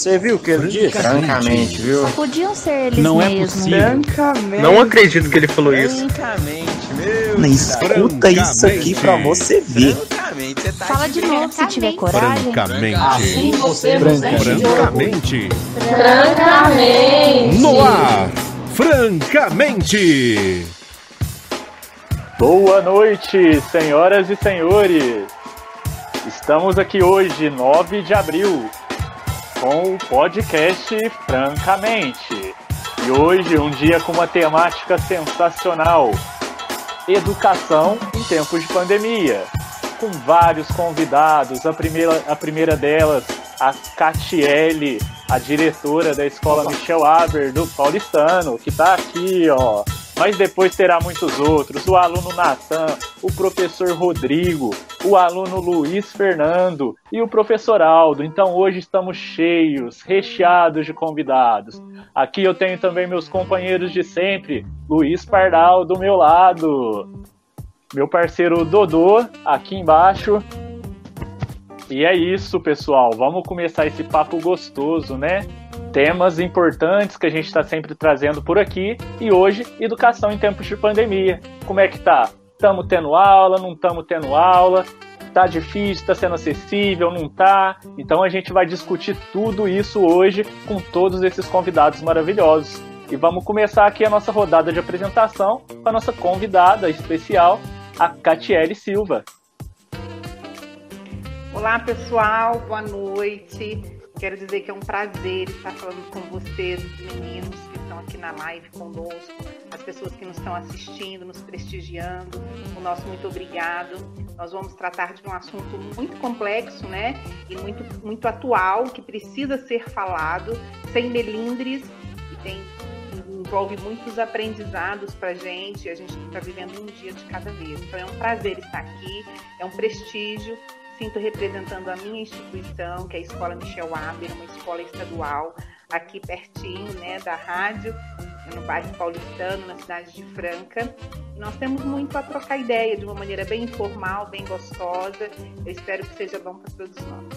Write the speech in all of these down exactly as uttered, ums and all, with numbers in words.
Você viu o que ele disse? Francamente, viu? Podiam ser eles Não é mesmos. possível. Francamente. Não acredito que ele falou isso. Francamente, meu. Não, escuta isso aqui pra você ver. Francamente, você tá Fala de novo se tiver coragem. Francamente. Assim você nos enche de orgulho. Francamente. Francamente. No ar. Francamente. Boa noite, senhoras e senhores. Estamos aqui hoje, nove de abril, com o podcast Francamente. E hoje, um dia com uma temática sensacional: educação em tempos de pandemia. Com vários convidados, a primeira, a primeira delas, a Catiele, a diretora da Escola Michel Aber do Paulistano, que está aqui, ó. Mas depois terá muitos outros, o aluno Natan, o professor Rodrigo, o aluno Luiz Fernando e o professor Aldo. Então hoje estamos cheios, recheados de convidados. Aqui eu tenho também meus companheiros de sempre, Luiz Pardal do meu lado, meu parceiro Dodô aqui embaixo. E é isso, pessoal, vamos começar esse papo gostoso, né? Temas importantes que a gente está sempre trazendo por aqui. E hoje, educação em tempos de pandemia. Como é que tá? Estamos tendo aula, não estamos tendo aula? Tá difícil, está sendo acessível, não tá? Então a gente vai discutir tudo isso hoje com todos esses convidados maravilhosos. E vamos começar aqui a nossa rodada de apresentação com a nossa convidada especial, a Catiele Silva. Olá, pessoal, boa noite. Quero dizer que é um prazer estar falando com vocês, meninos que estão aqui na live conosco, as pessoas que nos estão assistindo, nos prestigiando. O nosso muito obrigado. Nós vamos tratar de um assunto muito complexo, né? E muito, muito atual, que precisa ser falado, sem melindres, e tem, envolve muitos aprendizados para a gente. A gente está vivendo um dia de cada vez. Então é um prazer estar aqui, é um prestígio. Sinto representando a minha instituição, que é a Escola Michel Aber, uma escola estadual, aqui pertinho, né, da rádio, no bairro Paulistano, na cidade de Franca. E nós temos muito a trocar ideia, de uma maneira bem informal, bem gostosa. Eu espero que seja bom para todos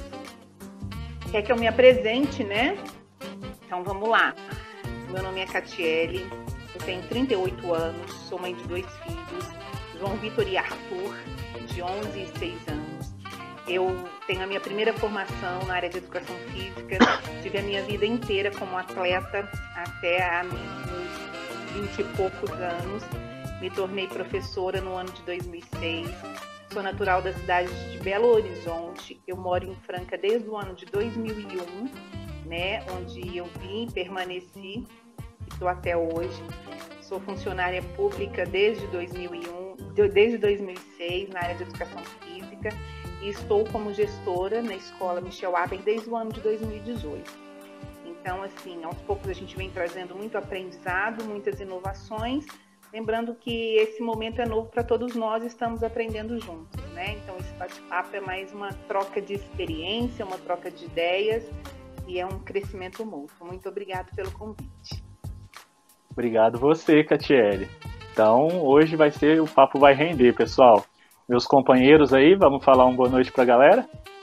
nós. Quer que eu me apresente, né? Então vamos lá. Meu nome é Catiele, eu tenho trinta e oito anos, sou mãe de dois filhos, João Vitor e Arthur, de onze e seis anos. Eu tenho a minha primeira formação na área de educação física, tive a minha vida inteira como atleta até a meus vinte e poucos anos. Me tornei professora no ano de dois mil e seis. Sou natural da cidade de Belo Horizonte. Eu moro em Franca desde o ano de dois mil e um, né, onde eu vim, permaneci e estou até hoje. Sou funcionária pública desde dois mil e um, desde dois mil e seis na área de educação física. E estou como gestora na Escola Michel Aber desde o ano de dois mil e dezoito. Então, assim, aos poucos a gente vem trazendo muito aprendizado, muitas inovações, lembrando que esse momento é novo para todos nós e estamos aprendendo juntos, né? Então, esse bate-papo é mais uma troca de experiência, uma troca de ideias e é um crescimento mútuo. Muito obrigada pelo convite. Obrigado você, Catiele. Então, hoje vai ser, o papo vai render, pessoal. Meus companheiros aí, vamos falar uma boa noite pra galera?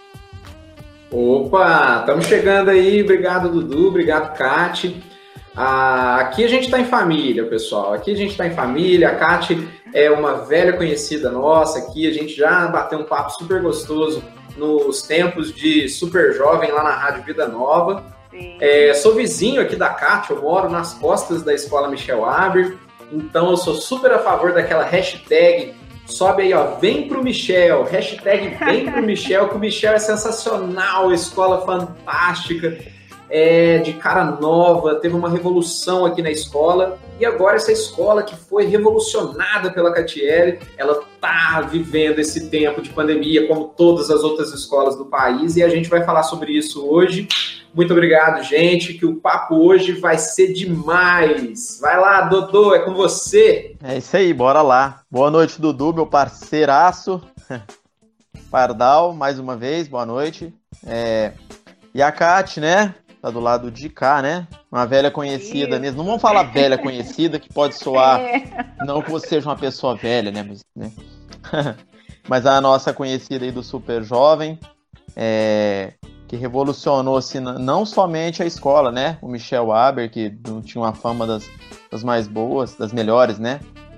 Opa, estamos chegando aí, obrigado Dudu, obrigado Cati. Ah, aqui a gente está em família, pessoal, aqui a gente está em família, a Cati é uma velha conhecida nossa, aqui a gente já bateu um papo super gostoso nos tempos de super jovem lá na Rádio Vida Nova. É, sou vizinho aqui da Cati, eu moro nas costas da Escola Michel Aber, então eu sou super a favor daquela hashtag. Sobe aí, ó, vem pro Michel, hashtag vem pro Michel, que o Michel é sensacional, escola fantástica, é, de cara nova, teve uma revolução aqui na escola, e agora essa escola que foi revolucionada pela Catiele, ela tá vivendo esse tempo de pandemia, como todas as outras escolas do país, e a gente vai falar sobre isso hoje. Muito obrigado, gente, que o papo hoje vai ser demais. Vai lá, Dodô, é com você. É isso aí, bora lá. Boa noite, Dudu, meu parceiraço. Pardal, mais uma vez, boa noite. É... E a Cati, né? Tá do lado de cá, né? Uma velha conhecida Isso. mesmo. Não vamos falar velha conhecida, que pode soar... É. Não que você seja uma pessoa velha, né? Mas, né? Mas a nossa conhecida aí do Super Jovem. É... que revolucionou assim, não somente a escola, né? O Michel Haber, que não tinha uma fama das, das mais boas, das melhores, né?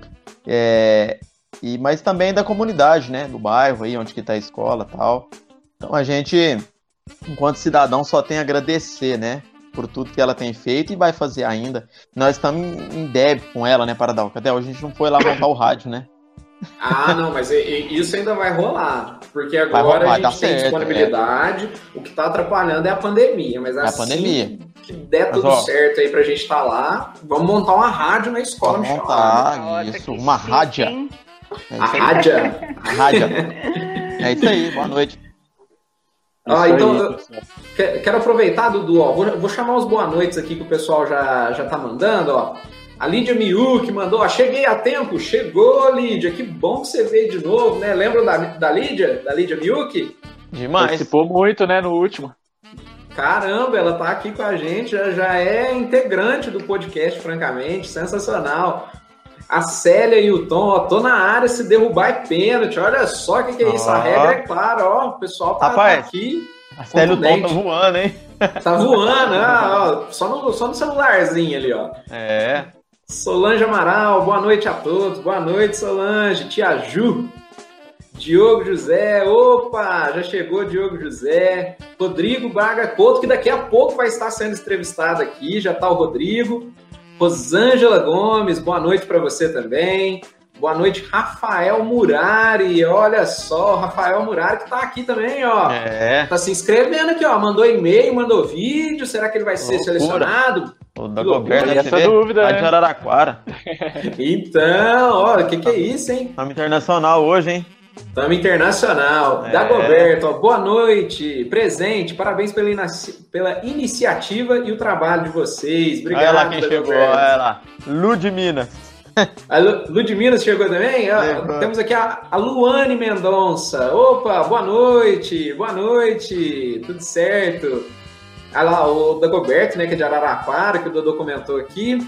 É, e, mas também da comunidade, né? Do bairro aí, onde que tá a escola e tal. Então a gente, enquanto cidadão, só tem a agradecer, né? Por tudo que ela tem feito e vai fazer ainda. Nós estamos em débito com ela, né, Pardal? Até hoje a gente não foi lá montar o rádio, né? Ah, não, mas isso ainda vai rolar, porque agora rolar, a gente tá tem certo, disponibilidade, é. O que está atrapalhando é a pandemia, mas assim a pandemia. que der tudo mas, ó, certo aí pra gente estar tá lá, vamos montar uma rádio na escola. Vamos montar, Nossa, isso, uma rádia. É a rádia. A rádia. É isso aí, boa noite. Ah, então, eu quero aproveitar, Dudu, ó, vou, vou chamar os boa noites aqui que o pessoal já, já tá mandando, ó. A Lídia Miuk mandou, ó, cheguei a tempo, chegou, Lídia, que bom que você veio de novo, né? Lembra da, da Lídia, da Lídia Miuk? Demais. Participou muito, né, no último. Caramba, ela tá aqui com a gente, já, já é integrante do podcast, francamente, sensacional. A Célia e o Tom, ó, tô na área, se derrubar é pênalti, olha só o que, que é isso, ah. A regra é clara, ó, o pessoal tá, Rapaz, tá aqui. A Célia e o Tom tá voando, hein? Tá voando, ah, ó, só, no, só no celularzinho ali, ó. É. Solange Amaral, boa noite a todos, boa noite, Solange, Tia Ju, Diogo José, opa, já chegou Diogo José, Rodrigo Braga Couto, que daqui a pouco vai estar sendo entrevistado aqui, já tá o Rodrigo, Rosângela Gomes, boa noite para você também. Boa noite, Rafael Murari. Olha só, Rafael Murari que tá aqui também, ó. É. Tá se inscrevendo aqui, ó. Mandou e-mail, mandou vídeo. Será que ele vai ser Loucura. Selecionado? O Dagoberto deve essa dúvida, tá né? de Araraquara. Então, ó, o que que é isso, hein? Estamos internacional hoje, hein? Tamo internacional. É. Dagoberto, ó, boa noite, presente, parabéns pela, inici... pela iniciativa e o trabalho de vocês. Obrigado, olha lá quem Dagoberto. chegou, olha lá. Ludmina. A Lu... Ludmina chegou também? Ó, temos aqui a... a Luane Mendonça. Opa, boa noite, boa noite, tudo certo? Olha lá, o Dagoberto, né, que é de Araraquara, que o Dodô comentou aqui.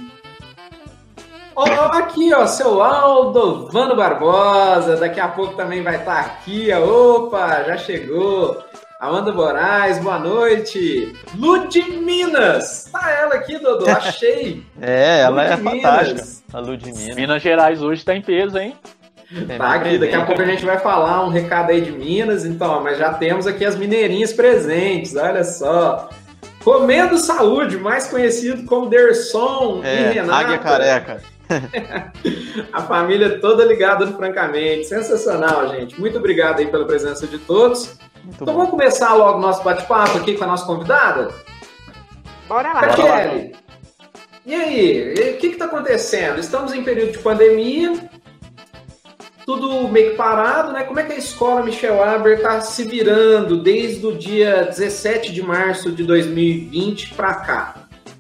Oh, aqui, ó, seu Aldo Vano Barbosa, daqui a pouco também vai estar aqui, ó. Opa, já chegou. Amanda Moraes, boa noite. Ludminas, tá ela aqui, Dodô, achei. É, ela Ludminas. É fantástica, a Ludmina. Minas Gerais hoje tá em peso, hein? Tá aqui, daqui a pouco a gente vai falar um recado aí de Minas, então, mas já temos aqui as mineirinhas presentes, olha só. Comendo Saúde, mais conhecido como Derson é, e Renata. Águia Careca. A família toda ligada no Francamente. Sensacional, gente. Muito obrigado aí pela presença de todos. Muito então bom. Vamos começar logo o nosso bate-papo aqui com a nossa convidada? Bora lá. Kelly. E aí, o que está acontecendo? Estamos em período de pandemia, tudo meio que parado, né? Como é que a escola Michel Haber está se virando desde o dia dezessete de março de dois mil e vinte para cá?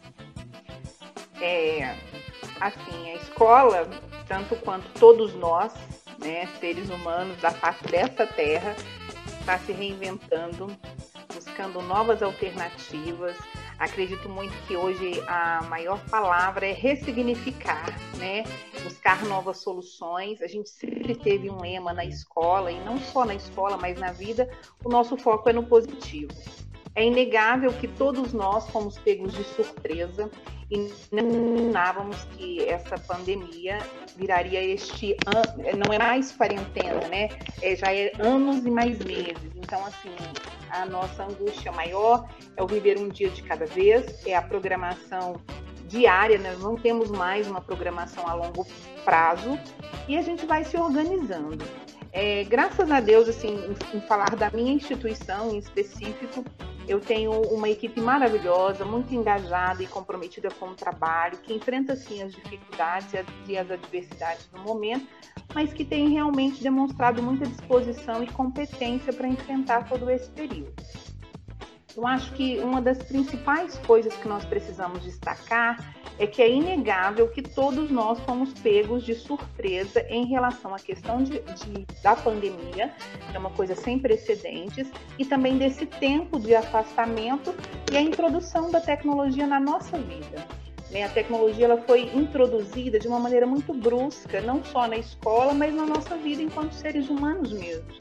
É, assim, a escola, tanto quanto todos nós, né, seres humanos da face dessa terra, está se reinventando, buscando novas alternativas. Acredito muito que hoje a maior palavra é ressignificar, né? Buscar novas soluções. A gente sempre teve um lema na escola, e não só na escola, mas na vida, o nosso foco é no positivo. É inegável que todos nós fomos pegos de surpresa e não imaginávamos que essa pandemia viraria este ano, não é mais quarentena, né? É, já é anos e mais meses. Então, assim, a nossa angústia maior é o viver um dia de cada vez, é a programação diária, nós não temos mais uma programação a longo prazo e a gente vai se organizando. É, graças a Deus, assim, em, em falar da minha instituição em específico, eu tenho uma equipe maravilhosa, muito engajada e comprometida com o trabalho, que enfrenta, sim, as dificuldades e as, e as adversidades do momento, mas que tem realmente demonstrado muita disposição e competência para enfrentar todo esse período. Eu acho que uma das principais coisas que nós precisamos destacar é que é inegável que todos nós fomos pegos de surpresa em relação à questão de, de, da pandemia, que é uma coisa sem precedentes, e também desse tempo de afastamento e a introdução da tecnologia na nossa vida. A tecnologia ela foi introduzida de uma maneira muito brusca, não só na escola, mas na nossa vida enquanto seres humanos mesmo.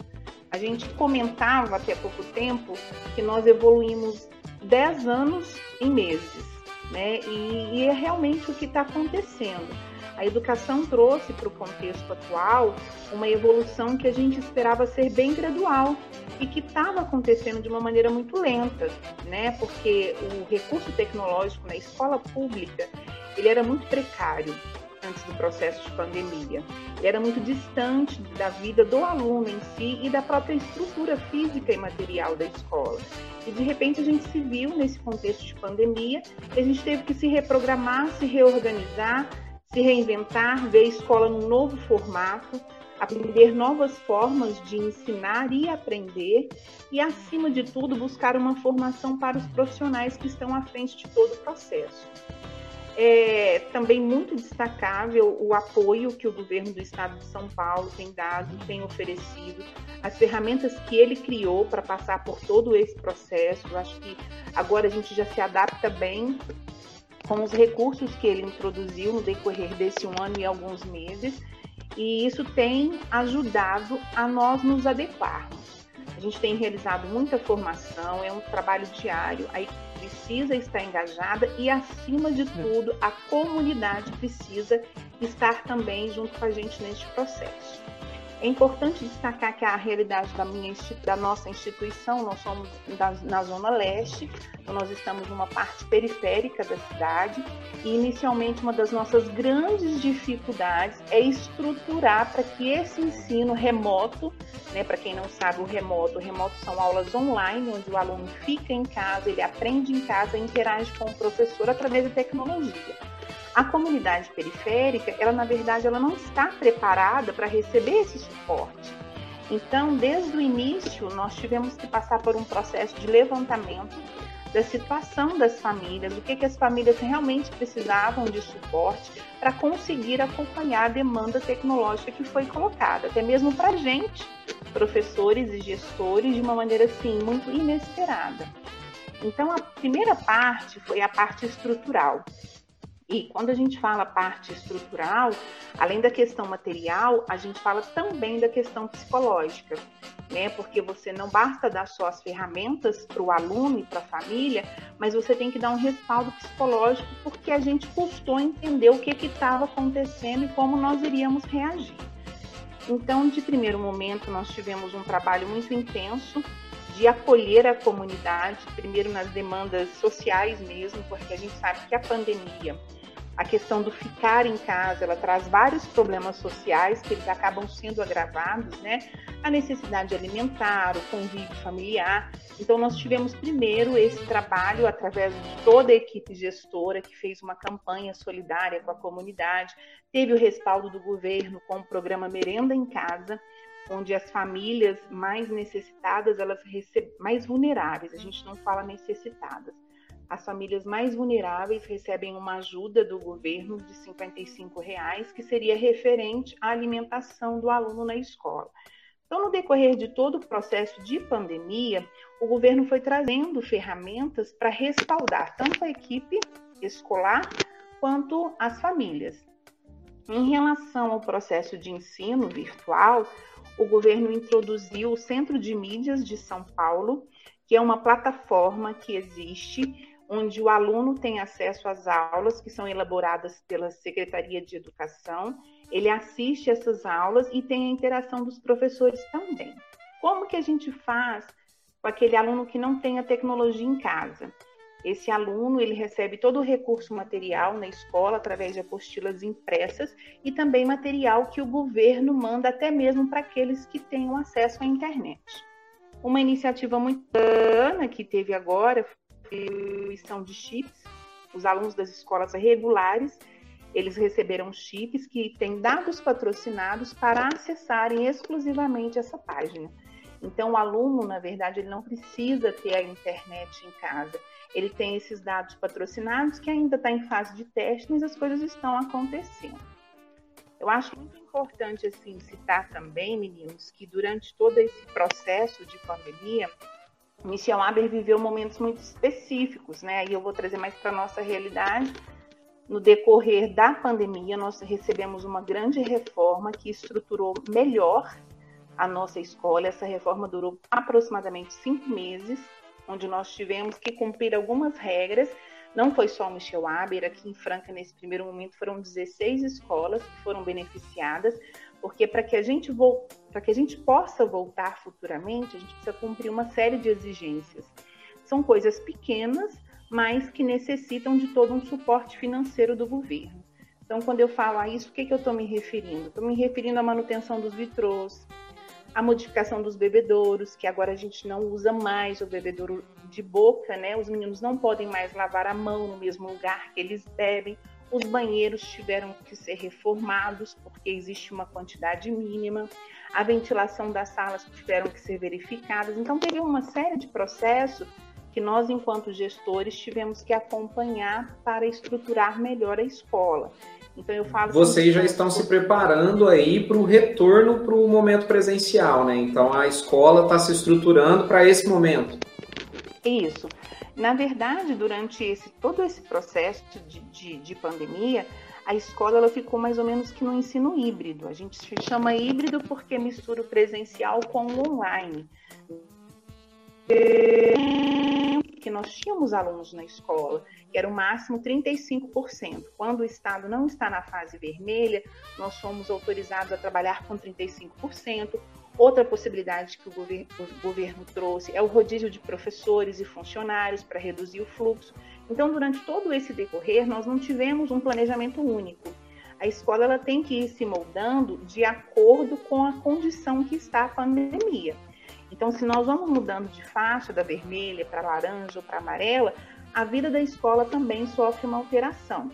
A gente comentava até pouco tempo que nós evoluímos dez anos em meses, né? E, e é realmente o que está acontecendo. A educação trouxe para o contexto atual uma evolução que a gente esperava ser bem gradual e que estava acontecendo de uma maneira muito lenta, né? Porque o recurso tecnológico na escola pública ele era muito precário antes do processo de pandemia. Ele era muito distante da vida do aluno em si e da própria estrutura física e material da escola. E, de repente, a gente se viu nesse contexto de pandemia e a gente teve que se reprogramar, se reorganizar, se reinventar, ver a escola num novo formato, aprender novas formas de ensinar e aprender e, acima de tudo, buscar uma formação para os profissionais que estão à frente de todo o processo. É também muito destacável o apoio que o governo do estado de São Paulo tem dado, tem oferecido, as ferramentas que ele criou para passar por todo esse processo. Eu acho que agora a gente já se adapta bem com os recursos que ele introduziu no decorrer desse um ano e alguns meses, e isso tem ajudado a nós nos adequarmos. A gente tem realizado muita formação, é um trabalho diário, a equipe precisa estar engajada e, acima de tudo, a comunidade precisa estar também junto com a gente neste processo. É importante destacar que a realidade da, minha, da nossa instituição, nós somos da, na Zona Leste, então nós estamos numa parte periférica da cidade e, inicialmente, uma das nossas grandes dificuldades é estruturar para que esse ensino remoto, né, para quem não sabe, o remoto, o remoto são aulas online, onde o aluno fica em casa, ele aprende em casa, interage com o professor através da tecnologia. A comunidade periférica, ela na verdade, ela não está preparada para receber esse suporte. Então, desde o início, nós tivemos que passar por um processo de levantamento da situação das famílias, o que, que as famílias realmente precisavam de suporte para conseguir acompanhar a demanda tecnológica que foi colocada, até mesmo para a gente, professores e gestores, de uma maneira assim, muito inesperada. Então, a primeira parte foi a parte estrutural. E quando a gente fala parte estrutural, além da questão material, a gente fala também da questão psicológica, né? Porque você não basta dar só as ferramentas para o aluno e para a família, mas você tem que dar um respaldo psicológico, porque a gente custou entender o que estava acontecendo e como nós iríamos reagir. Então, de primeiro momento, nós tivemos um trabalho muito intenso de acolher a comunidade, primeiro nas demandas sociais mesmo, porque a gente sabe que a pandemia, a questão do ficar em casa, ela traz vários problemas sociais que eles acabam sendo agravados, né? A necessidade alimentar, o convívio familiar. Então, nós tivemos primeiro esse trabalho através de toda a equipe gestora que fez uma campanha solidária com a comunidade, teve o respaldo do governo com o programa Merenda em Casa, onde as famílias mais necessitadas, elas recebem, mais vulneráveis, a gente não fala necessitadas, as famílias mais vulneráveis recebem uma ajuda do governo de cinquenta e cinco reais, que seria referente à alimentação do aluno na escola. Então, no decorrer de todo o processo de pandemia, o governo foi trazendo ferramentas para respaldar tanto a equipe escolar quanto as famílias. Em relação ao processo de ensino virtual, o governo introduziu o Centro de Mídias de São Paulo, que é uma plataforma que existe, onde o aluno tem acesso às aulas que são elaboradas pela Secretaria de Educação, ele assiste essas aulas e tem a interação dos professores também. Como que a gente faz com aquele aluno que não tem a tecnologia em casa? Esse aluno, ele recebe todo o recurso material na escola, através de apostilas impressas, e também material que o governo manda até mesmo para aqueles que tenham acesso à internet. Uma iniciativa muito bacana que teve agora foi a distribuição de chips. Os alunos das escolas regulares, eles receberam chips que têm dados patrocinados para acessarem exclusivamente essa página. Então, o aluno, na verdade, ele não precisa ter a internet em casa. Ele tem esses dados patrocinados que ainda está em fase de teste, mas as coisas estão acontecendo. Eu acho muito importante assim, citar também, meninos, que durante todo esse processo de pandemia, o Michel Aber viveu momentos muito específicos, né? E eu vou trazer mais para a nossa realidade. No decorrer da pandemia, nós recebemos uma grande reforma que estruturou melhor a nossa escola. Essa reforma durou aproximadamente cinco meses, onde nós tivemos que cumprir algumas regras. Não foi só o Michel Haber, aqui em Franca, nesse primeiro momento, foram dezesseis escolas que foram beneficiadas, porque para que a gente vol- para que a gente possa voltar futuramente, a gente precisa cumprir uma série de exigências. São coisas pequenas, mas que necessitam de todo um suporte financeiro do governo. Então, quando eu falo a isso, o que, que eu estou me referindo? Estou me referindo à manutenção dos vitrôs, a modificação dos bebedouros, que agora a gente não usa mais o bebedouro de boca, né? Os meninos não podem mais lavar a mão no mesmo lugar que eles bebem. Os banheiros tiveram que ser reformados, porque existe uma quantidade mínima. A ventilação das salas tiveram que ser verificadas. Então, teve uma série de processos que nós, enquanto gestores, tivemos que acompanhar para estruturar melhor a escola. Então, eu falo Vocês já estão se preparando aí para o retorno para o momento presencial, né? Então, a escola está se estruturando para esse momento. Isso. Na verdade, durante esse, todo esse processo de, de, de pandemia, a escola ela ficou mais ou menos que no ensino híbrido. A gente se chama híbrido porque mistura o presencial com o online. Que nós tínhamos alunos na escola, que era o máximo trinta e cinco por cento. Quando o Estado não está na fase vermelha, nós somos autorizados a trabalhar com trinta e cinco por cento. Outra possibilidade que o governo, o governo trouxe é o rodízio de professores e funcionários para reduzir o fluxo. Então, durante todo esse decorrer, nós não tivemos um planejamento único. A escola ela tem que ir se moldando de acordo com a condição que está a pandemia. Então, se nós vamos mudando de faixa da vermelha para laranja ou para amarela, a vida da escola também sofre uma alteração.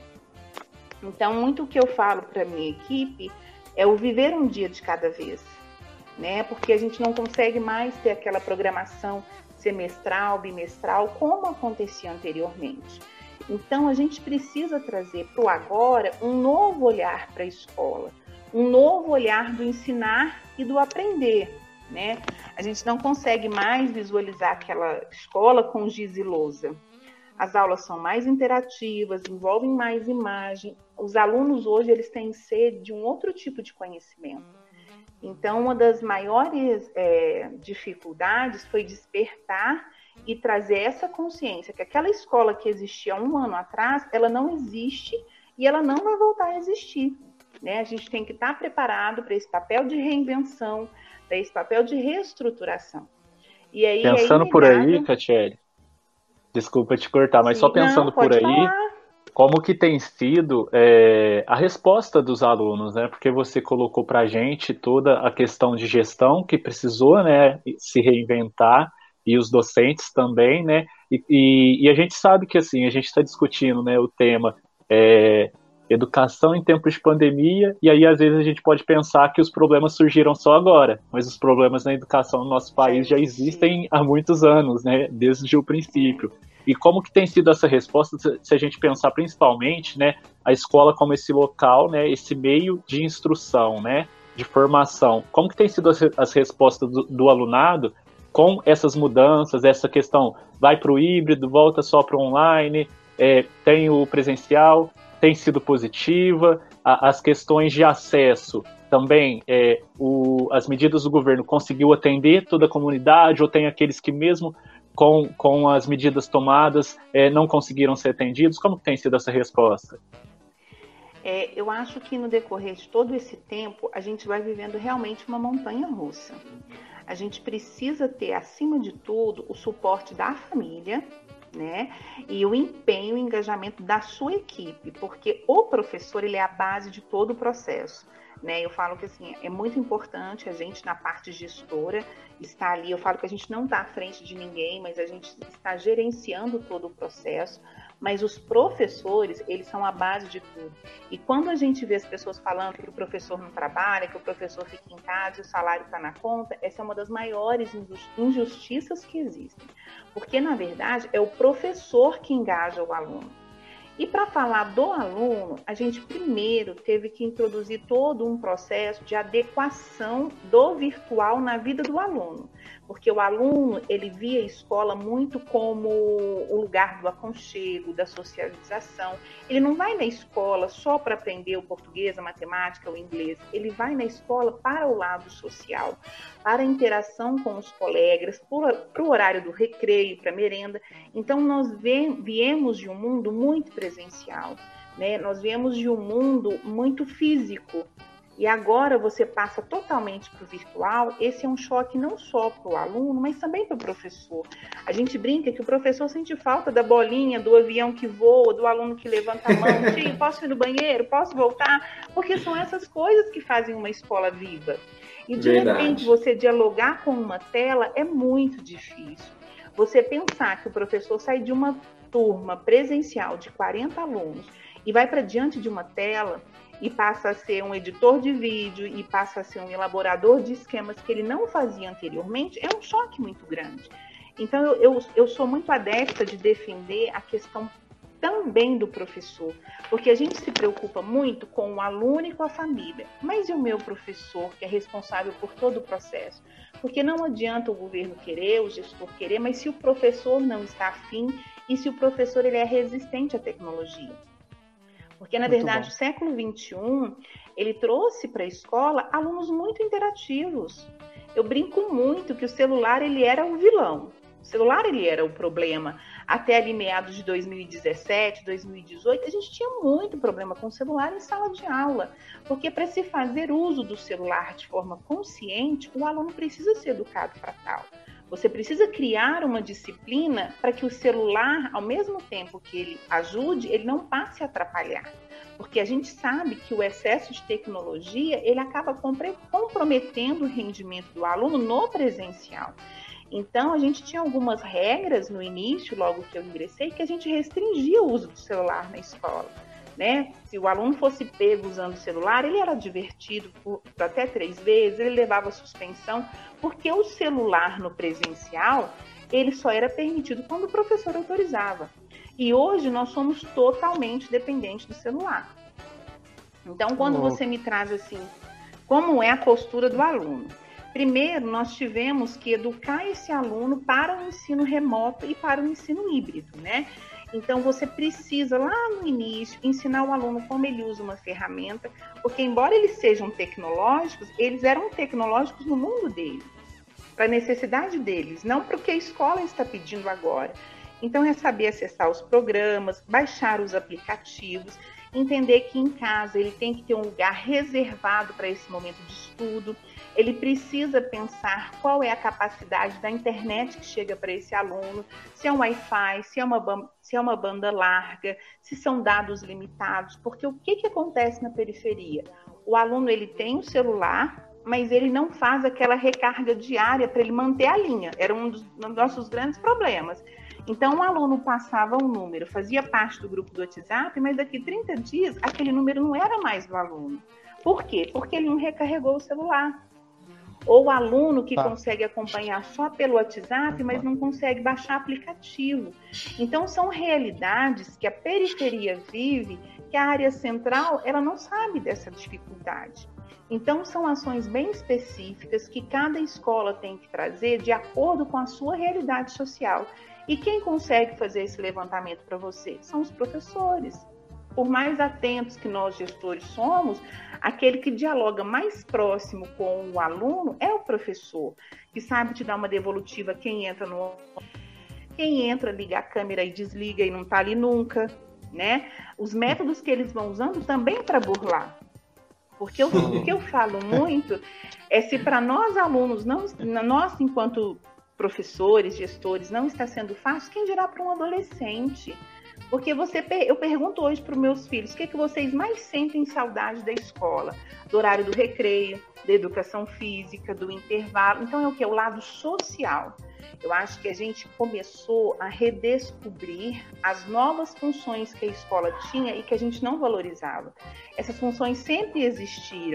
Então, muito o que eu falo para a minha equipe é o viver um dia de cada vez, né? Porque a gente não consegue mais ter aquela programação semestral, bimestral, como acontecia anteriormente. Então, a gente precisa trazer para o agora um novo olhar para a escola, um novo olhar do ensinar e do aprender, né? A gente não consegue mais visualizar aquela escola com giz e lousa. As aulas são mais interativas, envolvem mais imagem. Os alunos hoje eles têm sede de um outro tipo de conhecimento. Então, uma das maiores é, dificuldades foi despertar e trazer essa consciência que aquela escola que existia um ano atrás, ela não existe e ela não vai voltar a existir, né? A gente tem que estar preparado para esse papel de reinvenção, para esse papel de reestruturação. E aí, pensando é por aí, inegável... Catiele, desculpa te cortar, mas Sim, só pensando não, por aí, falar. como que tem sido é, a resposta dos alunos, né? Porque você colocou para a gente toda a questão de gestão que precisou, né, se reinventar, e os docentes também, né? E, e, e a gente sabe que, assim, a gente está discutindo, né, o tema é, educação em tempos de pandemia, e aí às vezes a gente pode pensar que os problemas surgiram só agora, mas os problemas na educação no nosso país já existem há muitos anos, né? Desde o princípio. E como que tem sido essa resposta, se a gente pensar principalmente, né, a escola como esse local, né, esse meio de instrução, né, de formação. Como que tem sido as, as respostas do, do alunado com essas mudanças, essa questão, vai para o híbrido, volta só para o online, é, tem o presencial, tem sido positiva, a, as questões de acesso também, é, o, as medidas do governo conseguiu atender toda a comunidade, ou tem aqueles que mesmo com, com as medidas tomadas é, não conseguiram ser atendidos? Como tem sido essa resposta? É, eu acho que no decorrer de todo esse tempo, a gente vai vivendo realmente uma montanha-russa. A gente precisa ter, acima de tudo, o suporte da família, né? E o empenho e engajamento da sua equipe, porque o professor ele é a base de todo o processo, né? Eu falo que assim, é muito importante a gente, na parte gestora, estar ali. Eu falo que a gente não está à frente de ninguém, mas a gente está gerenciando todo o processo. Mas os professores, eles são a base de tudo. E quando a gente vê as pessoas falando que o professor não trabalha, que o professor fica em casa e o salário está na conta, essa é uma das maiores injustiças que existem. Porque, na verdade, é o professor que engaja o aluno. E para falar do aluno, a gente primeiro teve que introduzir todo um processo de adequação do virtual na vida do aluno. Porque o aluno, ele via a escola muito como o lugar do aconchego, da socialização. Ele não vai na escola só para aprender o português, a matemática, o inglês. Ele vai na escola para o lado social, para a interação com os colegas, para o horário do recreio, para a merenda. Então, nós viemos de um mundo muito presencial, né? Nós viemos de um mundo muito físico. E agora você passa totalmente para o virtual. Esse é um choque não só para o aluno, mas também para o professor. A gente brinca que o professor sente falta da bolinha, do avião que voa, do aluno que levanta a mão. Tio, posso ir no banheiro? Posso voltar? Porque são essas coisas que fazem uma escola viva. E de Verdade. repente você dialogar com uma tela é muito difícil. Você pensar que o professor sai de uma turma presencial de quarenta alunos e vai para diante de uma tela e passa a ser um editor de vídeo e passa a ser um elaborador de esquemas que ele não fazia anteriormente, é um choque muito grande. Então, eu, eu, eu sou muito adepta de defender a questão também do professor, porque a gente se preocupa muito com o aluno e com a família, mas e o meu professor, que é responsável por todo o processo? Porque não adianta o governo querer, o gestor querer, mas se o professor não está afim e se o professor ele é resistente à tecnologia. Porque, na muito verdade, bom. O século vinte e um, ele trouxe para a escola alunos muito interativos. Eu brinco muito que o celular ele era o vilão. O celular ele era o problema. Até ali meados de dois mil e dezessete, dois mil e dezoito, a gente tinha muito problema com o celular em sala de aula. Porque para se fazer uso do celular de forma consciente, o aluno precisa ser educado para tal. Você precisa criar uma disciplina para que o celular, ao mesmo tempo que ele ajude, ele não passe a atrapalhar. Porque a gente sabe que o excesso de tecnologia, ele acaba comprometendo o rendimento do aluno no presencial. Então, a gente tinha algumas regras no início, logo que eu ingressei, que a gente restringia o uso do celular na escola. Né? Se o aluno fosse pego usando o celular, ele era advertido por, por até três vezes, ele levava suspensão, porque o celular no presencial, ele só era permitido quando o professor autorizava. E hoje nós somos totalmente dependentes do celular. Então, quando oh. você me traz assim, como é a postura do aluno? Primeiro, nós tivemos que educar esse aluno para o ensino remoto e para o ensino híbrido, né? Então, você precisa, lá no início, ensinar o aluno como ele usa uma ferramenta, porque, embora eles sejam tecnológicos, eles eram tecnológicos no mundo deles, para a necessidade deles, não para o que a escola está pedindo agora. Então, é saber acessar os programas, baixar os aplicativos, entender que em casa ele tem que ter um lugar reservado para esse momento de estudo. Ele precisa pensar qual é a capacidade da internet que chega para esse aluno, se é um Wi-Fi, se é uma, se é uma banda larga, se são dados limitados, porque o que, que acontece na periferia? O aluno ele tem um celular, mas ele não faz aquela recarga diária para ele manter a linha. Era um dos nossos grandes problemas. Então, o aluno passava um número, fazia parte do grupo do WhatsApp, mas daqui a trinta dias, aquele número não era mais do aluno. Por quê? Porque ele não recarregou o celular. Ou o aluno que tá. consegue acompanhar só pelo WhatsApp, mas não consegue baixar aplicativo. Então, são realidades que a periferia vive, que a área central ela não sabe dessa dificuldade. Então, são ações bem específicas que cada escola tem que trazer de acordo com a sua realidade social. E quem consegue fazer esse levantamento para você? São os professores. Por mais atentos que nós gestores somos, aquele que dialoga mais próximo com o aluno é o professor, que sabe te dar uma devolutiva quem entra no... Quem entra, liga a câmera e desliga e não está ali nunca, né? Os métodos que eles vão usando também é para burlar. Porque eu, o que eu falo muito é se para nós alunos, não, nós enquanto professores, gestores, não está sendo fácil, quem dirá para um adolescente? Porque você, eu pergunto hoje para os meus filhos, o que, é que vocês mais sentem saudade da escola? Do horário do recreio, da educação física, do intervalo. Então é o que? É o lado social. Eu acho que a gente começou a redescobrir as novas funções que a escola tinha e que a gente não valorizava. Essas funções sempre existiram,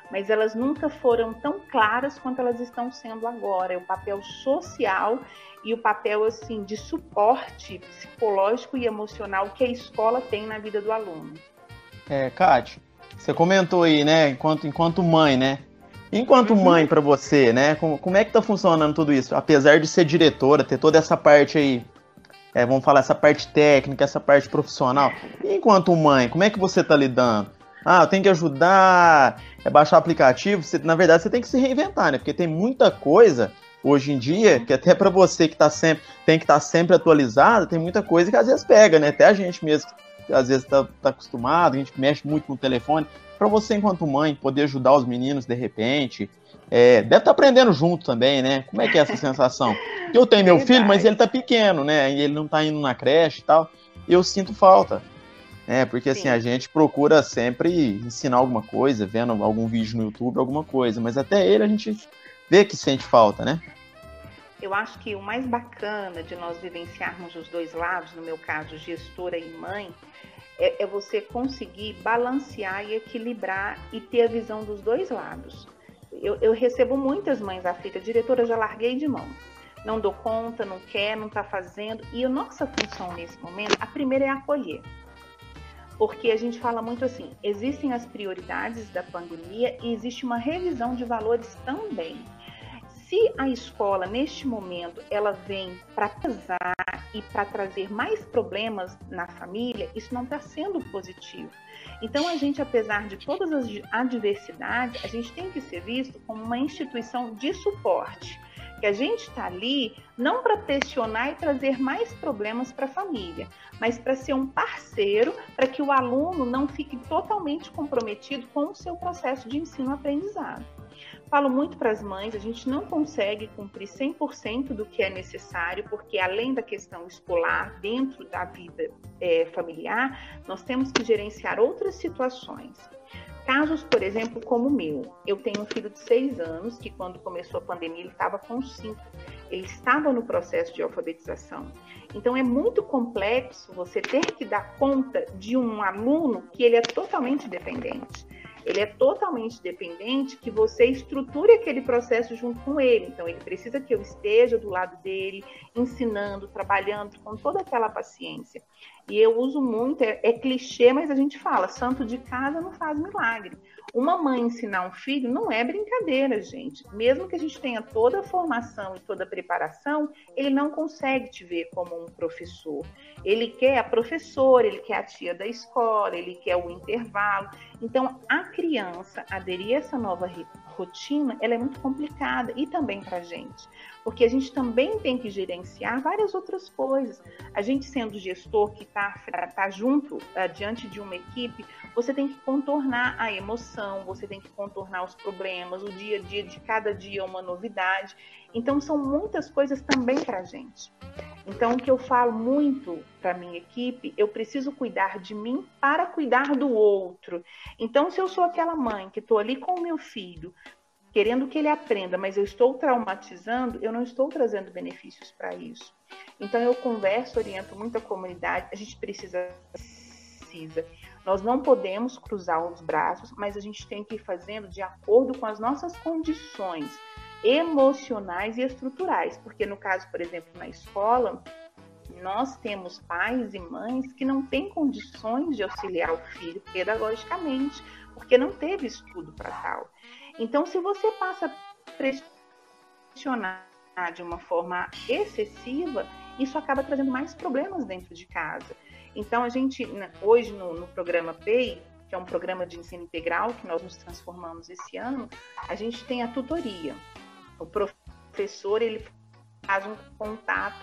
mas elas nunca foram tão claras quanto elas estão sendo agora. É o papel social e o papel assim de suporte psicológico e emocional que a escola tem na vida do aluno. É, Kátia, você comentou aí, né, enquanto, enquanto mãe, né? Enquanto uhum. mãe para você, né, como, como é que tá funcionando tudo isso? Apesar de ser diretora, ter toda essa parte aí, é, vamos falar, essa parte técnica, essa parte profissional. E enquanto mãe, como é que você tá lidando? Ah, eu tenho que ajudar, é, baixar aplicativo. Você, na verdade, você tem que se reinventar, né? Porque tem muita coisa hoje em dia que até para você que tá sempre, tem que estar tá sempre atualizado, tem muita coisa que às vezes pega, né? Até a gente mesmo, que às vezes tá, tá acostumado, a gente mexe muito no telefone. Para você, enquanto mãe, poder ajudar os meninos de repente, é, deve estar tá aprendendo junto também, né? Como é que é essa sensação? Eu tenho meu filho, mas ele tá pequeno, né? E ele não tá indo na creche e tal. E eu sinto falta. É, porque assim, Sim. a gente procura sempre ensinar alguma coisa, vendo algum vídeo no YouTube, alguma coisa, mas até ele a gente vê que sente falta, né? Eu acho que o mais bacana de nós vivenciarmos os dois lados, no meu caso, gestora e mãe, é, é você conseguir balancear e equilibrar e ter a visão dos dois lados. Eu, eu recebo muitas mães aflitas, diretora, já larguei de mão. Não dou conta, não quer, não está fazendo. E a nossa função nesse momento, a primeira é acolher. Porque a gente fala muito assim, existem as prioridades da pandemia e existe uma revisão de valores também. Se a escola, neste momento, ela vem para pesar e para trazer mais problemas na família, isso não está sendo positivo. Então, a gente, apesar de todas as adversidades, a gente tem que ser visto como uma instituição de suporte. Que a gente está ali não para pressionar e trazer mais problemas para a família, mas para ser um parceiro para que o aluno não fique totalmente comprometido com o seu processo de ensino-aprendizado. Falo muito para as mães, a gente não consegue cumprir cem por cento do que é necessário, porque além da questão escolar, dentro da vida é, familiar, nós temos que gerenciar outras situações. Casos, por exemplo, como o meu. Eu tenho um filho de seis anos, que quando começou a pandemia ele estava com cinco. Ele estava no processo de alfabetização. Então é muito complexo você ter que dar conta de um aluno que ele é totalmente dependente. Ele é totalmente dependente que você estruture aquele processo junto com ele. Então, ele precisa que eu esteja do lado dele, ensinando, trabalhando com toda aquela paciência. E eu uso muito, é, é clichê, mas a gente fala, santo de casa não faz milagre. Uma mãe ensinar um filho não é brincadeira, gente. Mesmo que a gente tenha toda a formação e toda a preparação, ele não consegue te ver como um professor. Ele quer a professora, ele quer a tia da escola, ele quer o intervalo. Então, a criança aderir a essa nova rotina, ela é muito complicada e também para a gente. Porque a gente também tem que gerenciar várias outras coisas. A gente sendo gestor que está tá junto, uh, diante de uma equipe, você tem que contornar a emoção, você tem que contornar os problemas, o dia a dia de cada dia é uma novidade. Então, são muitas coisas também para a gente. Então, o que eu falo muito para a minha equipe, eu preciso cuidar de mim para cuidar do outro. Então, se eu sou aquela mãe que estou ali com o meu filho, querendo que ele aprenda, mas eu estou traumatizando, eu não estou trazendo benefícios para isso. Então, eu converso, oriento muito a comunidade, a gente precisa, precisa. Nós não podemos cruzar os braços, mas a gente tem que ir fazendo de acordo com as nossas condições emocionais e estruturais. Porque no caso, por exemplo, na escola, nós temos pais e mães que não têm condições de auxiliar o filho pedagogicamente, porque não teve estudo para tal. Então, se você passa a pressionar de uma forma excessiva, isso acaba trazendo mais problemas dentro de casa. Então, a gente, hoje no, no programa P E I, que é um programa de ensino integral que nós nos transformamos esse ano, a gente tem a tutoria. O professor, ele faz um contato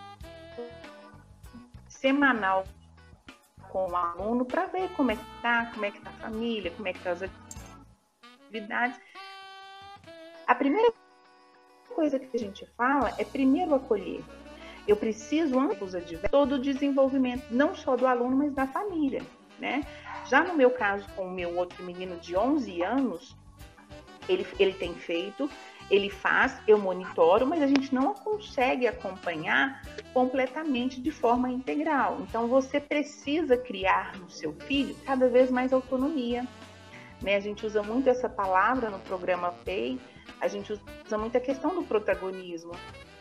semanal com o aluno para ver como é que está, como é que está a família, como é que está as atividades. A primeira coisa que a gente fala é primeiro acolher. Eu preciso, antes de todo o desenvolvimento, não só do aluno, mas da família, né? Já no meu caso, com o meu outro menino de onze anos, ele, ele tem feito, ele faz, eu monitoro, mas a gente não consegue acompanhar completamente de forma integral. Então, você precisa criar no seu filho cada vez mais autonomia. né? A gente usa muito essa palavra no programa P E I, a gente usa muito a questão do protagonismo.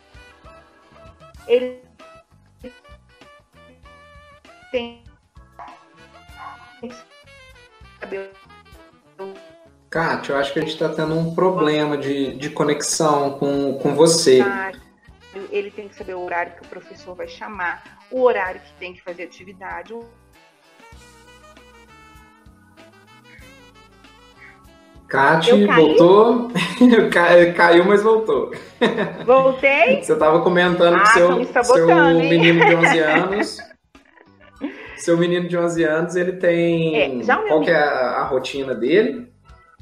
Ele tem que saber. Kátia, eu acho que a gente está tendo um problema de, de conexão com, com você. Ele tem que saber o horário que o professor vai chamar, o horário que tem que fazer atividade. Kátia, voltou? Caiu, mas voltou. Voltei? Você estava comentando ah, que seu, seu menino de onze anos... Seu menino de onze anos, ele tem... É, já Qual que é a, a rotina dele?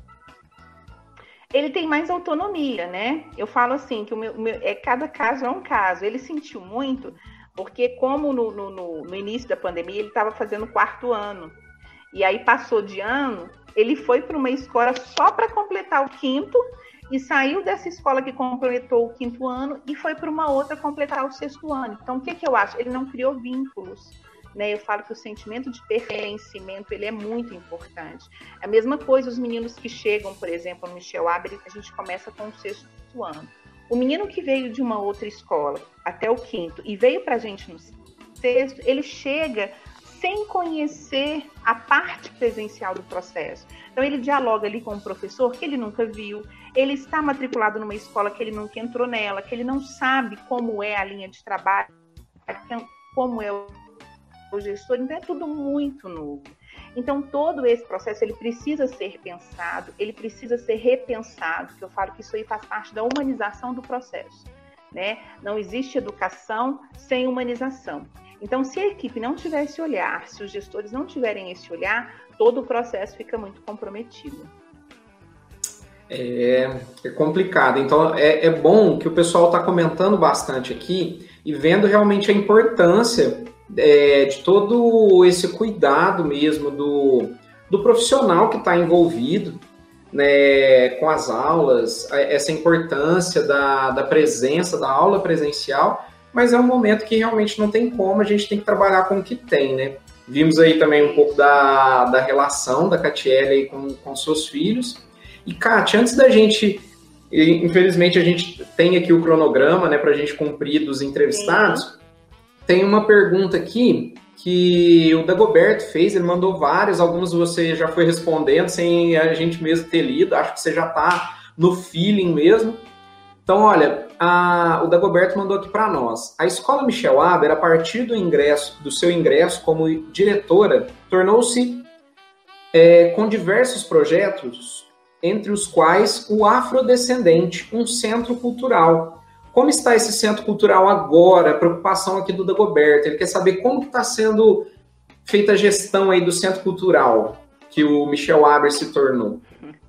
Ele tem mais autonomia, né? Eu falo assim, que o meu, meu, é, cada caso é um caso. Ele sentiu muito, porque como no, no, no início da pandemia, ele estava fazendo quarto ano. E aí passou de ano, ele foi para uma escola só para completar o quinto, e saiu dessa escola que completou o quinto ano e foi para uma outra completar o sexto ano. Então, o que, que eu acho? Ele não criou vínculos. Né, eu falo que o sentimento de pertencimento ele é muito importante. A mesma coisa os meninos que chegam, por exemplo, no Michel Haber, a gente começa com o sexto ano. O menino que veio de uma outra escola até o quinto e veio para a gente no sexto, ele chega sem conhecer a parte presencial do processo. Então ele dialoga ali com um professor que ele nunca viu, ele está matriculado numa escola que ele nunca entrou nela, que ele não sabe como é a linha de trabalho, como é o o gestor, então é tudo muito novo. Então todo esse processo ele precisa ser pensado, ele precisa ser repensado, que eu falo que isso aí faz parte da humanização do processo, né? Não existe educação sem humanização. Então se a equipe não tiver esse olhar, se os gestores não tiverem esse olhar, todo o processo fica muito comprometido. É, é complicado. Então é, é bom que o pessoal está comentando bastante aqui e vendo realmente a importância É, de todo esse cuidado mesmo do, do profissional que está envolvido, né, com as aulas, essa importância da, da presença, da aula presencial, mas é um momento que realmente não tem como, a gente tem que trabalhar com o que tem, né? Vimos aí também um pouco da, da relação da Catiele aí com, com seus filhos. E, Kátia, antes da gente, infelizmente a gente tem aqui o cronograma, né, para a gente cumprir dos entrevistados. Sim. Tem uma pergunta aqui que o Dagoberto fez, ele mandou várias, algumas você já foi respondendo sem a gente mesmo ter lido, acho que você já está no feeling mesmo. Então, olha, a, o Dagoberto mandou aqui para nós. A Escola Michel Haber, a partir do, ingresso, do seu ingresso como diretora, tornou-se é, com diversos projetos, entre os quais o Afrodescendente, um centro cultural. Como está esse centro cultural agora? A preocupação aqui do Dagoberto. Ele quer saber como está sendo feita a gestão aí do centro cultural que o Michel Haber se tornou.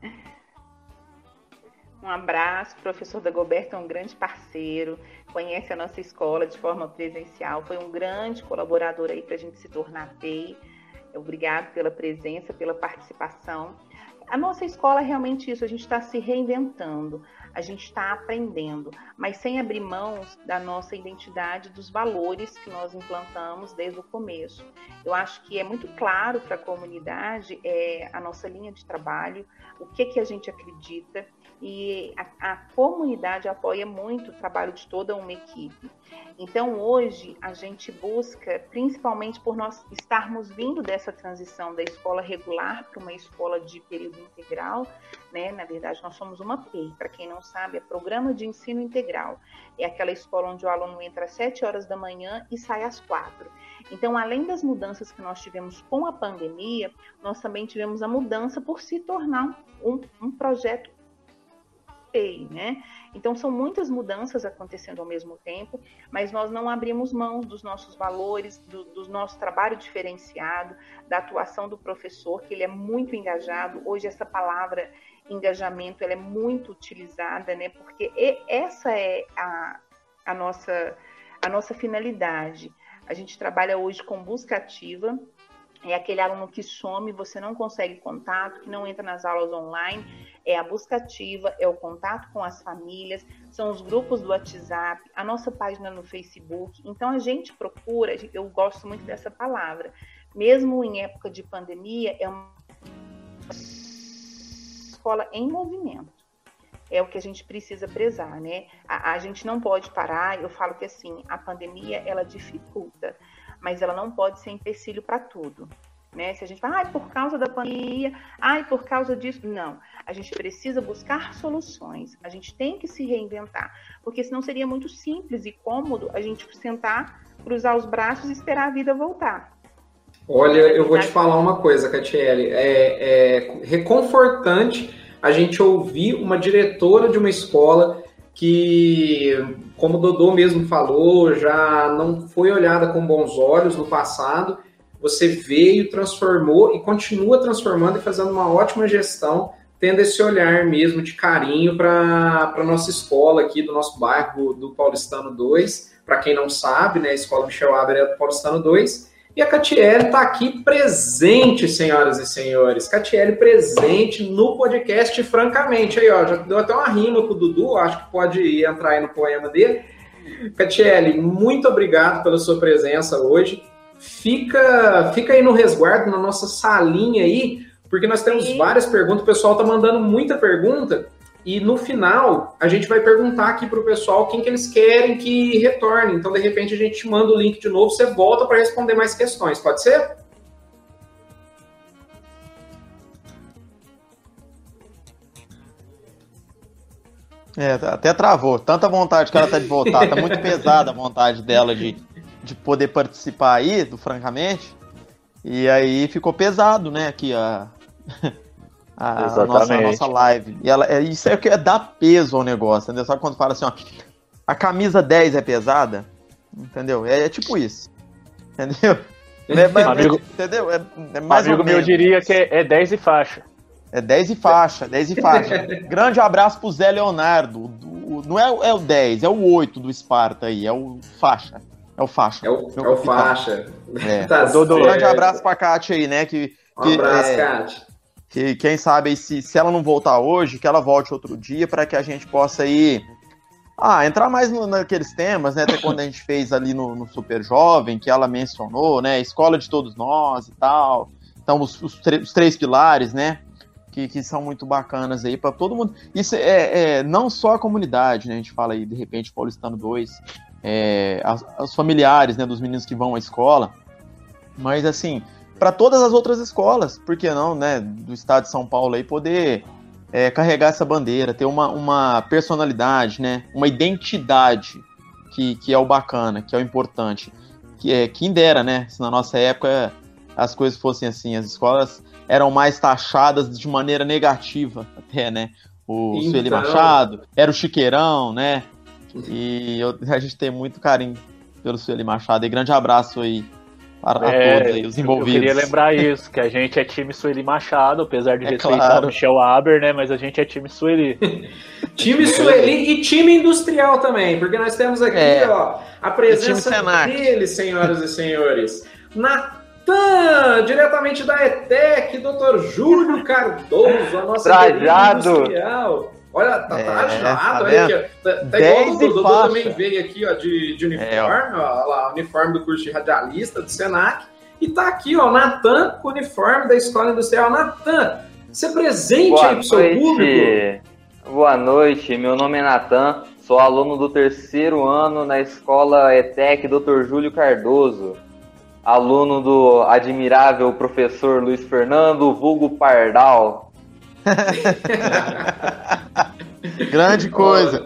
Um abraço, o professor Dagoberto é um grande parceiro, conhece a nossa escola de forma presencial, foi um grande colaborador aí para a gente se tornar P E I. Obrigado pela presença, pela participação. A nossa escola é realmente isso, a gente está se reinventando, a gente está aprendendo, mas sem abrir mãos da nossa identidade, dos valores que nós implantamos desde o começo. Eu acho que é muito claro para a comunidade é, a nossa linha de trabalho, o que, que a gente acredita, e a, a comunidade apoia muito o trabalho de toda uma equipe. Então, hoje, a gente busca, principalmente por nós estarmos vindo dessa transição da escola regular para uma escola de período integral, né? Na verdade, nós somos uma P E I, para quem não sabe, é Programa de Ensino Integral. É aquela escola onde o aluno entra às sete horas da manhã e sai às quatro. Então, além das mudanças que nós tivemos com a pandemia, nós também tivemos a mudança por se tornar um, um projeto P E I, né? Então são muitas mudanças acontecendo ao mesmo tempo, mas nós não abrimos mão dos nossos valores, do, do nosso trabalho diferenciado, da atuação do professor, que ele é muito engajado. Hoje essa palavra engajamento ela é muito utilizada, né? Porque essa é a, a, nossa, a nossa finalidade. A gente trabalha hoje com busca ativa. É aquele aluno que some, você não consegue contato, que não entra nas aulas online, é a busca ativa, é o contato com as famílias, são os grupos do WhatsApp, a nossa página no Facebook. Então a gente procura, eu gosto muito dessa palavra, mesmo em época de pandemia, é uma escola em movimento. É o que a gente precisa prezar, né? A, a gente não pode parar, eu falo que assim, a pandemia, ela dificulta, mas ela não pode ser empecilho para tudo, né? Se a gente fala, ah, por causa da pandemia, ai, por causa disso, não. A gente precisa buscar soluções, a gente tem que se reinventar, porque senão seria muito simples e cômodo a gente sentar, cruzar os braços e esperar a vida voltar. Olha, eu vou te falar uma coisa, Catiele, é, é reconfortante a gente ouvir uma diretora de uma escola que, como o Dodô mesmo falou, já não foi olhada com bons olhos no passado. Você veio, transformou e continua transformando e fazendo uma ótima gestão, tendo esse olhar mesmo de carinho para a nossa escola aqui, do nosso bairro, do Paulistano dois. Para quem não sabe, né, a Escola Michel Haber é do Paulistano dois. E a Catiele está aqui presente, senhoras e senhores. Catiele presente no podcast Francamente. Aí, ó, já deu até uma rima com o Dudu, acho que pode entrar aí no poema dele. Catiele, muito obrigado pela sua presença hoje. Fica, fica aí no resguardo, na nossa salinha aí, porque nós temos Sim. várias perguntas. O pessoal está mandando muita pergunta. E no final, a gente vai perguntar aqui para o pessoal quem que eles querem que retorne. Então, de repente, a gente te manda o link de novo, você volta para responder mais questões. Pode ser? É, até travou. Tanta vontade que ela tá de voltar. Tá muito pesada a vontade dela de, de poder participar aí, do Francamente. E aí ficou pesado, né, aqui a... A nossa, a nossa live. E ela, é, isso é o que é dar peso ao negócio, entendeu? Sabe quando fala assim, ó, a camisa dez é pesada? Entendeu? É, é tipo isso. Entendeu? É, mas, amigo, é, entendeu? É, é mais amigo ou meu menos. diria que é, é dez e faixa. É dez e faixa, dez e faixa. Grande abraço pro Zé Leonardo. Do, não é, é o dez, é o oito do Esparta aí, é o faixa. É o faixa. É o, é o faixa. É. Tá Dodô, certo. grande abraço pra Kátia aí, né? Que, Um que, abraço, é, Kátia. Que quem sabe se, se ela não voltar hoje, que ela volte outro dia para que a gente possa ir ah, entrar mais no, naqueles temas, né? Até quando a gente fez ali no, no Super Jovem, que ela mencionou, né? Escola de todos nós e tal. Então, os, os, os três pilares, né? Que, que são muito bacanas aí para todo mundo. Isso é, é não só a comunidade, né? A gente fala aí, de repente, Paulistano dois, é, as, os familiares, né? Dos meninos que vão à escola. Mas, assim, para todas as outras escolas, por que não, né, do estado de São Paulo aí, poder é, carregar essa bandeira, ter uma, uma personalidade, né, uma identidade que, que é o bacana, que é o importante, que é quem dera, né, se na nossa época as coisas fossem assim, as escolas eram mais taxadas de maneira negativa até, né, o Então... Sueli Machado, era o Chiqueirão, né, e eu, a gente tem muito carinho pelo Sueli Machado, e grande abraço aí para é, todos aí, os envolvidos. Eu queria lembrar isso, que a gente é time Sueli Machado, apesar de é respeitar claro. o Michel Haber, né? Mas a gente é time Sueli. Time Sueli e time industrial também, porque nós temos aqui, é. ó, a presença dele, senhoras e senhores. Natan, diretamente da ETEC, doutor Júlio Cardoso, a nossa Trajado. industrial. Olha, tá É, trajado, tá olha aqui, ó. Tá, tá igual o Dudu, Dudu também veio aqui, ó, de, de uniforme, é, ó. Ó, lá, uniforme do curso de radialista do Senac. E tá aqui, ó, Natan, com o uniforme da Escola Industrial. Natan, você presente Boa aí pro seu noite. público? Boa noite, meu nome é Natan, sou aluno do terceiro ano na Escola ETEC doutor Júlio Cardoso. Aluno do admirável professor Luiz Fernando, vulgo Pardal. Grande coisa.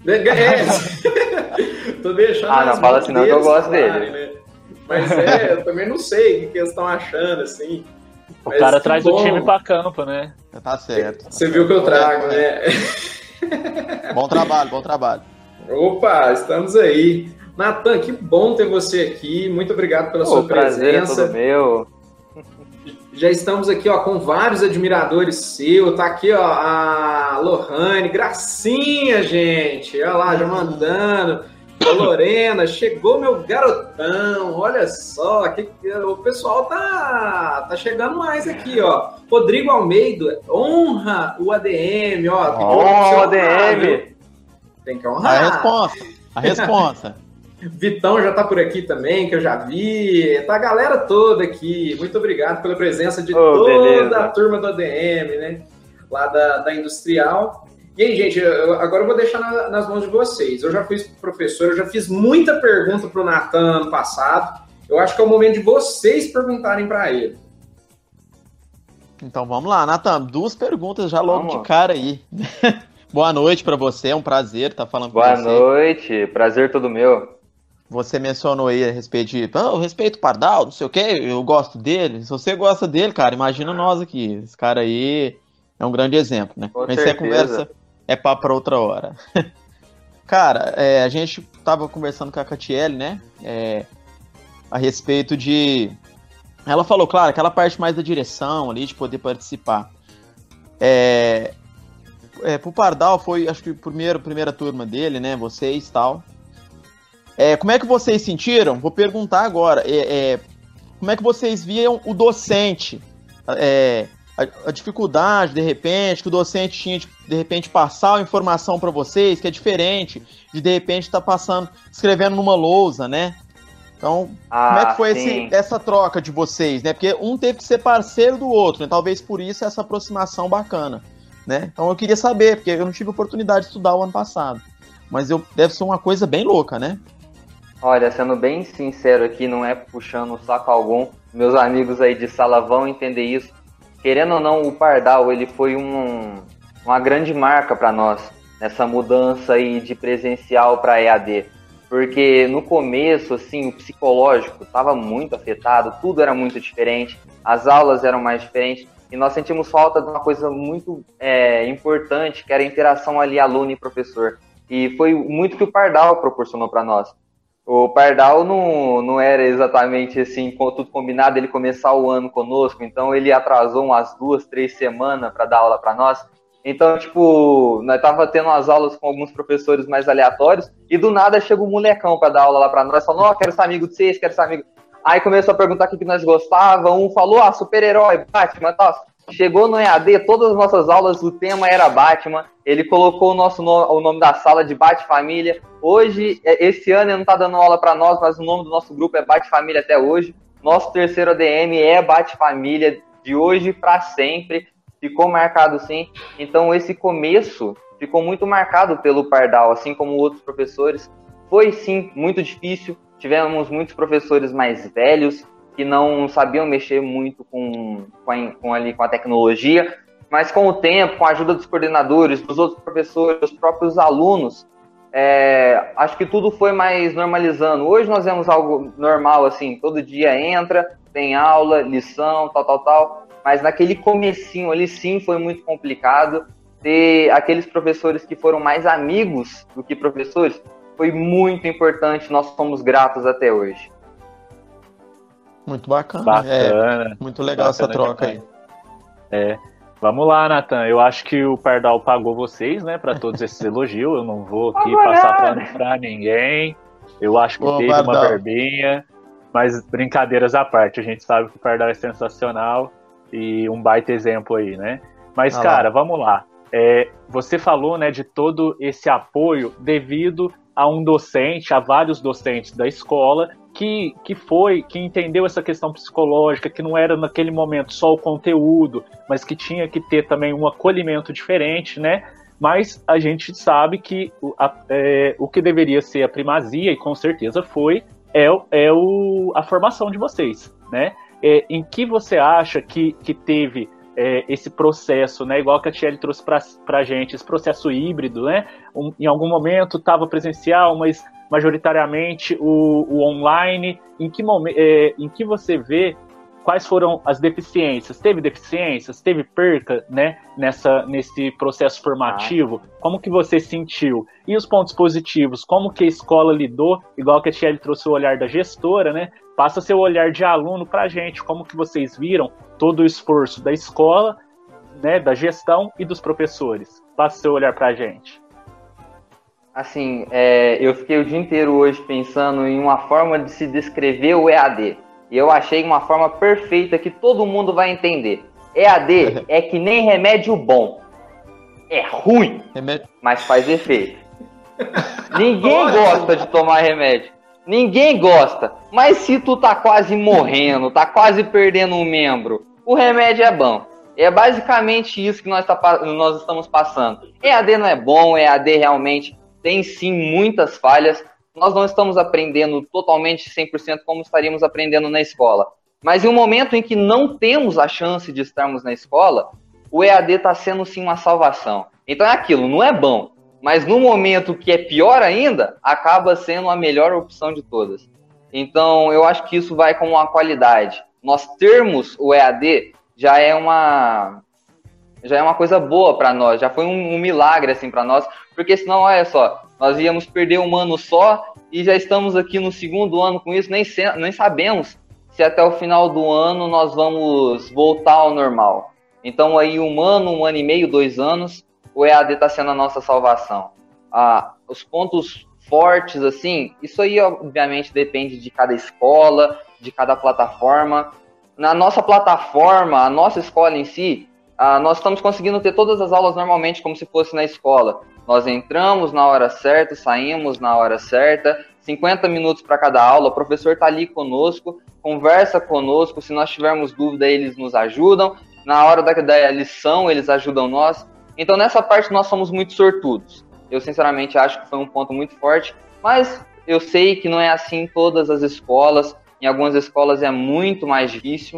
É. Tô deixando. Ah, não fala assim não que eu gosto dele. Né? Mas é, eu também não sei o que, que eles estão achando, assim. O Mas cara traz bom. O time pra campo, né? Tá certo. Você viu que eu trago, né? Bom trabalho, bom trabalho. Opa, estamos aí. Natan, que bom ter você aqui. Muito obrigado pela oh, sua presença. O prazer é todo meu. Já estamos aqui, ó, com vários admiradores seus. Tá aqui, ó, a Lohane, Gracinha, gente. Olha lá, já mandando. A Lorena, chegou meu garotão. Olha só, que, o pessoal tá, tá chegando mais aqui, ó. Rodrigo Almeida, honra o A D M, ó. Honra o A D M. Tem que honrar. A resposta, a resposta. Vitão já tá por aqui também, que eu já vi. Tá a galera toda aqui. Muito obrigado pela presença de oh, toda beleza. a turma do A D M, né? lá da, da Industrial. E aí, gente, eu, agora eu vou deixar na, nas mãos de vocês. Eu já fui professor, eu já fiz muita pergunta para o Natan ano passado. Eu acho que é o momento de vocês perguntarem para ele. Então vamos lá, Natan, duas perguntas já logo Vamos. de cara aí. Boa noite para você, é um prazer estar falando com Boa você. Boa noite, prazer todo meu. Você mencionou aí a respeito de, ah, eu respeito o Pardal, não sei o que, eu gosto dele. Se você gosta dele, cara, imagina nós aqui. Esse cara aí é um grande exemplo, né? Com Mas essa certeza. conversa é papo para outra hora. Cara, é, a gente tava conversando com a Catiele, né? É, a respeito de... Ela falou, claro, aquela parte mais da direção ali, de poder participar. É, é, pro Pardal foi, acho que, a primeira, primeira turma dele, né? Vocês e tal. É, como é que vocês sentiram? Vou perguntar agora. É, é, como é que vocês viam o docente? É, a, a dificuldade, de repente, que o docente tinha de, de repente, passar a informação para vocês, que é diferente de, de repente, estar tá passando, escrevendo numa lousa, né? Então, ah, como é que foi sim. esse, essa troca de vocês, né? Porque um teve que ser parceiro do outro, né? Talvez por isso essa aproximação bacana, né? Então eu queria saber, porque eu não tive oportunidade de estudar o ano passado. Mas eu, deve ser uma coisa bem louca, né? Olha, sendo bem sincero aqui, não é puxando saco algum, meus amigos aí de sala vão entender isso. Querendo ou não, o Pardal, ele foi um, uma grande marca para nós, nessa mudança aí de presencial para E A D. Porque no começo, assim, o psicológico estava muito afetado, tudo era muito diferente, as aulas eram mais diferentes, e nós sentimos falta de uma coisa muito é, importante, que era a interação ali aluno e professor. E foi muito que o Pardal proporcionou para nós. O Pardal não, não era exatamente assim, com tudo combinado, ele começar o ano conosco, então ele atrasou umas duas, três semanas para dar aula para nós. Então, tipo, nós tava tendo umas aulas com alguns professores mais aleatórios, e do nada chega um molecão para dar aula lá para nós, falando, ó, oh, quero ser amigo de vocês, quero ser amigo. Aí começou a perguntar o que, que nós gostávamos, um falou, ah, super-herói, Batman e tal. Chegou no E A D, todas as nossas aulas, o tema era Batman, ele colocou o, nosso no, o nome da sala de Bat-Família. Hoje, esse ano ele não tá dando aula para nós, mas o nome do nosso grupo é Bat-Família até hoje. Nosso terceiro A D M é Bat-Família, de hoje para sempre, ficou marcado sim. Então esse começo ficou muito marcado pelo Pardal, assim como outros professores. Foi sim, muito difícil, tivemos muitos professores mais velhos, que não sabiam mexer muito com, com, a, com, ali, com a tecnologia, mas com o tempo, com a ajuda dos coordenadores, dos outros professores, dos próprios alunos, é, acho que tudo foi mais normalizando. Hoje nós vemos algo normal, assim, todo dia entra, tem aula, lição, tal, tal, tal, mas naquele comecinho ali sim foi muito complicado. Ter aqueles professores que foram mais amigos do que professores foi muito importante, nós somos gratos até hoje. Muito bacana. Bacana. É, muito legal bacana essa troca demais. aí. É. Vamos lá, Natan. Eu acho que o Pardal pagou vocês, né, para todos esses elogios. Eu não vou aqui Agora. passar pano pra ninguém. Eu acho que Ô, teve Pardal. uma verbinha, mas brincadeiras à parte. A gente sabe que o Pardal é sensacional e um baita exemplo aí, né? Mas, Ah lá. cara, vamos lá. É, você falou, né, de todo esse apoio devido a um docente, a vários docentes da escola, que, que foi, que entendeu essa questão psicológica, que não era naquele momento só o conteúdo, mas que tinha que ter também um acolhimento diferente, né? Mas a gente sabe que o, a, é, o que deveria ser a primazia, e com certeza foi, é, é o, a formação de vocês, né? É, em que você acha que, que teve é, esse processo, né? Igual que a Tiele trouxe para a gente, esse processo híbrido, né? Um, em algum momento estava presencial, mas majoritariamente o, o online. Em que, momen- é, em que você vê quais foram as deficiências? Teve deficiências? Teve perca, né? Nessa, nesse processo formativo? Ah. Como que você sentiu? E os pontos positivos? Como que a escola lidou? Igual que a Tiele trouxe o olhar da gestora, né? Passa seu olhar de aluno para a gente. Como que vocês viram todo o esforço da escola, né, da gestão e dos professores? Passa seu olhar para a gente. Assim, é, eu fiquei o dia inteiro hoje pensando em uma forma de se descrever o E A D. E eu achei uma forma perfeita que todo mundo vai entender. E A D é que nem remédio bom. É ruim, Remédio... mas faz efeito. Ninguém gosta de tomar remédio. Ninguém gosta. Mas se tu tá quase morrendo, tá quase perdendo um membro, o remédio é bom. É basicamente isso que nós, tá, nós estamos passando. E A D não é bom, E A D realmente tem sim muitas falhas. Nós não estamos aprendendo totalmente cem por cento como estaríamos aprendendo na escola. Mas em um momento em que não temos a chance de estarmos na escola, o E A D está sendo sim uma salvação. Então é aquilo, não é bom. Mas no momento que é pior ainda, acaba sendo a melhor opção de todas. Então eu acho que isso vai com uma qualidade. Nós termos o E A D já é uma já é uma coisa boa para nós, já foi um, um milagre assim para nós, porque senão, olha só, nós íamos perder um ano só e já estamos aqui no segundo ano com isso, nem, se, nem sabemos se até o final do ano nós vamos voltar ao normal. Então aí um ano, um ano e meio, dois anos, o E A D está sendo a nossa salvação. Ah, os pontos fortes, assim, isso aí obviamente depende de cada escola, de cada plataforma. Na nossa plataforma, a nossa escola em si, ah, nós estamos conseguindo ter todas as aulas normalmente como se fosse na escola. Nós entramos na hora certa, saímos na hora certa, cinquenta minutos para cada aula, o professor está ali conosco, conversa conosco, se nós tivermos dúvida eles nos ajudam, na hora da, da lição eles ajudam nós. Então nessa parte nós somos muito sortudos. Eu sinceramente acho que foi um ponto muito forte, mas eu sei que não é assim em todas as escolas. Em algumas escolas é muito mais difícil.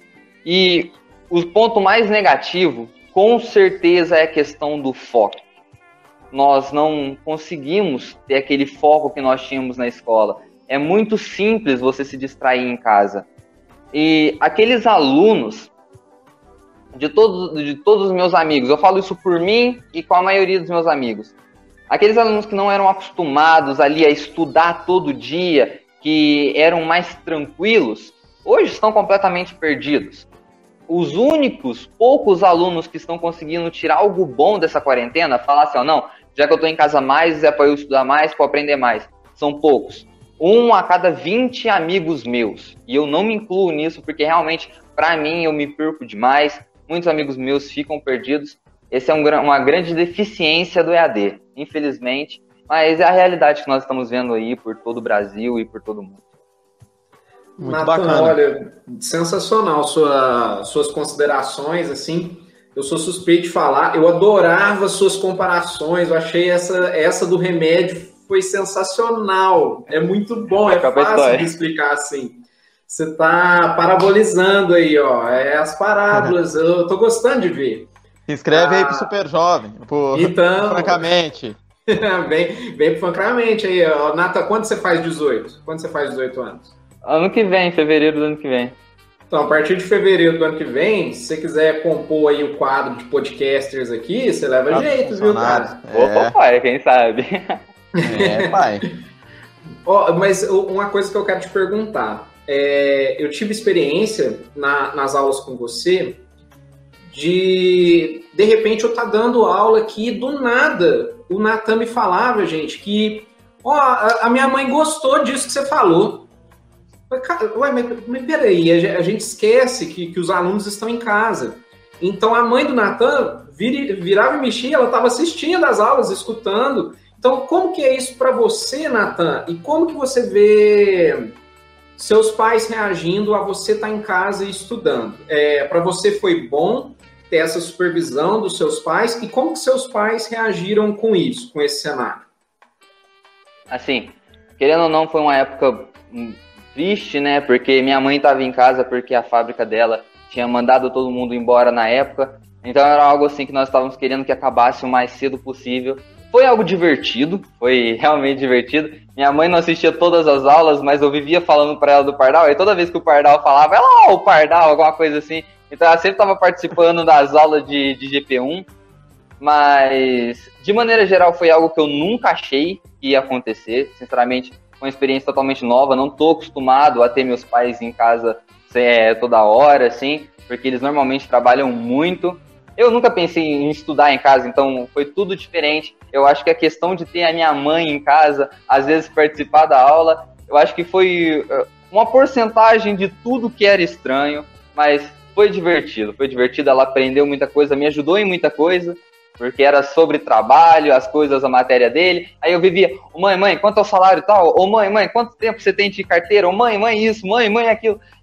E o ponto mais negativo, com certeza, é a questão do foco. Nós não conseguimos ter aquele foco que nós tínhamos na escola. É muito simples você se distrair em casa. E aqueles alunos, de todos, de todos os meus amigos, eu falo isso por mim e com a maioria dos meus amigos. Aqueles alunos que não eram acostumados ali a estudar todo dia, que eram mais tranquilos, hoje estão completamente perdidos. Os únicos, poucos alunos que estão conseguindo tirar algo bom dessa quarentena, falar assim, ó, não, já que eu estou em casa mais, é para eu estudar mais, para aprender mais, são poucos. Um a cada vinte amigos meus. E eu não me incluo nisso, porque realmente, para mim, eu me perco demais. Muitos amigos meus ficam perdidos. Essa é um, uma grande deficiência do E A D, infelizmente. Mas é a realidade que nós estamos vendo aí por todo o Brasil e por todo o mundo. Muito Nathan, bacana. Olha, sensacional sua, suas considerações, assim, eu sou suspeito de falar, eu adorava suas comparações, eu achei essa, essa do remédio foi sensacional, é muito bom, é fácil de explicar assim. Você tá parabolizando aí, ó, é as parábolas, eu tô gostando de ver. Se inscreve ah, aí pro Super Jovem, pro, então, francamente. Vem, vem pro francamente aí, ó. Nata, quando você faz dezoito? Quando você faz dezoito anos? Ano que vem, fevereiro do ano que vem. Então, a partir de fevereiro do ano que vem, se você quiser compor aí o quadro de podcasters aqui, você leva ah, jeito, viu, cara? É. Opa, pai, quem sabe? É, pai. Ó, mas uma coisa que eu quero te perguntar. É, eu tive experiência na, nas aulas com você de, de repente, eu tá dando aula aqui do nada. O Nathan me falava, gente, que ó, a, a minha mãe gostou disso que você falou. Ué, mas, mas peraí, a gente esquece que, que os alunos estão em casa. Então a mãe do Nathan vir, virava e mexia, ela estava assistindo as aulas, escutando. Então como que é isso para você, Nathan? E como que você vê seus pais reagindo a você estar em casa e estudando? É, para você foi bom ter essa supervisão dos seus pais? E como que seus pais reagiram com isso, com esse cenário? Assim, querendo ou não, foi uma época triste, né? Porque minha mãe estava em casa porque a fábrica dela tinha mandado todo mundo embora na época. Então era algo assim que nós estávamos querendo que acabasse o mais cedo possível. Foi algo divertido, foi realmente divertido. Minha mãe não assistia todas as aulas, mas eu vivia falando para ela do Pardal. E toda vez que o Pardal falava, ela, ó, o Pardal, alguma coisa assim. Então ela sempre estava participando das aulas de, de G P um. Mas, de maneira geral, foi algo que eu nunca achei que ia acontecer. Sinceramente, foi uma experiência totalmente nova. Não estou acostumado a ter meus pais em casa é, toda hora, assim, porque eles normalmente trabalham muito. Eu nunca pensei em estudar em casa, então foi tudo diferente. Eu acho que a questão de ter a minha mãe em casa, às vezes participar da aula, eu acho que foi uma porcentagem de tudo que era estranho, mas foi divertido, foi divertido. Ela aprendeu muita coisa, me ajudou em muita coisa, porque era sobre trabalho, as coisas, a matéria dele. Aí eu vivia, oh, mãe, mãe, quanto é o salário e tal? Ô, oh, mãe, mãe, quanto tempo você tem de carteira? Ô, oh, mãe, mãe, isso, mãe, mãe, aquilo.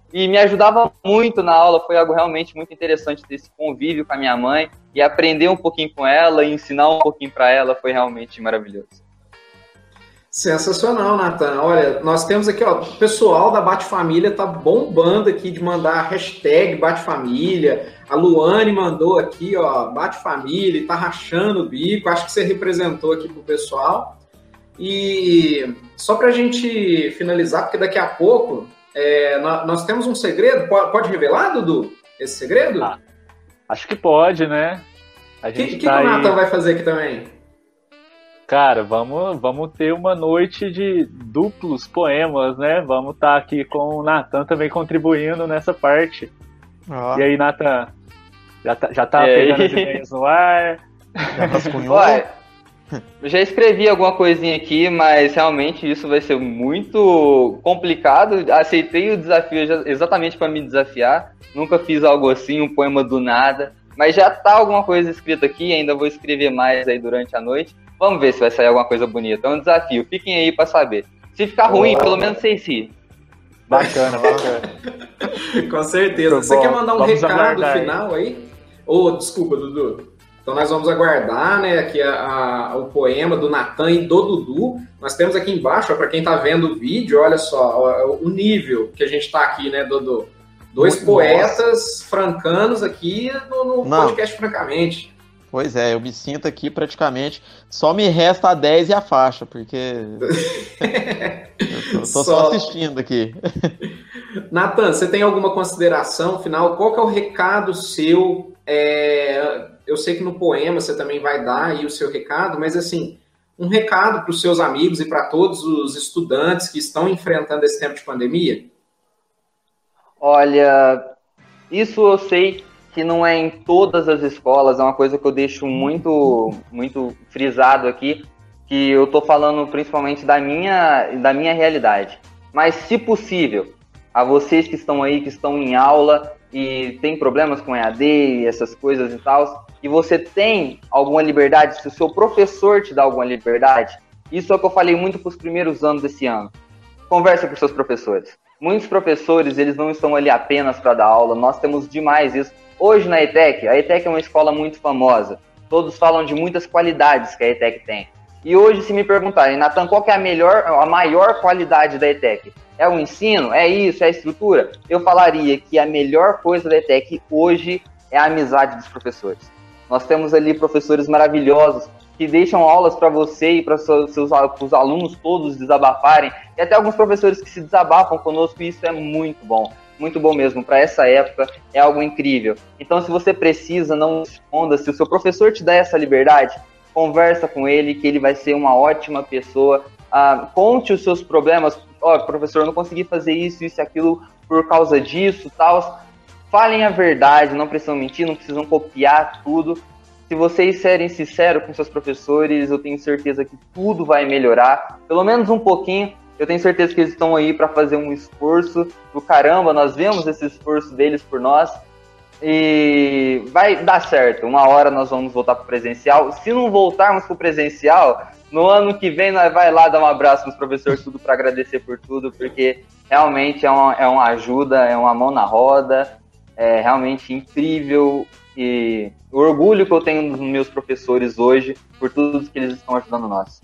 e me ajudava muito na aula. Foi algo realmente muito interessante ter esse convívio com a minha mãe e aprender um pouquinho com ela e ensinar um pouquinho para ela. Foi realmente maravilhoso. Sensacional, Natan. Olha, nós temos aqui, ó, o pessoal da Bate Família tá bombando aqui de mandar a hashtag Bate Família. A Luane mandou aqui, ó, Bate Família, tá rachando o bico. Acho que você representou aqui pro pessoal. E só pra gente finalizar, porque daqui a pouco é, nós temos um segredo. Pode revelar, Dudu, esse segredo? Ah, acho que pode, né? O que, que, tá que o Natan aí... vai fazer aqui também? Cara, vamos, vamos ter uma noite de duplos poemas, né? Vamos estar tá aqui com o Natan também contribuindo nessa parte. Oh. E aí, Natan? Já tá, já tá pegando as ideias no ar? Já rascunhou? Eu já escrevi alguma coisinha aqui, mas realmente isso vai ser muito complicado. Aceitei o desafio exatamente para me desafiar. Nunca fiz algo assim, um poema do nada. Mas já tá alguma coisa escrita aqui, ainda vou escrever mais aí durante a noite. Vamos ver se vai sair alguma coisa bonita. É um desafio, fiquem aí para saber. Se ficar ruim, oh, pelo menos vocês rir. Bacana, bacana. Com certeza. Você quer mandar um vamos recado aguardar, final aí? Ô, oh, desculpa, Dudu. Então nós vamos aguardar, né, aqui a, a, o poema do Natan e do Dudu. Nós temos aqui embaixo, para quem está vendo o vídeo, olha só, o, o nível que a gente está aqui, né, Dudu? Dois Nossa. poetas francanos aqui no, no podcast Francamente. Pois é, eu me sinto aqui praticamente, só me resta a dez e a faixa, porque eu tô, tô só... só assistindo aqui. Natan, você tem alguma consideração final? Qual que é o recado seu? É... Eu sei que no poema você também vai dar aí o seu recado, mas assim, um recado para os seus amigos e para todos os estudantes que estão enfrentando esse tempo de pandemia? Olha, isso eu sei que não é em todas as escolas, é uma coisa que eu deixo muito, muito frisado aqui, que eu tô falando principalmente da minha, da minha realidade. Mas, se possível, a vocês que estão aí, que estão em aula e tem problemas com E A D e essas coisas e tal, e você tem alguma liberdade, se o seu professor te dá alguma liberdade, isso é o que eu falei muito para os primeiros anos desse ano. Conversa com seus professores. Muitos professores, eles não estão ali apenas para dar aula, nós temos demais isso. Hoje na ETEC, a ETEC é uma escola muito famosa. Todos falam de muitas qualidades que a ETEC tem. E hoje, se me perguntarem, Natan, qual que é a melhor, a maior qualidade da ETEC? É o ensino? É isso? É a estrutura? Eu falaria que a melhor coisa da ETEC hoje é a amizade dos professores. Nós temos ali professores maravilhosos que deixam aulas para você e para os seus, seus os alunos todos desabafarem. E até alguns professores que se desabafam conosco, e isso é muito bom. Muito bom mesmo, para essa época é algo incrível. Então, se você precisa, não esconda. Se o seu professor te dá essa liberdade, conversa com ele, que ele vai ser uma ótima pessoa. Ah, conte os seus problemas. Ó, oh, professor, eu não consegui fazer isso, isso e aquilo por causa disso, tal. Falem a verdade, não precisam mentir, não precisam copiar tudo. Se vocês serem sinceros com seus professores, eu tenho certeza que tudo vai melhorar, pelo menos um pouquinho. Eu tenho certeza que eles estão aí para fazer um esforço do caramba, nós vemos esse esforço deles por nós e vai dar certo. Uma hora nós vamos voltar para o presencial. Se não voltarmos para o presencial, no ano que vem nós vai lá dar um abraço nos professores, tudo para agradecer por tudo, porque realmente é uma, é uma ajuda, é uma mão na roda, é realmente incrível. E o orgulho que eu tenho dos meus professores hoje por tudo que eles estão ajudando nós.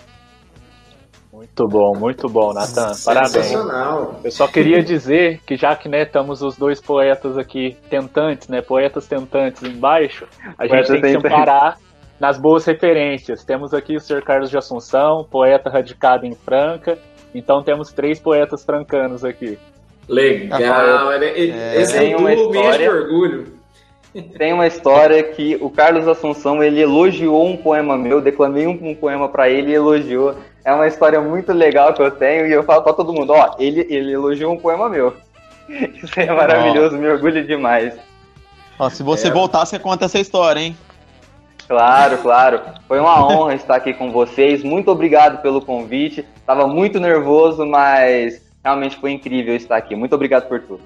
Muito bom, muito bom, Natan. Parabéns. Eu só queria dizer que já que né, estamos os dois poetas aqui tentantes, né, poetas tentantes embaixo, a gente tem que separar nas boas referências. Temos aqui o senhor Carlos de Assunção, poeta radicado em Franca. Então temos três poetas francanos aqui. Legal, é, esse é um mês de orgulho. Tem uma história que o Carlos Assunção, ele elogiou um poema meu, declamei um, um poema para ele e elogiou. É uma história muito legal que eu tenho e eu falo para todo mundo, ó, ele, ele elogiou um poema meu. Isso é maravilhoso, oh. Me orgulho demais. Ó, se você é. voltar, você conta essa história, hein? Claro, claro. Foi uma honra estar aqui com vocês. Muito obrigado pelo convite. Tava muito nervoso, mas realmente foi incrível estar aqui. Muito obrigado por tudo.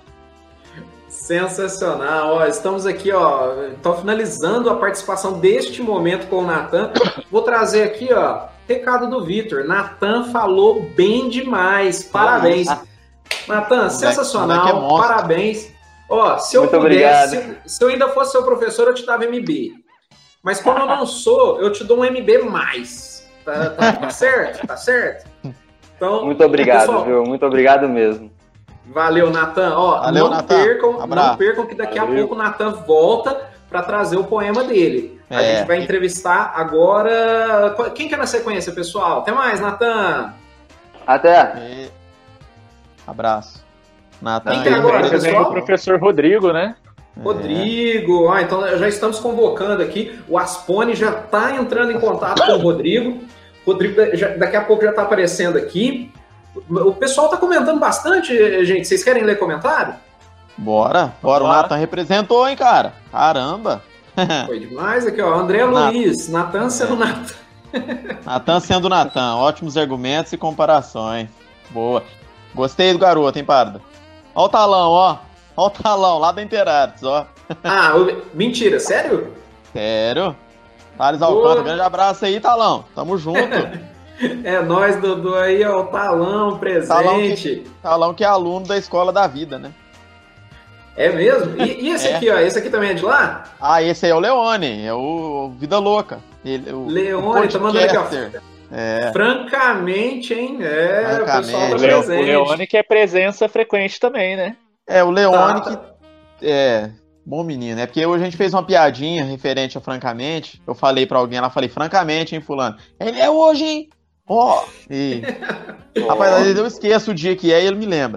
Sensacional, ó, estamos aqui, ó, tô finalizando a participação deste momento com o Natan. Vou trazer aqui, ó, recado do Vitor. Natan falou bem demais, parabéns. Natan, sensacional, é monstro. parabéns. Ó, se eu Muito pudesse, obrigado. se, se eu ainda fosse seu professor, eu te dava M B. Mas como eu não sou, eu te dou um M B mais. Tá, tá, tá certo? Tá certo? Então, Muito obrigado, pessoal, viu? Muito obrigado mesmo. valeu, Natan. Ó, Valeu, não Natan. percam, Abraço. não percam que daqui a Valeu. pouco o Natan volta para trazer o poema dele. A É. gente vai entrevistar agora. Quem que é na sequência, pessoal? Até mais, Natan. Até. E... Abraço. Natan. Quem que é aí, agora, Lembrando pessoal? o professor Rodrigo, né? Rodrigo, ah, então já estamos convocando aqui. O Aspone já está entrando em contato com o Rodrigo. Rodrigo já- daqui a pouco já está aparecendo aqui. O pessoal está comentando bastante, gente. Vocês querem ler comentário? Bora, bora. O Bora. Natan representou, hein, cara? Caramba. Foi demais aqui, ó. André Nat- Luiz, Natan sendo Natan. Natan sendo Natan. Ótimos argumentos e comparações. Boa. Gostei do garoto, hein, Parda? Ó o talão, ó. Ó o talão, lá da Interartes, ó. Ah, o- mentira, sério? Sério? Thales Boa. Alcântara, grande abraço aí, talão. Tamo junto. É nós, Dudu, aí, ó, o talão presente. Talão Talão que é aluno da escola da vida, né? É mesmo? E, e esse É. aqui, ó, esse aqui também é de lá? Ah, esse aí é o Leone, é o Vida Louca. Ele, o, Leone, o tá mandando aqui, ó. podcaster. É, Francamente, hein? É, o pessoal Francamente. tá O, Leo, o presente. Leone que é presença frequente também, né? é o Leone Tá, que tá. é bom menino, é porque hoje a gente fez uma piadinha referente a francamente. Eu falei pra alguém, ela falei, francamente, hein, fulano. Ele é hoje, hein? Ó. E... Rapaz, às vezes eu esqueço o dia que é e ele me lembra.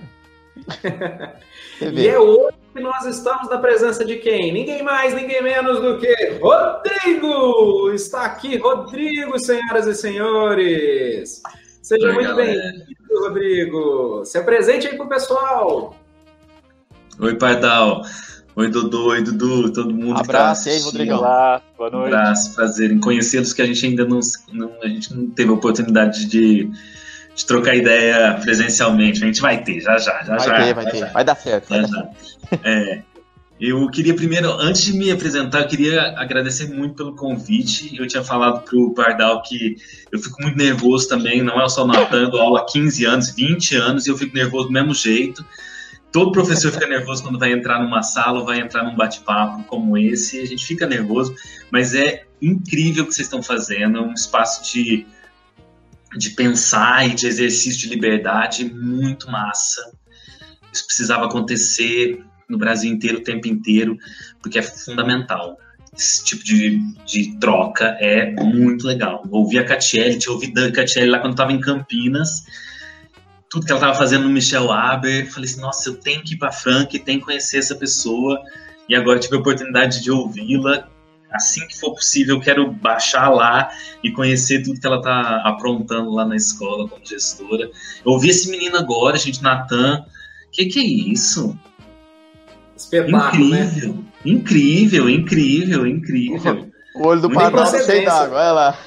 Você vê. E é hoje que nós estamos na presença de quem? Ninguém mais, ninguém menos do que Rodrigo! Está aqui, Rodrigo, senhoras e senhores! Seja Oi, muito galera. bem-vindo, Rodrigo! Se apresente aí pro pessoal! Oi, Pardal. Oi, Dudu. Oi, Dudu. Todo mundo Abraço, que e tá aí, Rodrigão? Olá, boa Um noite. abraço, prazer em conhecê-los, que a gente ainda não, não- a gente não teve a oportunidade de, de trocar ideia presencialmente. A gente vai ter, já já, já Vai já. ter, vai ter. Vai dar certo. Já, já. É, eu queria primeiro, antes de me apresentar, eu queria agradecer muito pelo convite. Eu tinha falado pro Pardal que eu fico muito nervoso também, não é só Natan, dou aula há quinze anos, vinte anos, e eu fico nervoso do mesmo jeito. Todo professor fica nervoso quando vai entrar numa sala ou vai entrar num bate-papo como esse, a gente fica nervoso, mas é incrível o que vocês estão fazendo, é um espaço de, de pensar e de exercício de liberdade muito massa. Isso precisava acontecer no Brasil inteiro, o tempo inteiro, porque é fundamental. Esse tipo de, de troca é muito legal. Eu ouvi a Catiele, tinha ouvido a Catiele lá quando estava em Campinas, tudo que ela estava fazendo no Michel Aber, falei assim, nossa, eu tenho que ir para Franca e tenho que conhecer essa pessoa, e agora tive a oportunidade de ouvi-la. Assim que for possível, eu quero baixar lá e conhecer tudo que ela está aprontando lá na escola como gestora. Eu ouvi esse menino agora, gente, Natan, que que é isso? Espetáculo, né? Incrível, incrível, incrível, incrível. O olho do Muito Pardal tá cheio procedência. d'água, olha lá.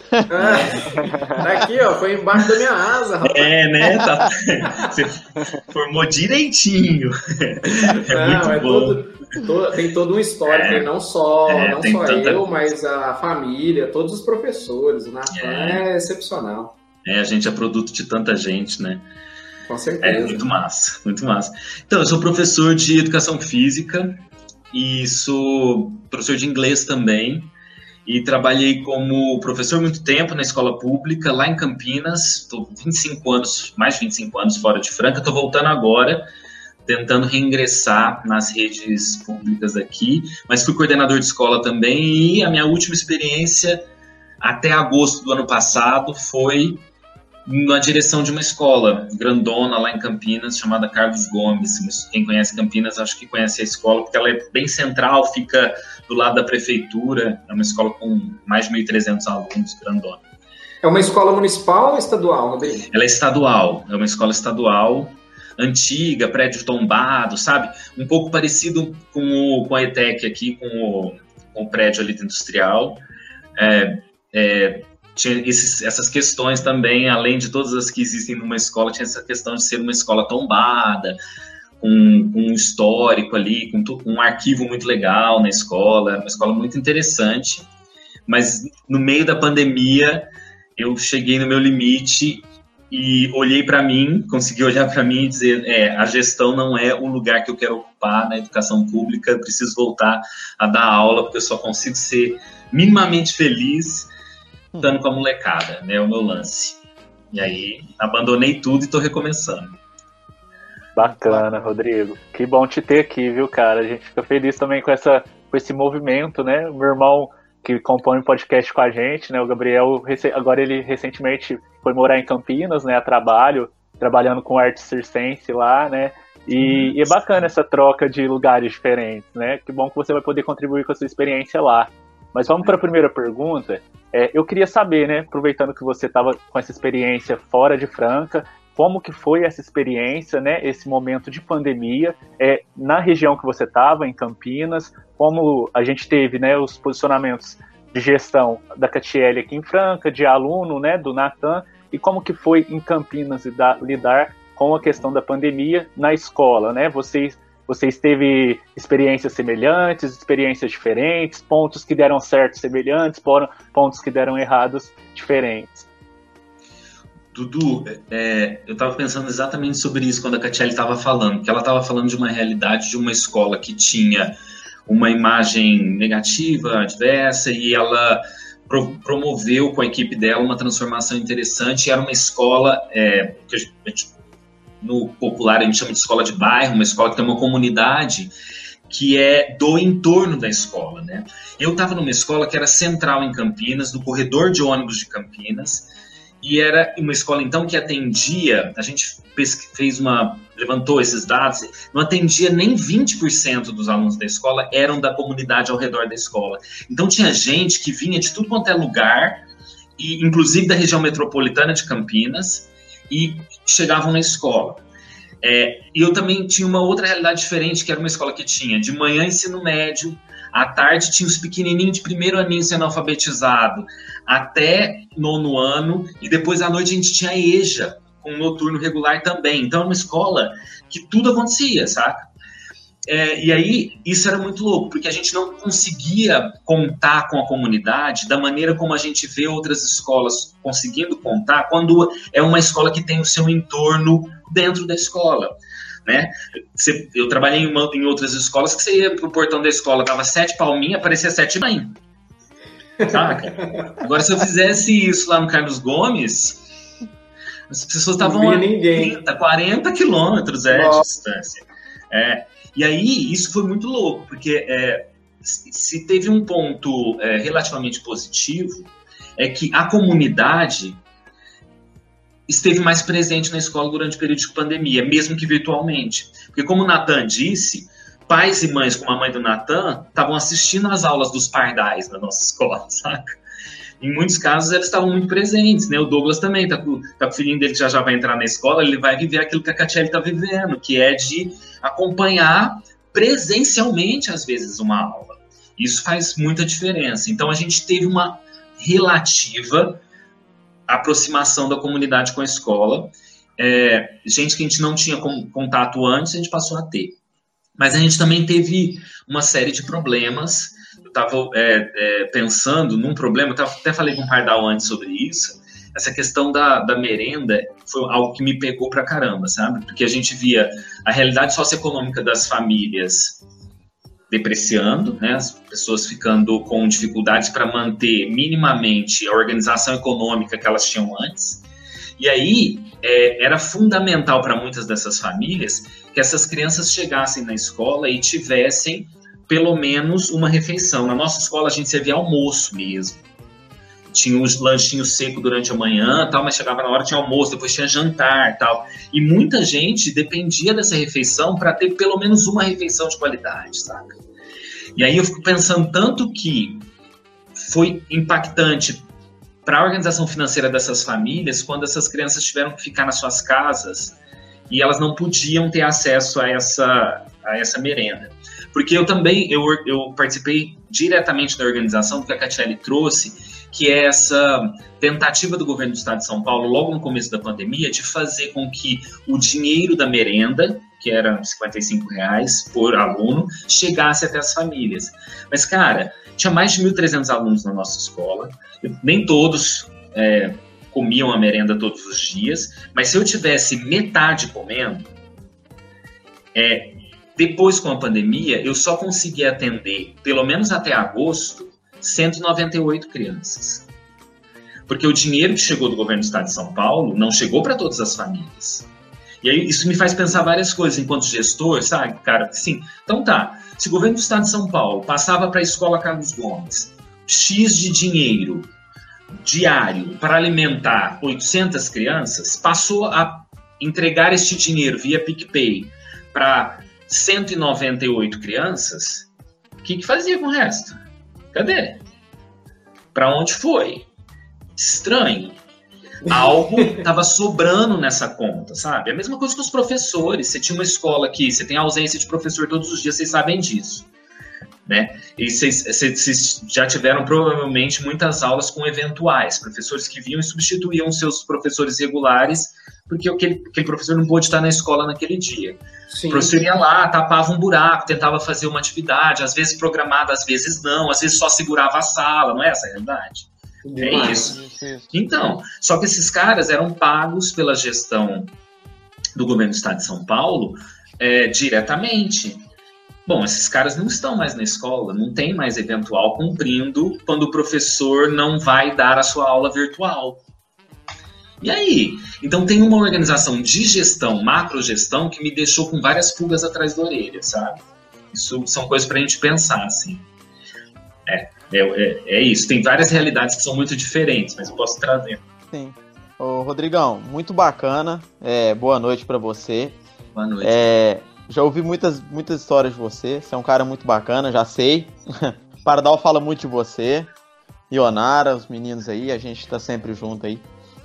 Ah, tá aqui, ó, foi embaixo da minha asa, rapaz. É, né? Tá- Você formou direitinho. É Não, muito é bom. todo, todo- tem todo um histórico, É. e não só, É, não tem só tanta eu, coisa. mas a família, todos os professores. O Natan é. É. excepcional, É, a gente é produto de tanta gente, né? com É certeza. muito massa, muito massa. Então, eu sou professor de educação física e sou professor de inglês também. E trabalhei como professor muito tempo na escola pública, lá em Campinas. Estou vinte e cinco anos, mais de vinte e cinco anos fora de Franca. Estou voltando agora, tentando reingressar nas redes públicas aqui. Mas fui coordenador de escola também. E a minha última experiência, até agosto do ano passado, foi na direção de uma escola grandona lá em Campinas, chamada Carlos Gomes. Quem conhece Campinas, acho que conhece a escola, porque ela é bem central, fica do lado da prefeitura, é uma escola com mais de mil e trezentos alunos, grandona. É uma escola municipal ou estadual, Rodrigo? Ela é estadual, é uma escola estadual, antiga, prédio tombado, sabe? Um pouco parecido com, o, com a E T E C aqui, com o, com o prédio ali do industrial. É, é, tinha esses, essas questões também, além de todas as que existem numa escola, tinha essa questão de ser uma escola tombada, com, com um histórico ali, com, com um arquivo muito legal na escola, uma escola muito interessante, mas no meio da pandemia eu cheguei no meu limite e olhei para mim, consegui olhar para mim e dizer, é, a gestão não é o lugar que eu quero ocupar na educação pública, eu preciso voltar a dar aula, porque eu só consigo ser minimamente feliz estando com a molecada, né, o meu lance. E aí, abandonei tudo e tô recomeçando. Bacana, Rodrigo. Que bom te ter aqui, viu, cara? A gente fica feliz também com, essa, com esse movimento, né? O meu irmão, que compõe um podcast com a gente, né? O Gabriel, agora ele recentemente foi morar em Campinas, né? A trabalho, trabalhando com arte circense lá, né? E, e é bacana essa troca de lugares diferentes, né? Que bom que você vai poder contribuir com a sua experiência lá. Mas vamos para a primeira pergunta. É, eu queria saber, né? Aproveitando que você estava com essa experiência fora de Franca, como que foi essa experiência, né, esse momento de pandemia, é, na região que você estava, em Campinas, como a gente teve, né, os posicionamentos de gestão da Catiele aqui em Franca, de aluno, né, do Natan, e como que foi em Campinas lidar com a questão da pandemia na escola, né? Vocês, vocês teve experiências semelhantes, experiências diferentes, pontos que deram certo semelhantes, pontos que deram errados diferentes. Dudu, é, eu estava pensando exatamente sobre isso quando a Catiele estava falando, que ela estava falando de uma realidade de uma escola que tinha uma imagem negativa, adversa, e ela pro, promoveu com a equipe dela uma transformação interessante. Era uma escola, é, que a gente, no popular a gente chama de escola de bairro, uma escola que tem uma comunidade que é do entorno da escola, né? Eu estava numa escola que era central em Campinas, no corredor de ônibus de Campinas, e era uma escola, então, que atendia, a gente fez uma, levantou esses dados, não atendia nem vinte por cento dos alunos da escola eram da comunidade ao redor da escola. Então, tinha gente que vinha de tudo quanto é lugar, e inclusive da região metropolitana de Campinas, e chegavam na escola. É, e eu também tinha uma outra realidade diferente, que era uma escola que tinha de manhã ensino médio, à tarde tinha os pequenininhos de primeiro aninho sendo alfabetizado, até nono ano, e depois à noite a gente tinha a EJA, com noturno regular também. Então, era uma escola que tudo acontecia, saca? É, e aí, isso era muito louco, porque a gente não conseguia contar com a comunidade da maneira como a gente vê outras escolas conseguindo contar, quando é uma escola que tem o seu entorno dentro da escola, né? Você, eu trabalhei em, uma, em outras escolas que você ia pro portão da escola, dava sete palminhas, aparecia sete mãe. Saca? Agora, se eu fizesse isso lá no Carlos Gomes, as pessoas estavam a trinta, quarenta quilômetros é, de distância. É, e aí, isso foi muito louco, porque é, se teve um ponto é, relativamente positivo, é que a comunidade esteve mais presente na escola durante o período de pandemia, mesmo que virtualmente. Porque, como o Natan disse, pais e mães, como a mãe do Natan, estavam assistindo às aulas dos pardais na nossa escola, saca? Em muitos casos, eles estavam muito presentes, né? O Douglas também tá com, tá com o filhinho dele que já já vai entrar na escola, ele vai viver aquilo que a Catiele está vivendo, que é de acompanhar presencialmente, às vezes, uma aula. Isso faz muita diferença. Então, a gente teve uma relativa aproximação da comunidade com a escola. É, gente que a gente não tinha contato antes, a gente passou a ter. Mas a gente também teve uma série de problemas. Eu estava é, é, pensando num problema, eu tava, até falei com o Pardal antes sobre isso, essa questão da, da merenda foi algo que me pegou pra caramba, sabe? Porque a gente via a realidade socioeconômica das famílias depreciando, né? As pessoas ficando com dificuldades para manter minimamente a organização econômica que elas tinham antes. E aí, é, era fundamental para muitas dessas famílias que essas crianças chegassem na escola e tivessem pelo menos uma refeição. Na nossa escola, a gente servia almoço mesmo. Tinha os lanchinhos secos durante a manhã, tal, mas chegava na hora, tinha almoço, depois tinha jantar, tal. E muita gente dependia dessa refeição para ter pelo menos uma refeição de qualidade, saca? E aí eu fico pensando tanto que foi impactante para a organização financeira dessas famílias quando essas crianças tiveram que ficar nas suas casas e elas não podiam ter acesso a essa, a essa merenda. Porque eu também, eu, eu participei diretamente da organização que a Catiele trouxe, que é essa tentativa do governo do estado de São Paulo, logo no começo da pandemia, de fazer com que o dinheiro da merenda, que era cinquenta e cinco reais por aluno, chegasse até as famílias. Mas, cara, tinha mais de mil e trezentos alunos na nossa escola, nem todos é, comiam a merenda todos os dias, mas se eu tivesse metade comendo, é, depois com a pandemia, eu só consegui atender, pelo menos até agosto, cento e noventa e oito crianças. Porque o dinheiro que chegou do governo do estado de São Paulo não chegou para todas as famílias. E aí isso me faz pensar várias coisas enquanto gestor, sabe, cara? Assim, então tá, se o governo do estado de São Paulo passava para a escola Carlos Gomes X de dinheiro diário para alimentar oitocentas crianças, passou a entregar este dinheiro via PicPay para cento e noventa e oito crianças, o que, que fazia com o resto? Cadê? Para onde foi? Estranho. Algo estava sobrando nessa conta, sabe? A mesma coisa com os professores. Você tinha uma escola aqui, você tem ausência de professor todos os dias, vocês sabem disso, né? E vocês, vocês já tiveram provavelmente muitas aulas com eventuais, professores que vinham e substituíam seus professores regulares, porque aquele, aquele professor não pôde estar na escola naquele dia. Sim. O professor ia lá, tapava um buraco, tentava fazer uma atividade, às vezes programada, às vezes não, às vezes só segurava a sala, não é essa a realidade? Demais. É isso. Então, só que esses caras eram pagos pela gestão do governo do estado de São Paulo é, diretamente. Bom, esses caras não estão mais na escola, não tem mais eventual cumprindo quando o professor não vai dar a sua aula virtual. E aí? Então tem uma organização de gestão, macrogestão, que me deixou com várias pulgas atrás da orelha, sabe? Isso são coisas pra gente pensar, assim. É. É, é, é isso, tem várias realidades que são muito diferentes, mas eu posso trazer. Sim. Ô, Rodrigão, muito bacana, é, boa noite para você. Boa noite. É, já ouvi muitas, muitas histórias de você, você é um cara muito bacana, já sei. Pardal fala muito de você, Ionara, os meninos aí, a gente tá sempre junto aí.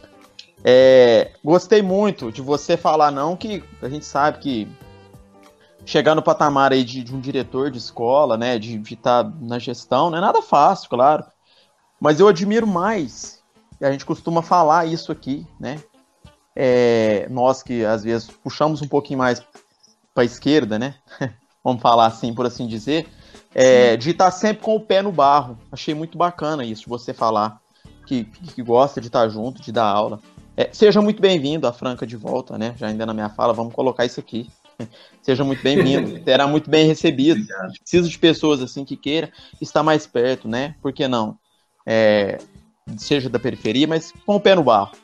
É, gostei muito de você falar não, que a gente sabe que chegar no patamar aí de, de um diretor de escola, né, de estar na gestão, não é nada fácil, claro, mas eu admiro mais, e a gente costuma falar isso aqui, né, é, nós que às vezes puxamos um pouquinho mais para a esquerda, né, vamos falar assim, por assim dizer, é, de estar sempre com o pé no barro. Achei muito bacana isso, de você falar que, que gosta de estar junto, de dar aula. É, seja muito bem-vindo, a Franca de volta, né, já ainda na minha fala, vamos colocar isso aqui. Seja muito bem-vindo, será muito bem recebido. A gente precisa de pessoas assim que queiram estar mais perto, né? Por que não? É, seja da periferia, mas com o pé no barro.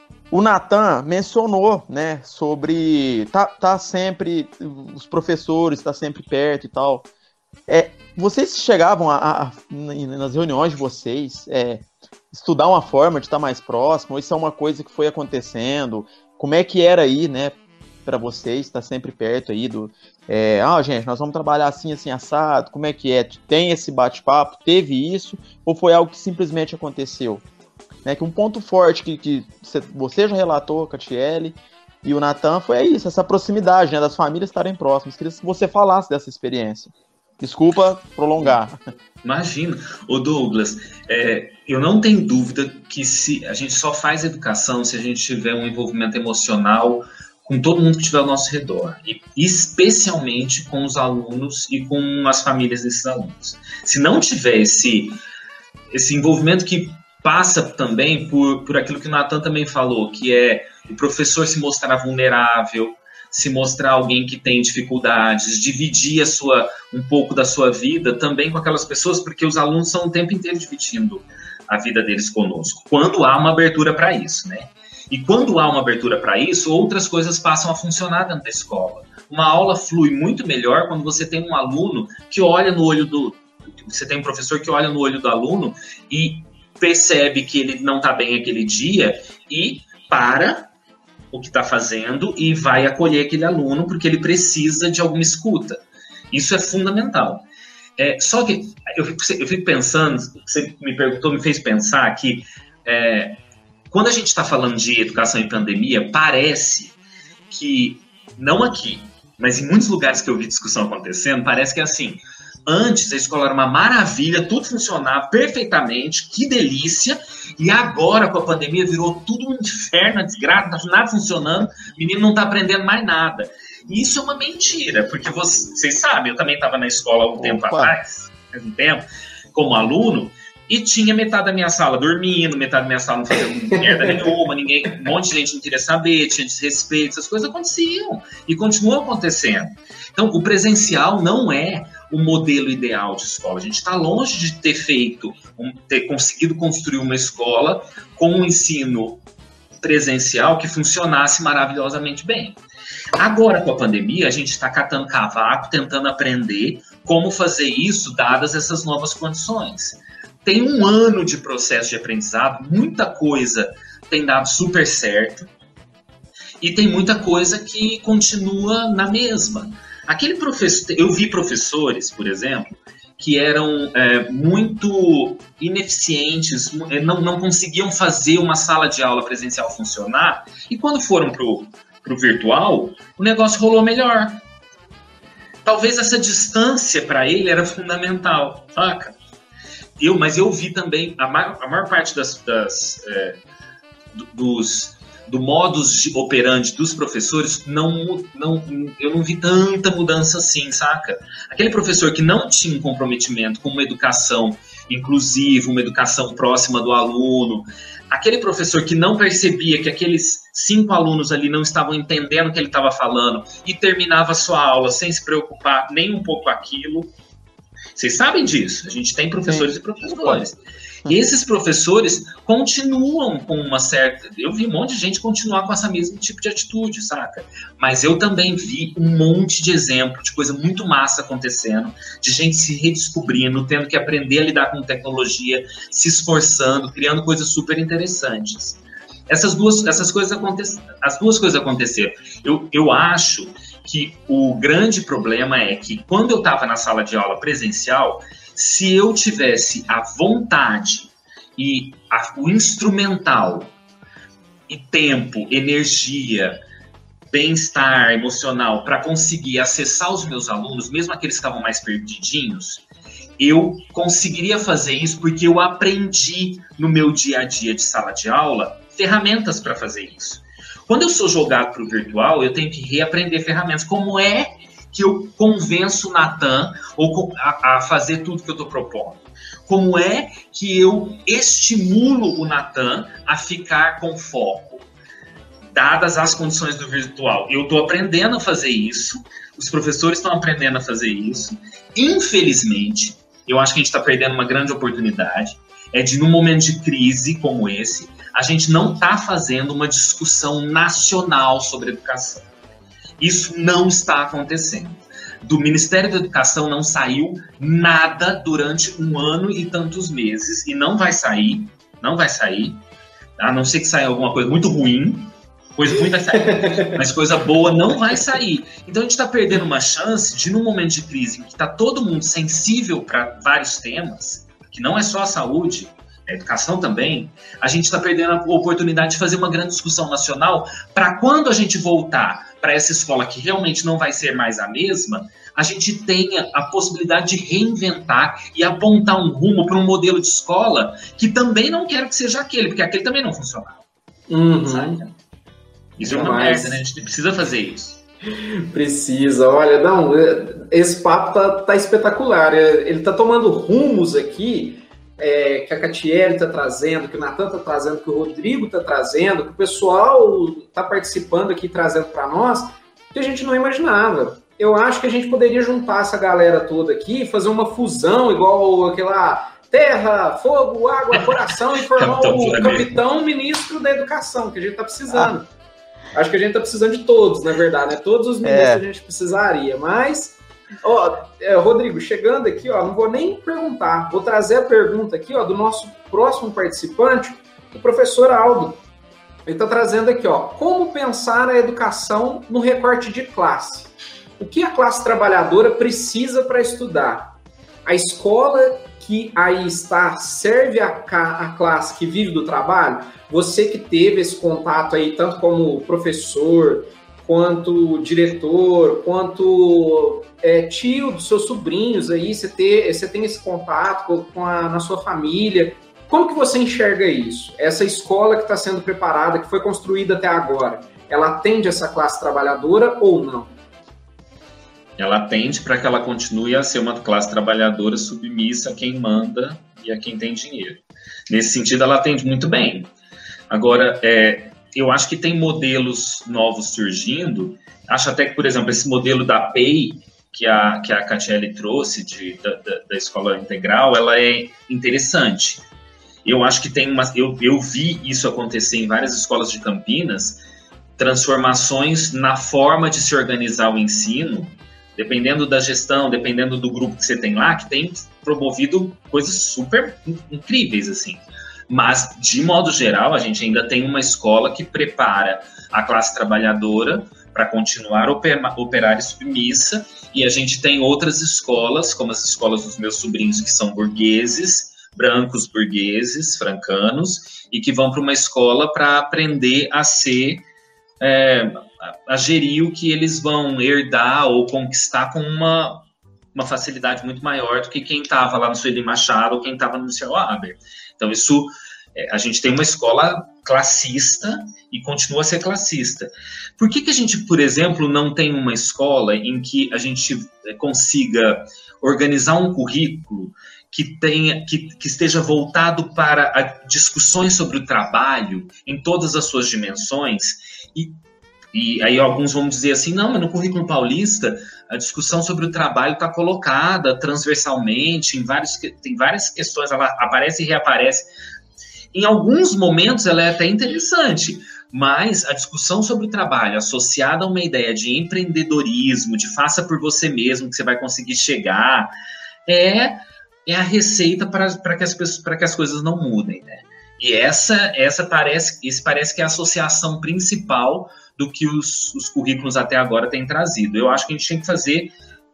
O Natan mencionou, né, sobre tá, tá sempre, os professores, tá sempre perto e tal. É, vocês chegavam a, a, nas reuniões de vocês, é, estudar uma forma de estar mais próximo, ou isso é uma coisa que foi acontecendo? Como é que era aí, né? Para vocês, está sempre perto aí do... É, ah, gente, nós vamos trabalhar assim, assim, assado, como é que é? Tem esse bate-papo? Teve isso? Ou foi algo que simplesmente aconteceu? Né, que um ponto forte que, que você já relatou, Catiele, e o Natan, foi isso, essa proximidade, né, das famílias estarem próximas. Queria que você falasse dessa experiência. Desculpa prolongar. Imagina. Ô Douglas, é, eu não tenho dúvida que se a gente só faz educação se a gente tiver um envolvimento emocional com todo mundo que estiver ao nosso redor, e especialmente com os alunos e com as famílias desses alunos. Se não tiver esse, esse envolvimento que passa também por, por aquilo que o Natan também falou, que é o professor se mostrar vulnerável, se mostrar alguém que tem dificuldades, dividir a sua, um pouco da sua vida também com aquelas pessoas, porque os alunos são o tempo inteiro dividindo a vida deles conosco, quando há uma abertura para isso, né? E quando há uma abertura para isso, outras coisas passam a funcionar dentro da escola. Uma aula flui muito melhor quando você tem um aluno que olha no olho do... Você tem um professor que olha no olho do aluno e percebe que ele não está bem aquele dia e para o que está fazendo e vai acolher aquele aluno porque ele precisa de alguma escuta. Isso é fundamental. É, só que eu fico, eu fico pensando, você me perguntou, me fez pensar que... É, quando a gente está falando de educação em pandemia, parece que, não aqui, mas em muitos lugares que eu vi discussão acontecendo, parece que é assim, antes a escola era uma maravilha, tudo funcionava perfeitamente, que delícia, e agora com a pandemia virou tudo um inferno, desgraça, nada funcionando, o menino não está aprendendo mais nada. E isso é uma mentira, porque vocês, vocês sabem, eu também estava na escola há um Opa. tempo atrás, faz um tempo, como aluno, E tinha metade da minha sala dormindo, metade da minha sala não fazendo merda nenhuma, ninguém, um monte de gente não queria saber, tinha desrespeito, essas coisas aconteciam e continuam acontecendo. Então, o presencial não é o modelo ideal de escola. A gente está longe de ter feito, um, ter conseguido construir uma escola com um ensino presencial que funcionasse maravilhosamente bem. Agora, com a pandemia, a gente está catando cavaco, tentando aprender como fazer isso, dadas essas novas condições. Tem um ano de processo de aprendizado, muita coisa tem dado super certo e tem muita coisa que continua na mesma. Aquele professor, eu vi professores, por exemplo, que eram é, muito ineficientes, não, não conseguiam fazer uma sala de aula presencial funcionar, e quando foram para o virtual, o negócio rolou melhor. Talvez essa distância para ele era fundamental, saca? Eu, mas eu vi também, a maior, a maior parte das, das, é, dos, do modus de operandi dos professores, não, não, eu não vi tanta mudança assim, saca? Aquele professor que não tinha um comprometimento com uma educação inclusiva, uma educação próxima do aluno, aquele professor que não percebia que aqueles cinco alunos ali não estavam entendendo o que ele estava falando e terminava a sua aula sem se preocupar nem um pouco com aquilo. Vocês sabem disso, a gente tem professores Sim. e professores. E esses professores continuam com uma certa... Eu vi um monte de gente continuar com esse mesmo tipo de atitude, saca? Mas eu também vi um monte de exemplo de coisa muito massa acontecendo, de gente se redescobrindo, tendo que aprender a lidar com tecnologia, se esforçando, criando coisas super interessantes. Essas duas, essas coisas aconteceram. As duas coisas aconteceram. Eu, eu acho que o grande problema é que quando eu estava na sala de aula presencial, se eu tivesse a vontade e a, o instrumental e tempo, energia, bem-estar emocional para conseguir acessar os meus alunos, mesmo aqueles que estavam mais perdidinhos, eu conseguiria fazer isso porque eu aprendi no meu dia a dia de sala de aula ferramentas para fazer isso. Quando eu sou jogado para o virtual, eu tenho que reaprender ferramentas. Como é que eu convenço o Natan a, a fazer tudo que eu estou propondo? Como é que eu estimulo o Natan a ficar com foco? Dadas as condições do virtual. Eu estou aprendendo a fazer isso, os professores estão aprendendo a fazer isso. Infelizmente, eu acho que a gente está perdendo uma grande oportunidade, é de, num momento de crise como esse, a gente não está fazendo uma discussão nacional sobre educação. Isso não está acontecendo. Do Ministério da Educação não saiu nada durante um ano e tantos meses, e não vai sair, não vai sair, a não ser que saia alguma coisa muito ruim, coisa ruim vai sair, mas coisa boa não vai sair. Então a gente está perdendo uma chance de, num momento de crise em que está todo mundo sensível para vários temas, que não é só a saúde, a educação também, a gente está perdendo a oportunidade de fazer uma grande discussão nacional para quando a gente voltar para essa escola que realmente não vai ser mais a mesma, a gente tenha a possibilidade de reinventar e apontar um rumo para um modelo de escola que também não quero que seja aquele, porque aquele também não funcionava. Uhum. Sabe? Isso é uma merda, né? A gente precisa fazer isso. Precisa. Olha, não, esse papo tá, tá espetacular. Ele tá tomando rumos aqui, É, que a Catiele está trazendo, que o Natan está trazendo, que o Rodrigo está trazendo, que o pessoal está participando aqui, trazendo para nós, que a gente não imaginava. Eu acho que a gente poderia juntar essa galera toda aqui, fazer uma fusão, igual aquela terra, fogo, água, coração, e formar o capitão ministro da educação, que a gente está precisando. Ah. Acho que a gente está precisando de todos, na verdade, né? Todos os ministros é. a gente precisaria, mas... Ó, é, Rodrigo, chegando aqui, ó, não vou nem perguntar, vou trazer a pergunta aqui, ó, do nosso próximo participante, o professor Aldo. Ele está trazendo aqui, ó, como pensar a educação no recorte de classe? O que a classe trabalhadora precisa para estudar? A escola que aí está serve a, a classe que vive do trabalho? Você que teve esse contato aí, tanto como professor, quanto diretor, quanto é, tio dos seus sobrinhos aí, você, ter, você tem esse contato com a, na sua família. Como que você enxerga isso? Essa escola que está sendo preparada, que foi construída até agora, ela atende essa classe trabalhadora ou não? Ela atende para que ela continue a ser uma classe trabalhadora submissa a quem manda e a quem tem dinheiro. Nesse sentido, ela atende muito bem. Agora, é, eu acho que tem modelos novos surgindo. Acho até que, por exemplo, esse modelo da P E I, que a, que a Catiele trouxe de, da, da, da escola integral, ela é interessante. Eu acho que tem uma... Eu, eu vi isso acontecer em várias escolas de Campinas, transformações na forma de se organizar o ensino, dependendo da gestão, dependendo do grupo que você tem lá, que tem promovido coisas super incríveis, assim. Mas, de modo geral, a gente ainda tem uma escola que prepara a classe trabalhadora para continuar oper- operária e submissa, e a gente tem outras escolas, como as escolas dos meus sobrinhos, que são burgueses, brancos burgueses, francanos, e que vão para uma escola para aprender a ser... É, a gerir o que eles vão herdar ou conquistar com uma, uma facilidade muito maior do que quem estava lá no Sueli Machado ou quem estava no Michel Haber. Então, isso, é, a gente tem uma escola classista e continua a ser classista. Por que que a gente, por exemplo, não tem uma escola em que a gente consiga organizar um currículo que, tenha, que, que esteja voltado para a discussões sobre o trabalho em todas as suas dimensões? E, e aí alguns vão dizer assim, não, mas no currículo paulista a discussão sobre o trabalho está colocada transversalmente, em vários, tem várias questões, ela aparece e reaparece. Em alguns momentos ela é até interessante, mas a discussão sobre o trabalho associada a uma ideia de empreendedorismo, de faça por você mesmo, que você vai conseguir chegar, é, é a receita para, para, que as pessoas, para que as coisas não mudem, né? E essa, essa parece, esse parece que é a associação principal do que os, os currículos até agora têm trazido. Eu acho que a gente tem que fazer,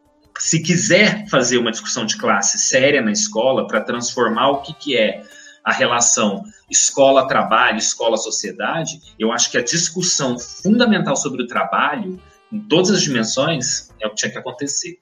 se quiser fazer uma discussão de classe séria na escola, para transformar o que, que é a relação escola-trabalho, escola-sociedade, eu acho que a discussão fundamental sobre o trabalho, em todas as dimensões, é o que tinha que acontecer.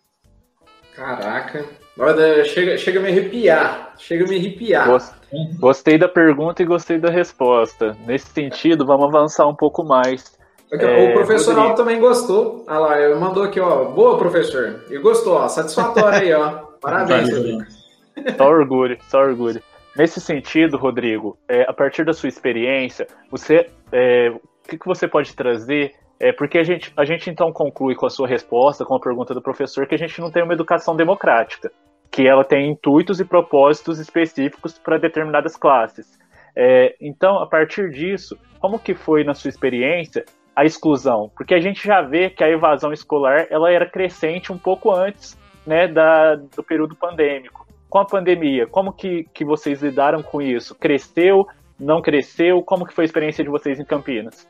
Caraca, olha, chega, chega a me arrepiar, chega a me arrepiar. Gostei da pergunta e gostei da resposta. Nesse sentido, vamos avançar um pouco mais. Okay, é, o professor Rodrigo também gostou. Olha lá, ele mandou aqui, ó. Boa, professor. E gostou, ó. Satisfatório aí, ó. Parabéns, Rodrigo. Só orgulho, só orgulho. Nesse sentido, Rodrigo, é, a partir da sua experiência, você, é, o que, que você pode trazer? É, porque a gente, a gente então conclui com a sua resposta, com a pergunta do professor, que a gente não tem uma educação democrática, que ela tem intuitos e propósitos específicos para determinadas classes. É, então, a partir disso, como que foi na sua experiência a exclusão? Porque a gente já vê que a evasão escolar ela era crescente um pouco antes, né, da, do período pandêmico. Com a pandemia, como que, que vocês lidaram com isso? Cresceu? Não cresceu? Como que foi a experiência de vocês em Campinas?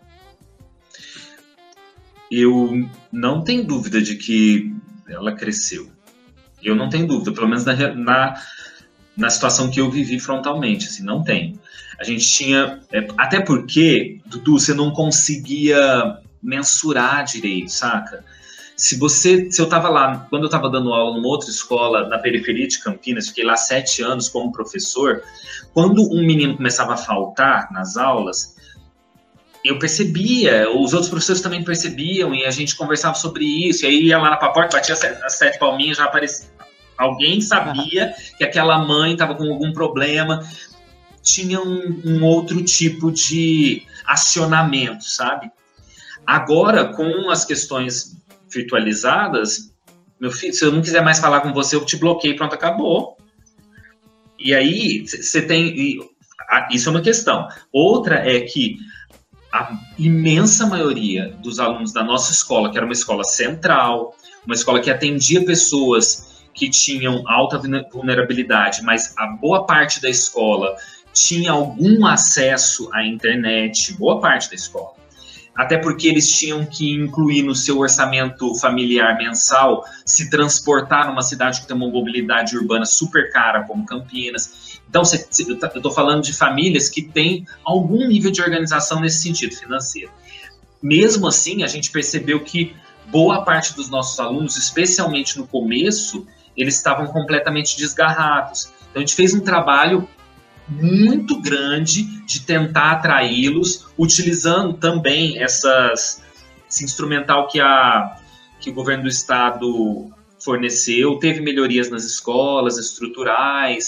Eu não tenho dúvida de que ela cresceu. Eu não tenho dúvida, pelo menos na, na, na situação que eu vivi frontalmente, assim, não tenho. A gente tinha... É, até porque, Dudu, você não conseguia mensurar direito, saca? Se você... Se eu tava lá, quando eu tava dando aula numa outra escola, na periferia de Campinas, fiquei lá sete anos como professor, quando um menino começava a faltar nas aulas, eu percebia, os outros professores também percebiam, e a gente conversava sobre isso, e aí ia lá na porta, batia as sete palminhas, já aparecia. Alguém sabia que aquela mãe estava com algum problema, tinha um, um outro tipo de acionamento, sabe? Agora, com as questões virtualizadas, meu filho, se eu não quiser mais falar com você, eu te bloqueio, pronto, acabou. E aí, você tem... Isso é uma questão. Outra é que a imensa maioria dos alunos da nossa escola, que era uma escola central, uma escola que atendia pessoas que tinham alta vulnerabilidade, mas a boa parte da escola tinha algum acesso à internet, boa parte da escola. Até porque eles tinham que incluir no seu orçamento familiar mensal se transportar numa cidade que tem uma mobilidade urbana super cara, como Campinas. Então, eu estou falando de famílias que têm algum nível de organização nesse sentido financeiro. Mesmo assim, a gente percebeu que boa parte dos nossos alunos, especialmente no começo, eles estavam completamente desgarrados. Então, a gente fez um trabalho muito grande de tentar atraí-los, utilizando também essas, esse instrumental que, a, que o governo do estado forneceu. Teve melhorias nas escolas, estruturais,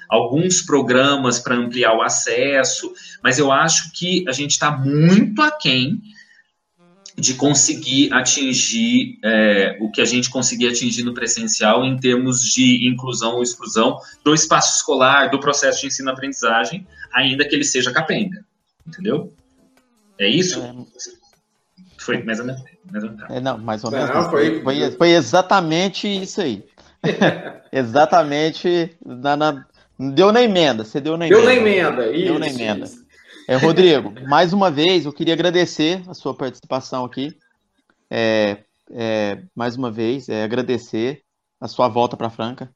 alguns programas para ampliar o acesso, mas eu acho que a gente está muito aquém de conseguir atingir é, o que a gente conseguia atingir no presencial em termos de inclusão ou exclusão do espaço escolar, do processo de ensino-aprendizagem, ainda que ele seja capenga, entendeu? É isso? É. Foi mais ou menos. Mais ou menos. É, não, mais ou menos. Não, foi... Foi, foi exatamente isso aí. Exatamente. Na, na, não deu na emenda. Você deu na emenda. Deu na emenda. Isso, deu na emenda. Isso. É, Rodrigo, mais uma vez, eu queria agradecer a sua participação aqui. É, é, mais uma vez, é, agradecer a sua volta para Franca.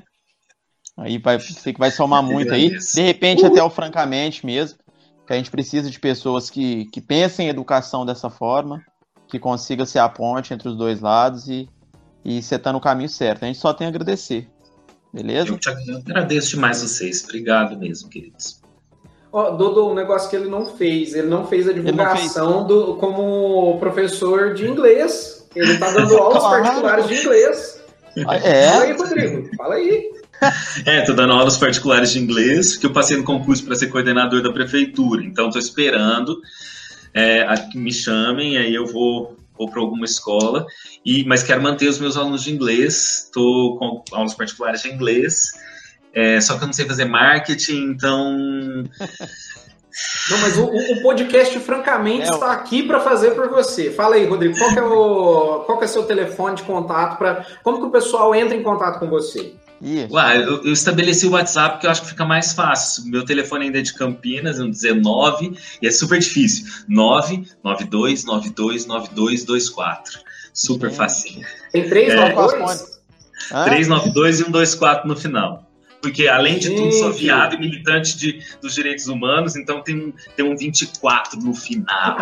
Aí vai, sei que vai somar muito aí. De repente, até o Francamente mesmo. Que a gente precisa de pessoas que, que pensem em educação dessa forma, que consiga ser a ponte entre os dois lados e, e você tá no caminho certo. A gente só tem a agradecer. Beleza? Eu te agradeço demais vocês. Obrigado mesmo, queridos. Ó, oh, Dodô, um negócio que ele não fez. Ele não fez a divulgação fez. Do, como professor de inglês. Ele tá dando aulas claro. particulares de inglês. É? Fala aí, Rodrigo. Fala aí. É, tô dando aulas particulares de inglês, porque eu passei no concurso para ser coordenador da prefeitura. Então, tô esperando é, a que me chamem, aí eu vou, vou para alguma escola. E, mas quero manter os meus alunos de inglês. Tô com aulas particulares de inglês. É, só que eu não sei fazer marketing, então... Não, mas o, o podcast, francamente, é, está aqui para fazer por você. Fala aí, Rodrigo, qual que é o qual que é seu telefone de contato? Pra, como que o pessoal entra em contato com você? Ué, eu, eu estabeleci o WhatsApp porque eu acho que fica mais fácil. Meu telefone ainda é de Campinas, é um dezenove, e é super difícil. nove nove dois nove dois nove dois dois quatro. Super Sim. facinho. Tem três nove dois? É, três nove dois e um dois quatro no final. Porque, além de tudo, sou viado e militante de, dos direitos humanos, então tem um, tem um vinte e quatro no final.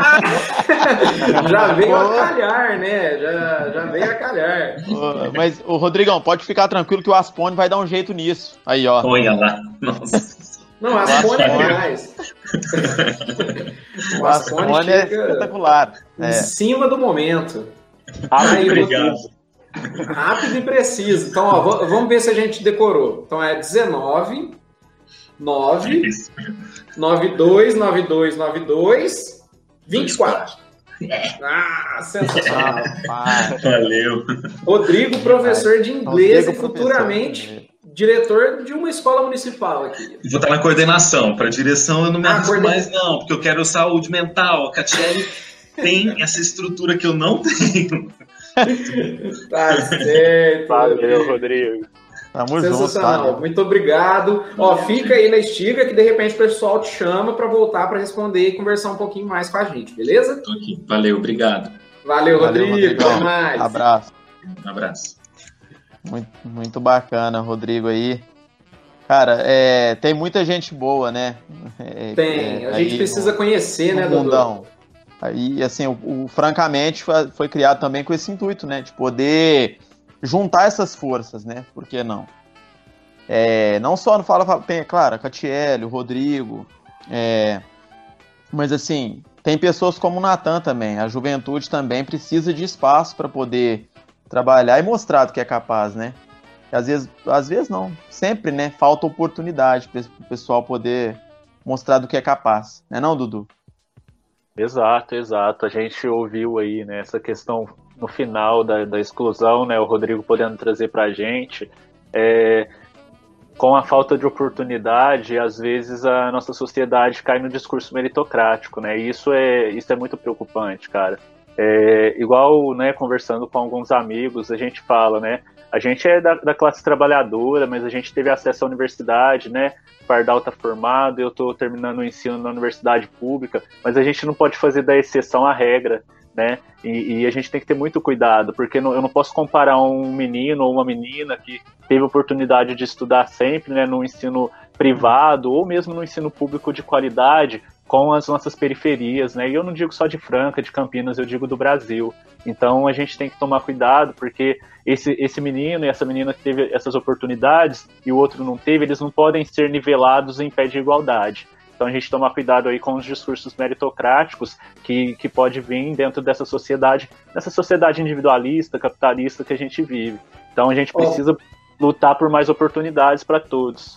Já veio a calhar, né? Já, já veio a calhar. Mas, o Rodrigão, pode ficar tranquilo que o Aspone vai dar um jeito nisso. Aí, ó. Olha lá. Nossa. Não, o Aspone é demais. O Aspone é espetacular. Em é. cima do momento. Ah, aí, obrigado. Rápido e preciso. Então, ó, vamos ver se a gente decorou. Então é dezenove, nove, nove dois, nove dois, nove dois, vinte e quatro. Ah, sensacional. Valeu. Rodrigo, professor de inglês e futuramente diretor de uma escola municipal aqui. Vou estar na coordenação. Para direção eu não me ah, arrisco coorden... mais não, porque eu quero saúde mental. A Catiele tem essa estrutura que eu não tenho. Tá certo. Valeu, Rodrigo. Tamo Sensacional. Junto, tá, muito obrigado. Ó, fica aí na estiga que de repente o pessoal te chama para voltar para responder e conversar um pouquinho mais com a gente, beleza? Tô aqui. Valeu, obrigado. Valeu, Rodrigo. Valeu, Rodrigo. Até mais. Abraço. Um abraço. Muito, muito bacana, Rodrigo aí. Cara, é, tem muita gente boa, né? É, tem. É, a gente precisa no, conhecer, no né, mundão. Dudu? Aí, assim, o, o Francamente foi criado também com esse intuito, né? De poder juntar essas forças, né? Por que não? É, não só no Fala, Fala tem, claro, a Catiele, o Rodrigo, é, mas, assim, tem pessoas como o Natan também. A juventude também precisa de espaço para poder trabalhar e mostrar do que é capaz, né? E às vezes, às vezes não, sempre, né? Falta oportunidade para o pessoal poder mostrar do que é capaz. Não é não, Dudu? Exato, exato. A gente ouviu aí, né, essa questão no final da, da exclusão, né, o Rodrigo podendo trazer para a gente. É, com a falta de oportunidade, às vezes a nossa sociedade cai no discurso meritocrático, né, e isso é, isso é muito preocupante, cara. É, igual, né, conversando com alguns amigos, a gente fala, né, a gente é da, da classe trabalhadora, mas a gente teve acesso à universidade, né? O Pardal está formado, eu estou terminando o ensino na universidade pública, mas a gente não pode fazer da exceção a regra, né? E, e a gente tem que ter muito cuidado, porque não, eu não posso comparar um menino ou uma menina que teve oportunidade de estudar sempre, né, no ensino privado ou mesmo no ensino público de qualidade com as nossas periferias, né? E eu não digo só de Franca, de Campinas, eu digo do Brasil. Então a gente tem que tomar cuidado, porque esse, esse menino e essa menina que teve essas oportunidades e o outro não teve, eles não podem ser nivelados em pé de igualdade. Então a gente tomar cuidado aí com os discursos meritocráticos que, que pode vir dentro dessa sociedade, dessa sociedade individualista, capitalista que a gente vive. Então a gente precisa oh. lutar por mais oportunidades para todos.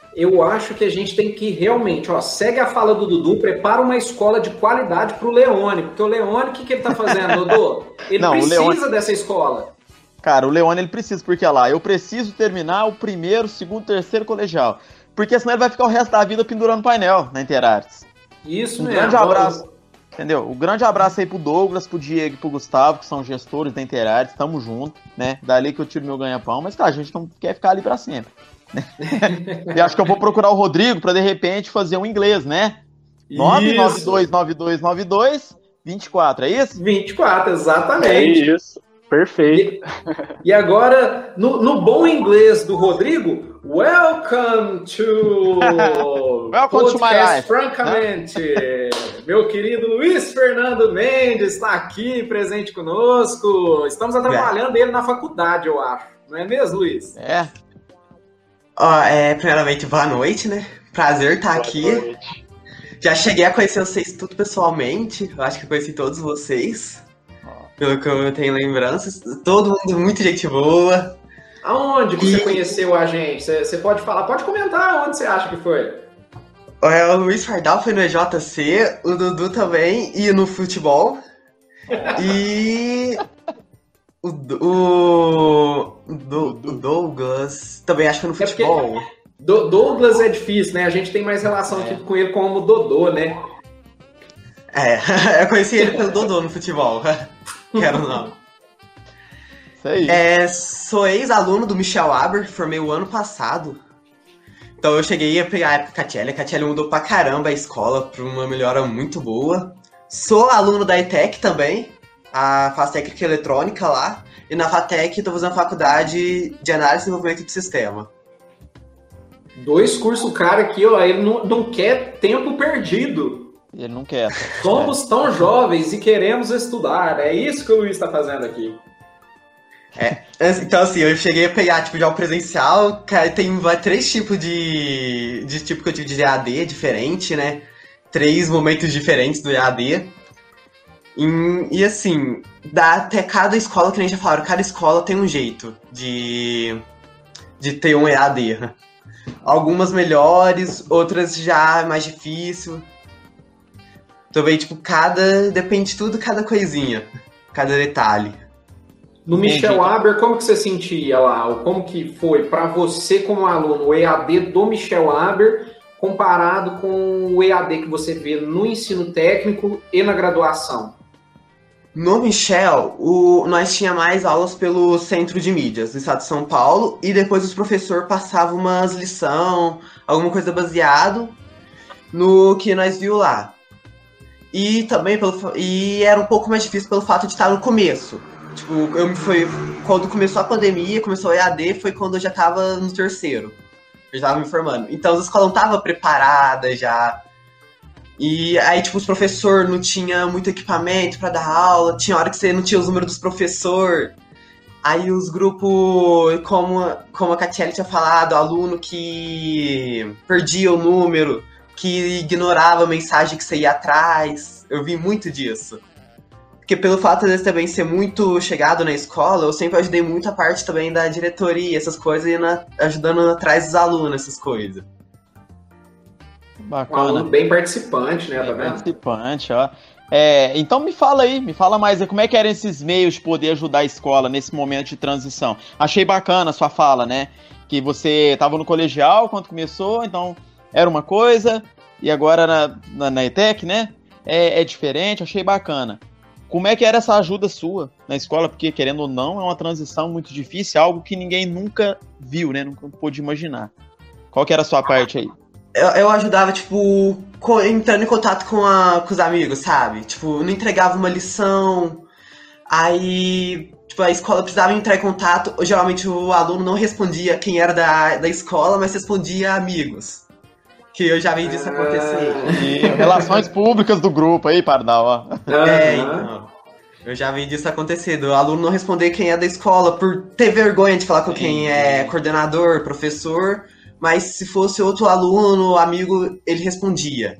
eu acho que a gente tem que realmente, ó, segue a fala do Dudu, prepara uma escola de qualidade pro Leone, porque o Leone, o que, que ele tá fazendo, Dudu? Ele Não, o precisa Leone- dessa escola. Cara, o Leone, ele precisa, porque olha lá, eu preciso terminar o primeiro, segundo, terceiro colegial. Porque senão ele vai ficar o resto da vida pendurando painel na Interartes. Isso Um mesmo. grande abraço, entendeu? Um grande abraço aí pro Douglas, pro Diego e pro Gustavo, que são gestores da Interartes, tamo junto, né? Dali que eu tiro meu ganha-pão, mas cara, a gente não quer ficar ali pra sempre. Né? E acho que eu vou procurar o Rodrigo pra de repente fazer um inglês, né? nove nove dois nove dois nove dois vinte e quatro, é isso? vinte e quatro, É exatamente. isso. Perfeito. E, e agora, no, no bom inglês do Rodrigo, welcome to Welcome to my Podcast life. Francamente. Meu querido Luiz Fernando Mendes está aqui presente conosco. Estamos atrapalhando ele na faculdade, eu acho. Não é mesmo, Luiz? É. Ó, é, primeiramente, boa noite, né? Prazer estar Boa aqui. noite. Já cheguei a conhecer vocês tudo pessoalmente. Eu acho que conheci todos vocês. Pelo que eu tenho lembranças. Todo mundo muito gente boa. Aonde você E- conheceu a gente? Você, você pode falar, pode comentar onde você acha que foi. É, o Luiz Fardal foi no E J C, o Dudu também, e no futebol. E o, Du- o, o Du- o Douglas também acho que foi no É porque- futebol. Do- Douglas é difícil, né? A gente tem mais relação aqui com ele como Dodô, né? É, eu conheci ele pelo Dodô no futebol. Quero não. Isso aí. É, sou ex-aluno do Michel Aber, formei o ano passado. Então eu cheguei a pegar a época Catiele. A Catiele mudou pra caramba a escola pra uma melhora muito boa. Sou aluno da E T E C também, a, faço técnica eletrônica lá. E na FATEC tô fazendo faculdade de análise e desenvolvimento de sistema. Dois cursos, cara, aqui, ó, ele não, não quer tempo perdido. Ele não quer. Somos tão jovens e queremos estudar. É isso que o Luiz tá fazendo aqui. Então assim, eu cheguei a pegar tipo, já o presencial, cara, tem vai, três tipos de, de tipo que eu tive de E A D diferente, né? Três momentos diferentes do E A D. E, e assim, dá até cada escola, que nem já falaram, cada escola tem um jeito de, de ter um E A D. Algumas melhores, outras já mais difícil. Também, tipo, cada. Depende de tudo, cada coisinha. Cada detalhe. No Michel Aber, como que você sentia lá? Ou como que foi para você como aluno o E A D do Michel Aber comparado com o E A D que você vê no ensino técnico e na graduação? No Michel, o, nós tinha mais aulas pelo Centro de Mídias do Estado de São Paulo e depois os professores passavam umas lição, alguma coisa baseado no que nós viu lá. E também pelo, e era um pouco mais difícil pelo fato de estar no começo. Tipo, eu foi quando começou a pandemia, começou o E A D, foi quando eu já estava no terceiro. Eu já estava me formando. Então as escolas não estavam preparadas já. E aí, tipo, os professores não tinham muito equipamento para dar aula, tinha hora que você não tinha os números dos professores. Aí os grupos, como, como a Catiele tinha falado, aluno que perdia o número, que ignorava a mensagem que você ia atrás. Eu vi muito disso. Porque pelo fato de eles também ser muito chegado na escola, eu sempre ajudei muito a parte também da diretoria, essas coisas, e na, ajudando atrás dos alunos, essas coisas. Um Bacana. aluno bem participante, né? Tá Bem vendo? participante, ó. É, então me fala aí, me fala mais aí, como é que eram esses meios de poder ajudar a escola nesse momento de transição? Achei bacana a sua fala, né? Que você estava no colegial quando começou, então era uma coisa, e agora na, na, na E T E C, né? É, é diferente, achei bacana. Como é que era essa ajuda sua na escola? Porque, querendo ou não, é uma transição muito difícil, algo que ninguém nunca viu, né? Nunca pôde imaginar. Qual que era a sua parte aí? Eu, eu ajudava, tipo, co- entrando em contato com, a, com os amigos, sabe? Tipo, não entregava uma lição, aí, tipo, a escola precisava entrar em contato. Geralmente o aluno não respondia quem era da, da escola, mas respondia amigos. Que eu já vi disso acontecer. E relações públicas do grupo aí, Pardal, ó. É, Aham. então. Eu já vi disso acontecer, do aluno não responder quem é da escola por ter vergonha de falar com quem é coordenador, professor, mas se fosse outro aluno, amigo, ele respondia.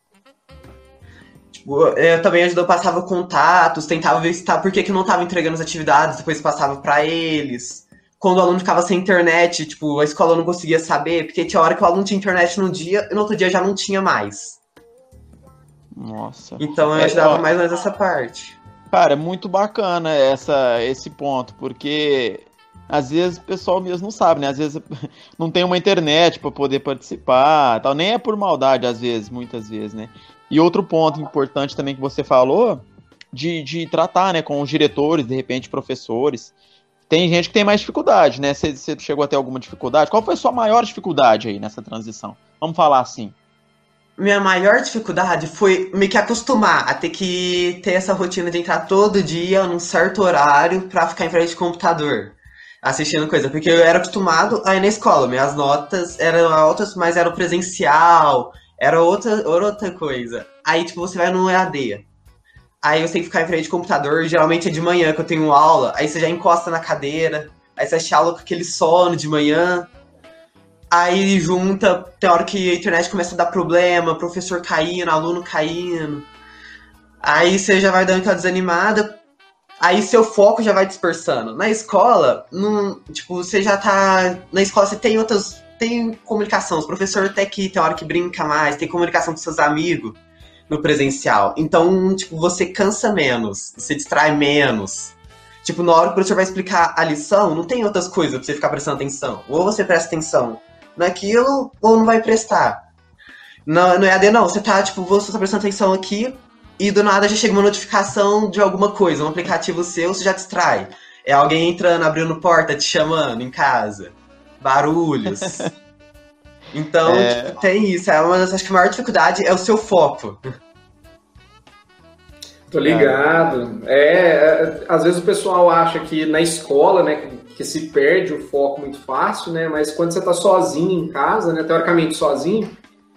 Tipo, eu também ajudou, passava contatos, tentava ver se tá, por que que não tava entregando as atividades, depois passava pra eles. quando o aluno ficava sem internet, tipo, a escola não conseguia saber, porque tinha hora que o aluno tinha internet num dia e no outro dia já não tinha mais. Nossa. Então eu É, ajudava ó, mais ou menos essa parte. Cara, é muito bacana essa, esse ponto, porque às vezes o pessoal mesmo não sabe, né? Às vezes não tem uma internet para poder participar, tal. Nem é por maldade, às vezes, muitas vezes, né? E outro ponto importante também que você falou, de, de tratar, né, com os diretores, de repente professores. Tem gente que tem mais dificuldade, né? Você, você chegou a ter alguma dificuldade? Qual foi a sua maior dificuldade aí nessa transição? Vamos falar assim. Minha maior dificuldade foi meio que acostumar a ter que ter essa rotina de entrar todo dia num certo horário pra ficar em frente de computador, assistindo coisa. Porque eu era acostumado a ir na escola, minhas notas eram altas, mas era presencial, era outra, outra coisa. Aí, tipo, você vai no E A D. Aí você tem que ficar em frente de computador, geralmente é de manhã que eu tenho aula, aí você já encosta na cadeira, aí você assiste aula com aquele sono de manhã. Aí junta, tem hora que a internet começa a dar problema, professor caindo, aluno caindo. Aí você já vai dando aquela desanimada. Aí seu foco já vai dispersando. Na escola, não, tipo, você já tá... Na escola você tem outras... Tem comunicação. Os professores até que tem hora que brinca mais, tem comunicação com seus amigos no presencial. Então, tipo, você cansa menos, você distrai menos. Tipo, na hora que o professor vai explicar a lição, não tem outras coisas pra você ficar prestando atenção. Ou você presta atenção naquilo, ou não vai prestar. No, no E A D não, você tá, tipo, você tá prestando atenção aqui, e do nada já chega uma notificação de alguma coisa, um aplicativo seu, você já distrai. É alguém entrando, abrindo porta, te chamando em casa. Barulhos. Então, É... tipo, tem isso. É uma das, acho que a maior dificuldade é o seu foco. Tô ligado. É, às vezes o pessoal acha que na escola, né, que, que se perde o foco muito fácil, né, mas quando você tá sozinho em casa, né, teoricamente sozinho,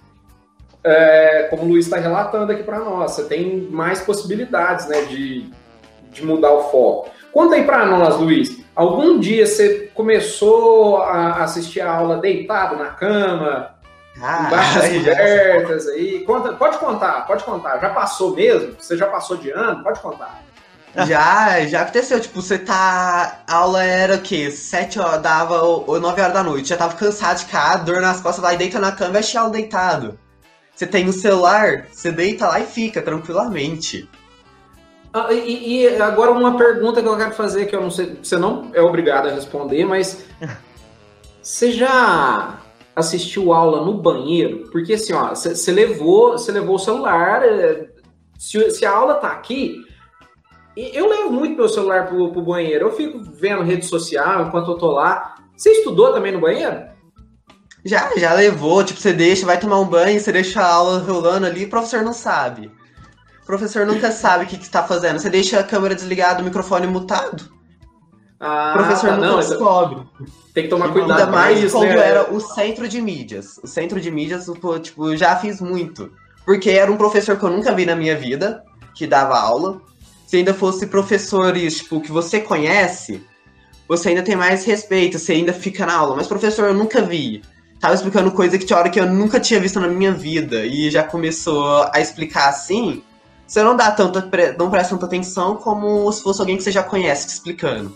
é, como o Luiz está relatando aqui para nós, você tem mais possibilidades, né, de, de mudar o foco. Conta aí para nós, Luiz, algum dia você começou a assistir a aula deitado na cama, Ah, embaixo das aí cobertas aí? Conta, pode contar, pode contar. Já passou mesmo? Você já passou de ano? Pode contar. Já, já aconteceu, tipo, você tá... A aula era o quê? Sete horas, dava ou nove horas da noite, já tava cansado de cá, dor nas costas, vai deita na cama e vai assistir a aula deitado. Você tem o celular, você deita lá e fica tranquilamente. Ah, e, e agora uma pergunta que eu quero fazer, que eu não sei, você não é obrigado a responder, mas você já assistiu aula no banheiro? Porque assim, ó, você levou, você levou o celular, se, se a aula tá aqui, eu levo muito meu celular pro, pro banheiro, eu fico vendo rede social enquanto eu tô lá. Você estudou também no banheiro? Já, já levou, tipo, você deixa, vai tomar um banho, você deixa a aula rolando ali, o professor não sabe. O professor nunca sabe o que, que você tá fazendo. Você deixa a câmera desligada, o microfone mutado. Ah, o professor tá, nunca não, descobre. Tem que tomar cuidado. Ainda mais isso, quando né? era o centro de mídias. O centro de mídias, tipo, eu já fiz muito. Porque era um professor que eu nunca vi na minha vida, que dava aula. Se ainda fosse professores, tipo, que você conhece, você ainda tem mais respeito, você ainda fica na aula. Mas professor eu nunca vi. Tava explicando coisa que tinha hora que eu nunca tinha visto na minha vida. E já começou a explicar assim. Você não dá tanta, não presta tanta atenção como se fosse alguém que você já conhece te explicando.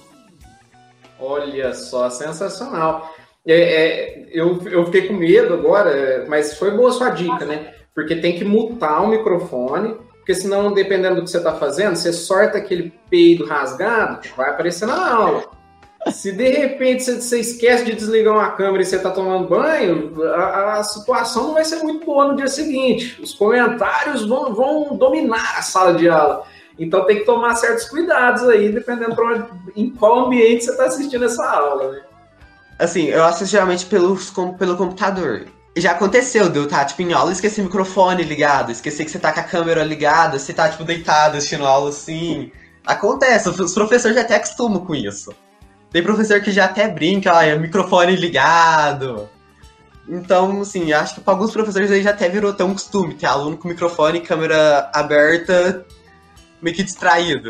Olha só, sensacional. É, é, eu, eu fiquei com medo agora, mas foi boa sua dica, né? Porque tem que mutar o microfone, porque senão, dependendo do que você está fazendo, você sorta aquele peido rasgado, vai aparecer na aula. Se de repente você, você esquece de desligar uma câmera e você está tomando banho, a, a situação não vai ser muito boa no dia seguinte. Os comentários vão, vão dominar a sala de aula. Então tem que tomar certos cuidados aí, dependendo pra onde, em qual ambiente você está assistindo essa aula, né? Assim, eu assisto geralmente pelos, com, pelo computador. Já aconteceu de eu estar, tipo, em aula e esquecer o microfone ligado, esquecer que você tá com a câmera ligada, você tá, tipo, deitado assistindo aula assim. Acontece, os professores já até acostumam com isso. Tem professor que já até brinca, ó, é microfone ligado. Então, assim, acho que para alguns professores aí já até virou tão costume, ter aluno com microfone e câmera aberta, meio que distraído.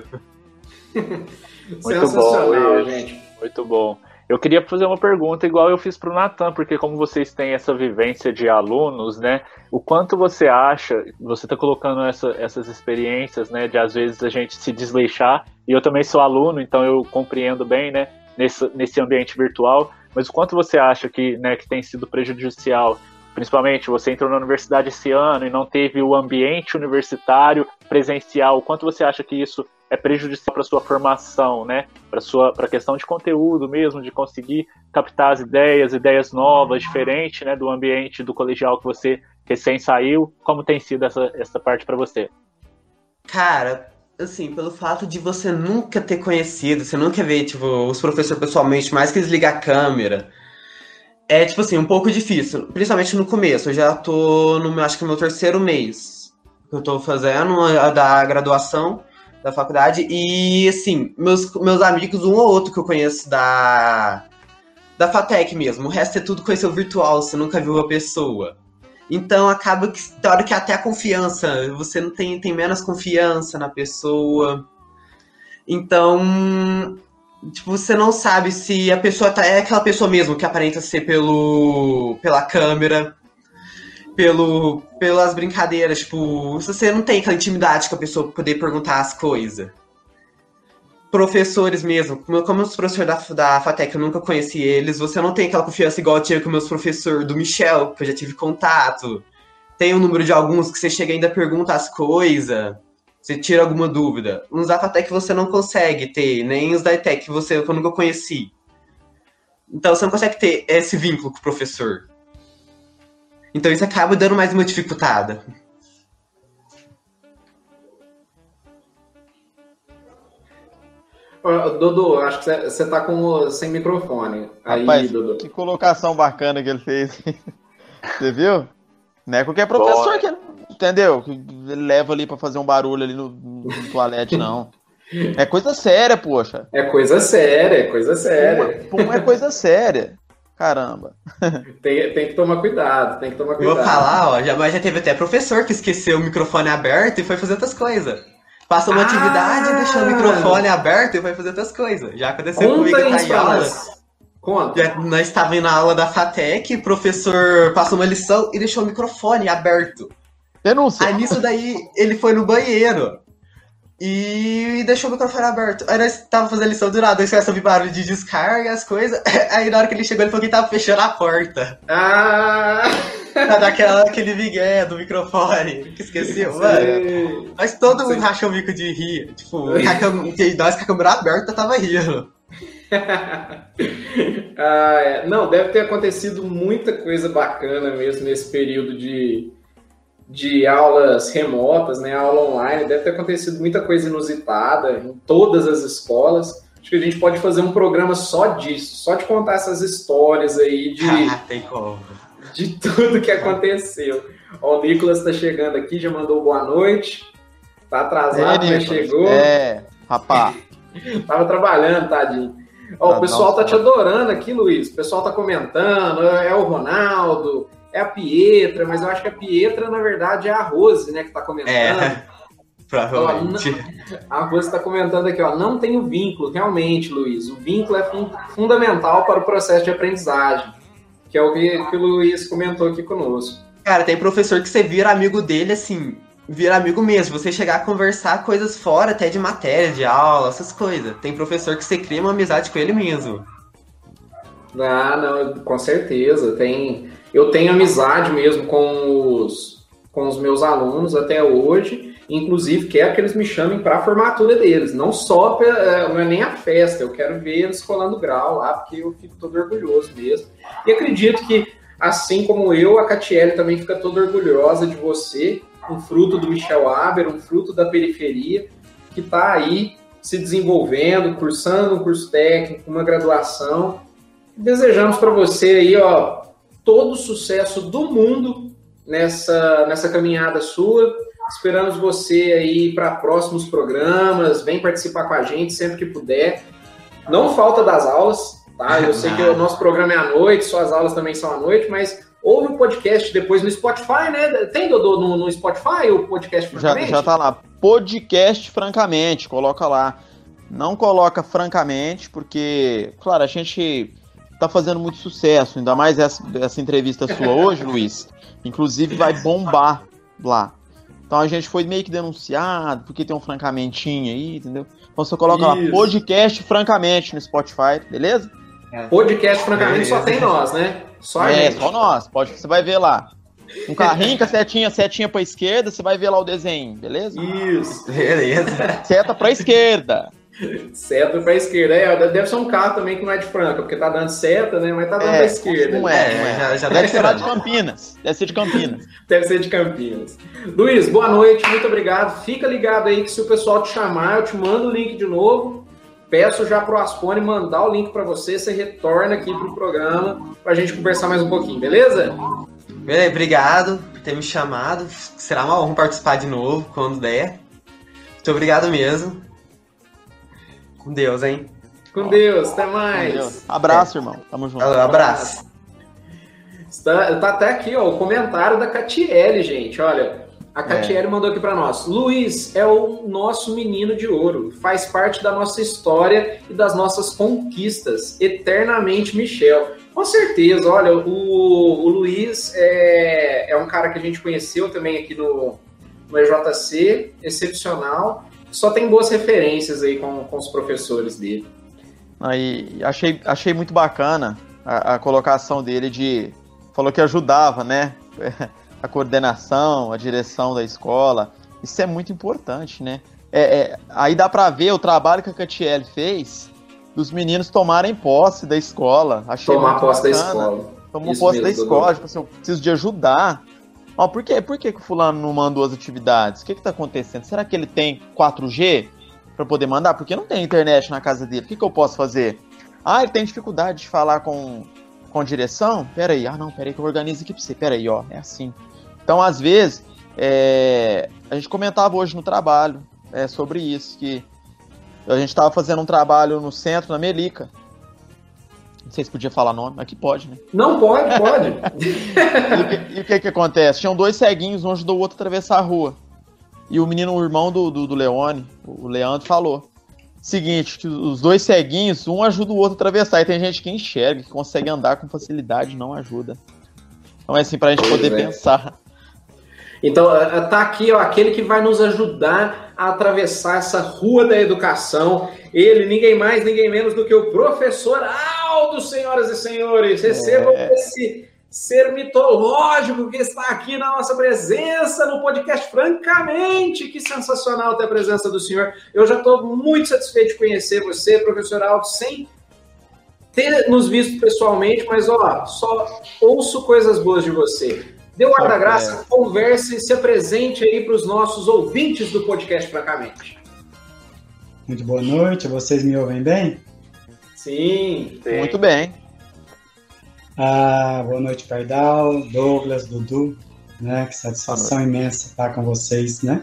Muito bom, Luiz. Gente. Muito bom. Eu queria fazer uma pergunta igual eu fiz para o Natan, porque como vocês têm essa vivência de alunos, né, o quanto você acha, você está colocando essa, essas experiências, né, de às vezes a gente se desleixar, e eu também sou aluno, então eu compreendo bem, né, nesse, nesse ambiente virtual, mas o quanto você acha que, né, que tem sido prejudicial, principalmente você entrou na universidade esse ano e não teve o ambiente universitário presencial, o quanto você acha que isso é prejudicial para a sua formação, né? Para a questão de conteúdo mesmo, de conseguir captar as ideias, ideias novas, diferentes, né, do ambiente do colegial que você recém saiu. Como tem sido essa, essa parte para você? Cara, assim, pelo fato de você nunca ter conhecido, você nunca ver, tipo, os professores pessoalmente, mais que desligar a câmera, é, tipo assim, um pouco difícil, principalmente no começo. Eu já tô no, acho que no meu terceiro mês que eu tô fazendo a da graduação da faculdade, e assim, meus, meus amigos, um ou outro que eu conheço da, da FATEC mesmo, o resto é tudo conheceu virtual, você nunca viu a pessoa. Então acaba que, tem hora que até a confiança, você não tem, tem menos confiança na pessoa. Então, tipo, você não sabe se a pessoa tá, é aquela pessoa mesmo que aparenta ser pelo, pela câmera, pelo, pelas brincadeiras, tipo, se você não tem aquela intimidade com a pessoa pra poder perguntar as coisas. Professores mesmo, como, como os professores da, da FATEC, eu nunca conheci eles, você não tem aquela confiança igual eu tinha com meus professores do Michel, que eu já tive contato. Tem o número de alguns que você chega e ainda pergunta as coisas, você tira alguma dúvida. Uns da FATEC você não consegue ter, nem os da ETEC que, você, que eu nunca conheci. Então você não consegue ter esse vínculo com o professor. Então isso acaba dando mais uma dificultada. Dodô, acho que você tá com, sem microfone. Aí, rapaz, Dodô. Que colocação bacana que ele fez. Você viu? Não é qualquer professor Boa. que ele, entendeu? Que ele leva ali pra fazer um barulho ali no, no toalete, não. É coisa séria, poxa. É coisa séria, é coisa séria. Pum, pum é coisa séria. Caramba. Tem, tem que tomar cuidado, tem que tomar cuidado. Eu vou falar, ó, já, mas já teve até professor que esqueceu o microfone aberto e foi fazer outras coisas. Passou uma ah, atividade, deixou o microfone aberto e foi fazer outras coisas. Já aconteceu comigo na aula. Conta. Já, nós estávamos na aula da FATEC, o professor passou uma lição e deixou o microfone aberto. Denúncia. Aí nisso daí ele foi no banheiro e deixou o microfone aberto. Aí nós tava fazendo a lição do nada, eu ouvir barulho de descarga e as coisas. Aí na hora que ele chegou, ele falou que tava fechando a porta. Ah! Daquela, aquele migué do microfone, que esqueceu, mano. Mas todo mundo rachou o bico de rir. Tipo, nós com a câmera aberta tava rindo. ah, é. Não, deve ter acontecido muita coisa bacana mesmo nesse período de, de aulas remotas, né? Aula online. Deve ter acontecido muita coisa inusitada em todas as escolas. Acho que a gente pode fazer um programa só disso, só de contar essas histórias aí de. Ah, tem como. De tudo que aconteceu. Ó, o Nicolas tá chegando aqui, já mandou boa noite. Tá atrasado, é, mas chegou. É, rapá. Tava trabalhando, tadinho. Ó, tá, o pessoal tá te adorando aqui, Luiz. O pessoal tá comentando, é o Ronaldo, é a Pietra, mas eu acho que a Pietra, na verdade, é a Rose, né, que tá comentando. É, provavelmente. Ó, a Rose tá comentando aqui, ó, não tem o vínculo, realmente, Luiz. O vínculo é fun- fundamental para o processo de aprendizagem. Que é o que, que o Luiz comentou aqui conosco. Cara, tem professor que você vira amigo dele, assim, vira amigo mesmo. Você chegar a conversar coisas fora até de matéria, de aula, essas coisas. Tem professor que você cria uma amizade com ele mesmo. Ah, não, com certeza. Tem, eu tenho amizade mesmo com os, com os meus alunos até hoje. Inclusive, quero que eles me chamem para a formatura deles. Não só, pra, não é nem a festa, eu quero ver eles colando grau lá, porque eu fico todo orgulhoso mesmo. E acredito que, assim como eu, a Catiele também fica toda orgulhosa de você, um fruto do Michel Aber, um fruto da periferia, que está aí se desenvolvendo, cursando um curso técnico, uma graduação. Desejamos para você aí, ó, todo o sucesso do mundo nessa, nessa caminhada sua. Esperamos você aí para próximos programas, vem participar com a gente sempre que puder. Não falta das aulas, tá? Eu sei que o nosso programa é à noite, suas aulas também são à noite, mas ouve o podcast depois no Spotify, né? Tem, Dodô, no, no Spotify o podcast Francamente? Já, já tá lá, podcast Francamente, coloca lá. Não coloca Francamente, porque, claro, a gente tá fazendo muito sucesso, ainda mais essa, essa entrevista sua hoje, Luiz. Inclusive vai bombar lá. Então a gente foi meio que denunciado, porque tem um francamentinho aí, entendeu? Então você coloca Isso. lá, podcast francamente no Spotify, beleza? É. Podcast francamente só tem nós, né? Só a é, gente. só nós. Pode, você vai ver lá. Um carrinho com a setinha, setinha pra esquerda, você vai ver lá o desenho, beleza? Isso. Beleza. Seta pra esquerda. Seta pra esquerda. É, deve ser um carro também que não é de Franca, porque tá dando seta, né? Mas tá dando é, pra esquerda. Não é, não é. Já, já deve ser lá de Campinas. Deve ser de Campinas. Deve ser de Campinas. Luiz, boa noite, muito obrigado. Fica ligado aí que se o pessoal te chamar, eu te mando o link de novo. Peço já pro Aspone mandar o link para você, você retorna aqui pro programa pra gente conversar mais um pouquinho, beleza? Beleza, obrigado por ter me chamado. Será uma honra participar de novo, quando der. Muito obrigado mesmo. Com Deus, hein? Com Deus, até mais. Deus. Abraço, é. irmão. Tamo junto. Valeu, abraço. Está, tá até aqui, ó, o comentário da Catiele, gente, olha... A Catiele é. mandou aqui para nós. Luiz é o nosso menino de ouro. Faz parte da nossa história e das nossas conquistas. Eternamente, Michel. Com certeza. Olha, o, o Luiz é, é um cara que a gente conheceu também aqui no, no E J C. Excepcional. Só tem boas referências aí com, com os professores dele. Aí, achei, achei muito bacana a, a colocação dele de... Falou que ajudava, né? A coordenação, a direção da escola, isso é muito importante, né? É, é, aí dá para ver o trabalho que a Catiele fez dos meninos tomarem posse da escola. Achei Tomar posse bacana. da escola. Tomou isso posse mesmo, da escola, tipo assim, eu preciso de ajudar. Ó, por quê? Por que, que o fulano não mandou as atividades? O que que tá acontecendo? Será que ele tem quatro G para poder mandar? Porque não tem internet na casa dele. O que, que eu posso fazer? Ah, ele tem dificuldade de falar com, com direção? Peraí, ah não, peraí que eu organizo aqui pra você. Peraí, ó, é assim. Então, às vezes, é, a gente comentava hoje no trabalho é, sobre isso, que a gente estava fazendo um trabalho no centro, na Melica. Não sei se podia falar nome, mas que pode, né? Não, pode, pode. e, o que, e o que que acontece? Tinham dois ceguinhos, um ajudou o outro a atravessar a rua. E o menino, o irmão do, do, do Leone, o Leandro, falou seguinte, que os dois ceguinhos, um ajuda o outro a atravessar. E tem gente que enxerga, que consegue andar com facilidade, não ajuda. Então é assim, pra gente poder é. pensar... Então, tá aqui, ó, aquele que vai nos ajudar a atravessar essa rua da educação. Ele, ninguém mais, ninguém menos do que o professor Aldo, senhoras e senhores. Recebam é. esse ser mitológico que está aqui na nossa presença no podcast Francamente. Que sensacional ter a presença do senhor. Eu já estou muito satisfeito de conhecer você, professor Aldo, sem ter nos visto pessoalmente, mas, ó, só ouço coisas boas de você. Dê o ar da graça, converse e se apresente aí para os nossos ouvintes do podcast Francamente. Muito boa noite, vocês me ouvem bem? Sim. Sim. Muito bem. Ah, boa noite, Pardal, Douglas, Dudu, né? Que satisfação imensa estar com vocês, né?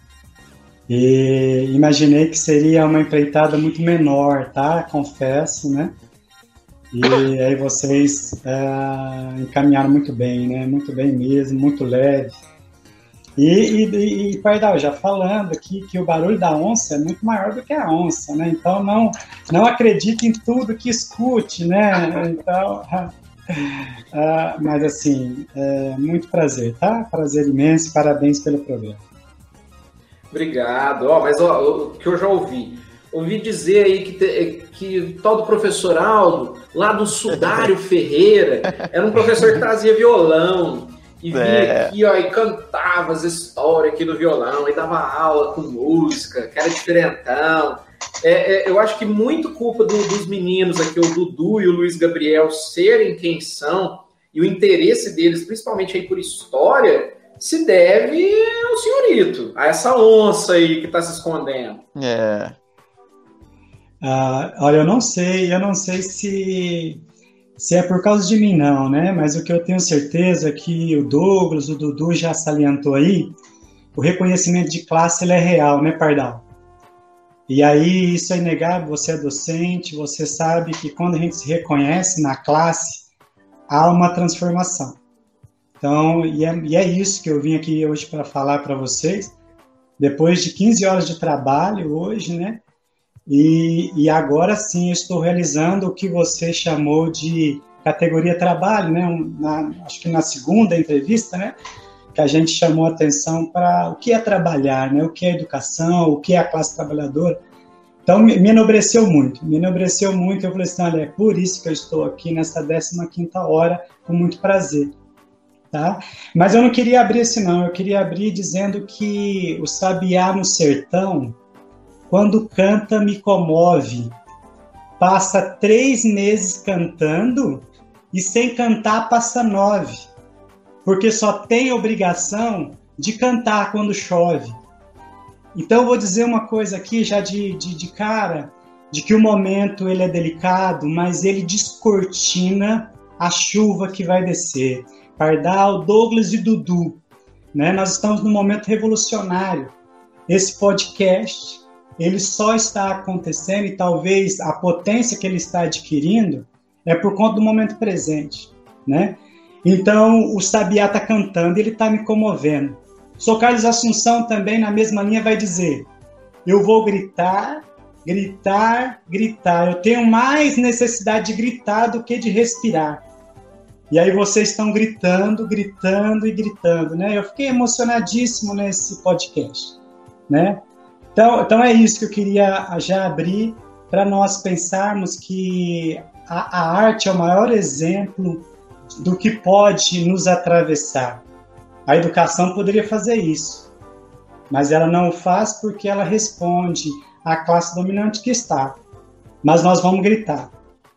E imaginei que seria uma empreitada muito menor, tá? Confesso, né? E aí vocês é, encaminharam muito bem, né? Muito bem mesmo, muito leve. E, e, e Pardal, já falando aqui que o barulho da onça é muito maior do que a onça, né? Então não, não acredite em tudo que escute, né? Então, ah, mas assim, é, muito prazer, tá? Prazer imenso, parabéns pelo programa. Obrigado. Ó, mas ó, o que eu já ouvi, ouvi dizer aí que, te, que o tal do professor Aldo, lá do Sudário Ferreira, era um professor que trazia violão e vinha é. aqui, ó, e cantava as histórias aqui do violão, e dava aula com música, que era diferentão. É, é, eu acho que muito culpa do, dos meninos aqui, o Dudu e o Luiz Gabriel, serem quem são, e o interesse deles, principalmente aí por história, se deve ao senhorito, a essa onça aí que está se escondendo. É. Ah, olha, eu não sei, eu não sei se, se é por causa de mim não, né? Mas o que eu tenho certeza é que o Douglas, o Dudu já salientou aí, o reconhecimento de classe ele é real, né, Pardal? E aí isso é inegável, você é docente, você sabe que quando a gente se reconhece na classe, há uma transformação. Então, e é, e é isso que eu vim aqui hoje para falar para vocês, depois de quinze horas de trabalho hoje, né? E, e agora sim eu estou realizando o que você chamou de categoria trabalho, né? Na, acho que na segunda entrevista, né? que a gente chamou atenção para o que é trabalhar, né? O que é educação, o que é a classe trabalhadora. Então, me, me enobreceu muito, me enobreceu muito. Eu falei assim, olha, é por isso que eu estou aqui nessa décima quinta hora, com muito prazer. Tá? Mas eu não queria abrir assim, não. Eu queria abrir dizendo que o sabiá no sertão, quando canta, me comove. Passa três meses cantando e sem cantar passa nove. Porque só tem obrigação de cantar quando chove. Então eu vou dizer uma coisa aqui já de, de, de cara, de que o momento ele é delicado, mas ele descortina a chuva que vai descer. Pardal, Douglas e Dudu, né? Nós estamos num momento revolucionário. Esse podcast, ele só está acontecendo e talvez a potência que ele está adquirindo é por conta do momento presente, né? Então, o sabiá está cantando e ele está me comovendo. Sou Carlos Assunção também, na mesma linha, vai dizer, eu vou gritar, gritar, gritar. Eu tenho mais necessidade de gritar do que de respirar. E aí vocês estão gritando, gritando e gritando, né? Eu fiquei emocionadíssimo nesse podcast, né? Então, então é isso que eu queria já abrir para nós pensarmos que a, a arte é o maior exemplo do que pode nos atravessar. A educação poderia fazer isso, mas ela não o faz porque ela responde à classe dominante que está. Mas nós vamos gritar.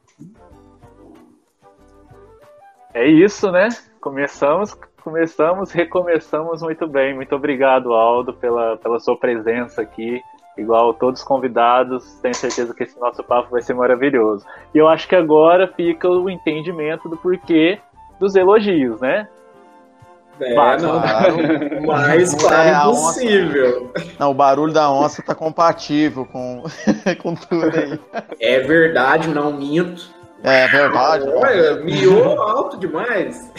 É isso, né? Começamos, começamos, recomeçamos muito bem. Muito obrigado, Aldo, pela, pela sua presença aqui. Igual todos os convidados, tenho certeza que esse nosso papo vai ser maravilhoso. E eu acho que agora fica o entendimento do porquê dos elogios, né? É, Mas, não, claro. mais claro é, impossível. Onça... Não, o barulho da onça tá compatível com, com tudo aí. É verdade, não minto. É verdade. Olha, miou alto demais.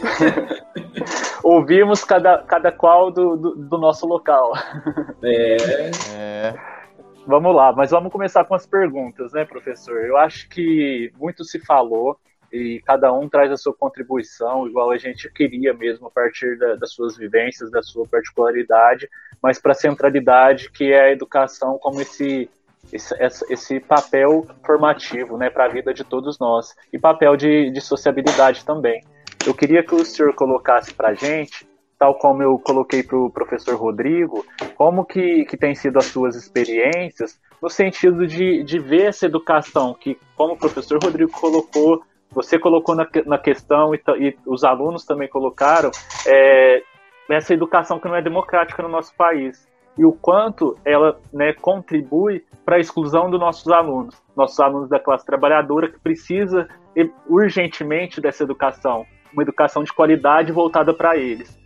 Ouvimos cada, cada qual do, do, do nosso local. É. é. Vamos lá, mas vamos começar com as perguntas, né, professor? Eu acho que muito se falou e cada um traz a sua contribuição, igual a gente queria mesmo, a partir da, das suas vivências, da sua particularidade, mas para a centralidade que é a educação como esse... Esse, esse papel formativo, né, para a vida de todos nós, e papel de, de sociabilidade também. Eu queria que o senhor colocasse para a gente, tal como eu coloquei para o professor Rodrigo, como que, que tem sido as suas experiências, no sentido de, de ver essa educação, que como o professor Rodrigo colocou, você colocou na, na questão, e, e os alunos também colocaram, é, essa educação que não é democrática no nosso país. E o quanto ela, né, contribui para a exclusão dos nossos alunos, nossos alunos da classe trabalhadora, que precisa urgentemente dessa educação, uma educação de qualidade voltada para eles.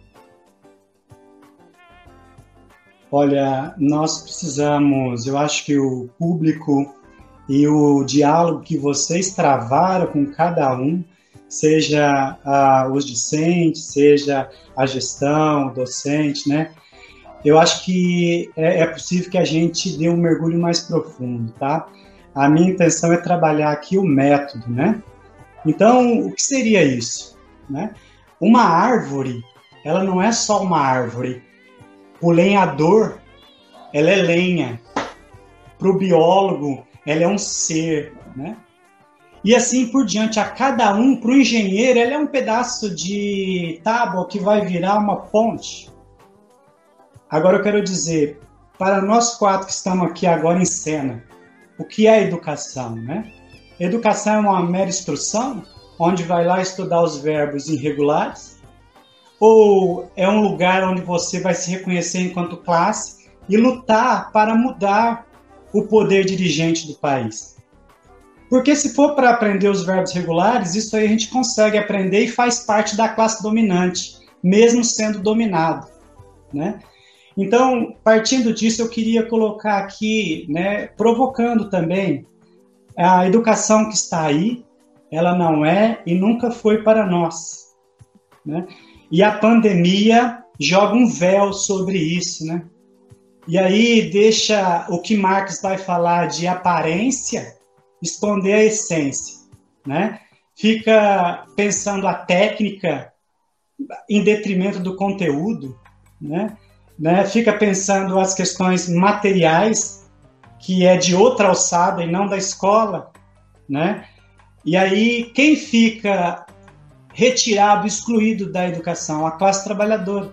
Olha, nós precisamos, eu acho que o público e o diálogo que vocês travaram com cada um, seja ah, os discentes, seja a gestão, o docente, né? Eu acho que é, é possível que a gente dê um mergulho mais profundo, tá? A minha intenção é trabalhar aqui o método, né? Então, o que seria isso, né? Uma árvore, ela não é só uma árvore. O lenhador, ela é lenha. Para o biólogo, ela é um ser, né? E assim por diante, a cada um, para o engenheiro, ela é um pedaço de tábua que vai virar uma ponte. Agora eu quero dizer, para nós quatro que estamos aqui agora em cena, o que é educação, né? Educação é uma mera instrução, onde vai lá estudar os verbos irregulares? Ou é um lugar onde você vai se reconhecer enquanto classe e lutar para mudar o poder dirigente do país? Porque se for para aprender os verbos regulares, isso aí a gente consegue aprender e faz parte da classe dominante, mesmo sendo dominado, né? Então, partindo disso, eu queria colocar aqui, né, provocando também, a educação que está aí, ela não é e nunca foi para nós, né? E a pandemia joga um véu sobre isso, né? E aí deixa o que Marx vai falar de aparência esconder a essência, né? Fica pensando a técnica em detrimento do conteúdo, né? Né? Fica pensando as questões materiais, que é de outra alçada e não da escola, né? E aí, quem fica retirado, excluído da educação? A classe trabalhadora.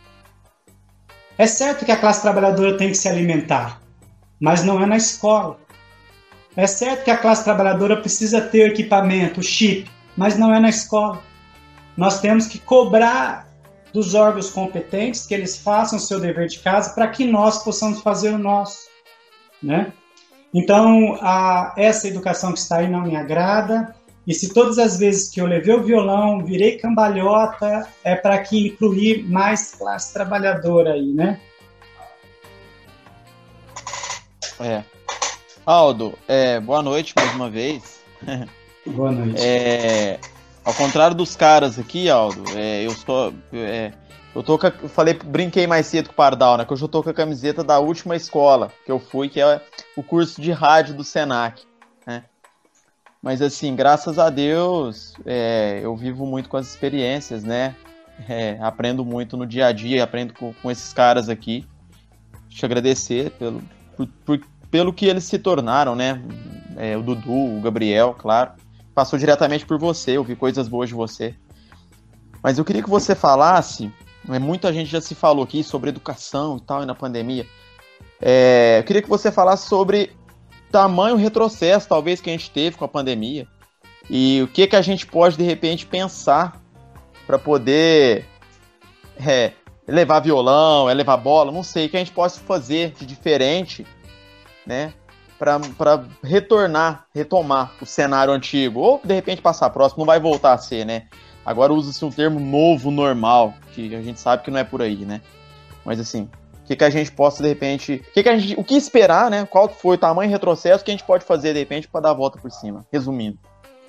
É certo que a classe trabalhadora tem que se alimentar, mas não é na escola. É certo que a classe trabalhadora precisa ter o equipamento, o chip, mas não é na escola. Nós temos que cobrar dos órgãos competentes que eles façam o seu dever de casa para que nós possamos fazer o nosso, né? Então, a, essa educação que está aí não me agrada, e se todas as vezes que eu levei o violão, virei cambalhota, é para que incluir mais classe trabalhadora aí, né? É. Aldo, é, boa noite mais uma vez. Boa noite. É, ao contrário dos caras aqui, Aldo, é, eu estou... É, eu tô com a, eu falei, brinquei mais cedo com o Pardal, né? Que eu já tô com a camiseta da última escola que eu fui, que é o curso de rádio do Senac, né? Mas assim, graças a Deus, é, eu vivo muito com as experiências, né? É, aprendo muito no dia a dia, aprendo com, com esses caras aqui. Deixa eu agradecer pelo, por, por, pelo que eles se tornaram, né? É, o Dudu, o Gabriel, claro. Passou diretamente por você, eu vi coisas boas de você. Mas eu queria que você falasse, né, muita gente já se falou aqui sobre educação e tal, e na pandemia. É, eu queria que você falasse sobre tamanho retrocesso, talvez, que a gente teve com a pandemia. E o que, que a gente pode, de repente, pensar para poder é, levar violão, é levar bola, não sei, o que a gente possa fazer de diferente, né? Para retornar, retomar o cenário antigo, ou de repente passar próximo, não vai voltar a ser, né? Agora usa-se um termo novo, normal, que a gente sabe que não é por aí, né? Mas assim, o que, que a gente possa, de repente... O que, que a gente, o que esperar, né? Qual foi o tamanho retrocesso que a gente pode fazer, de repente, para dar a volta por cima? Resumindo.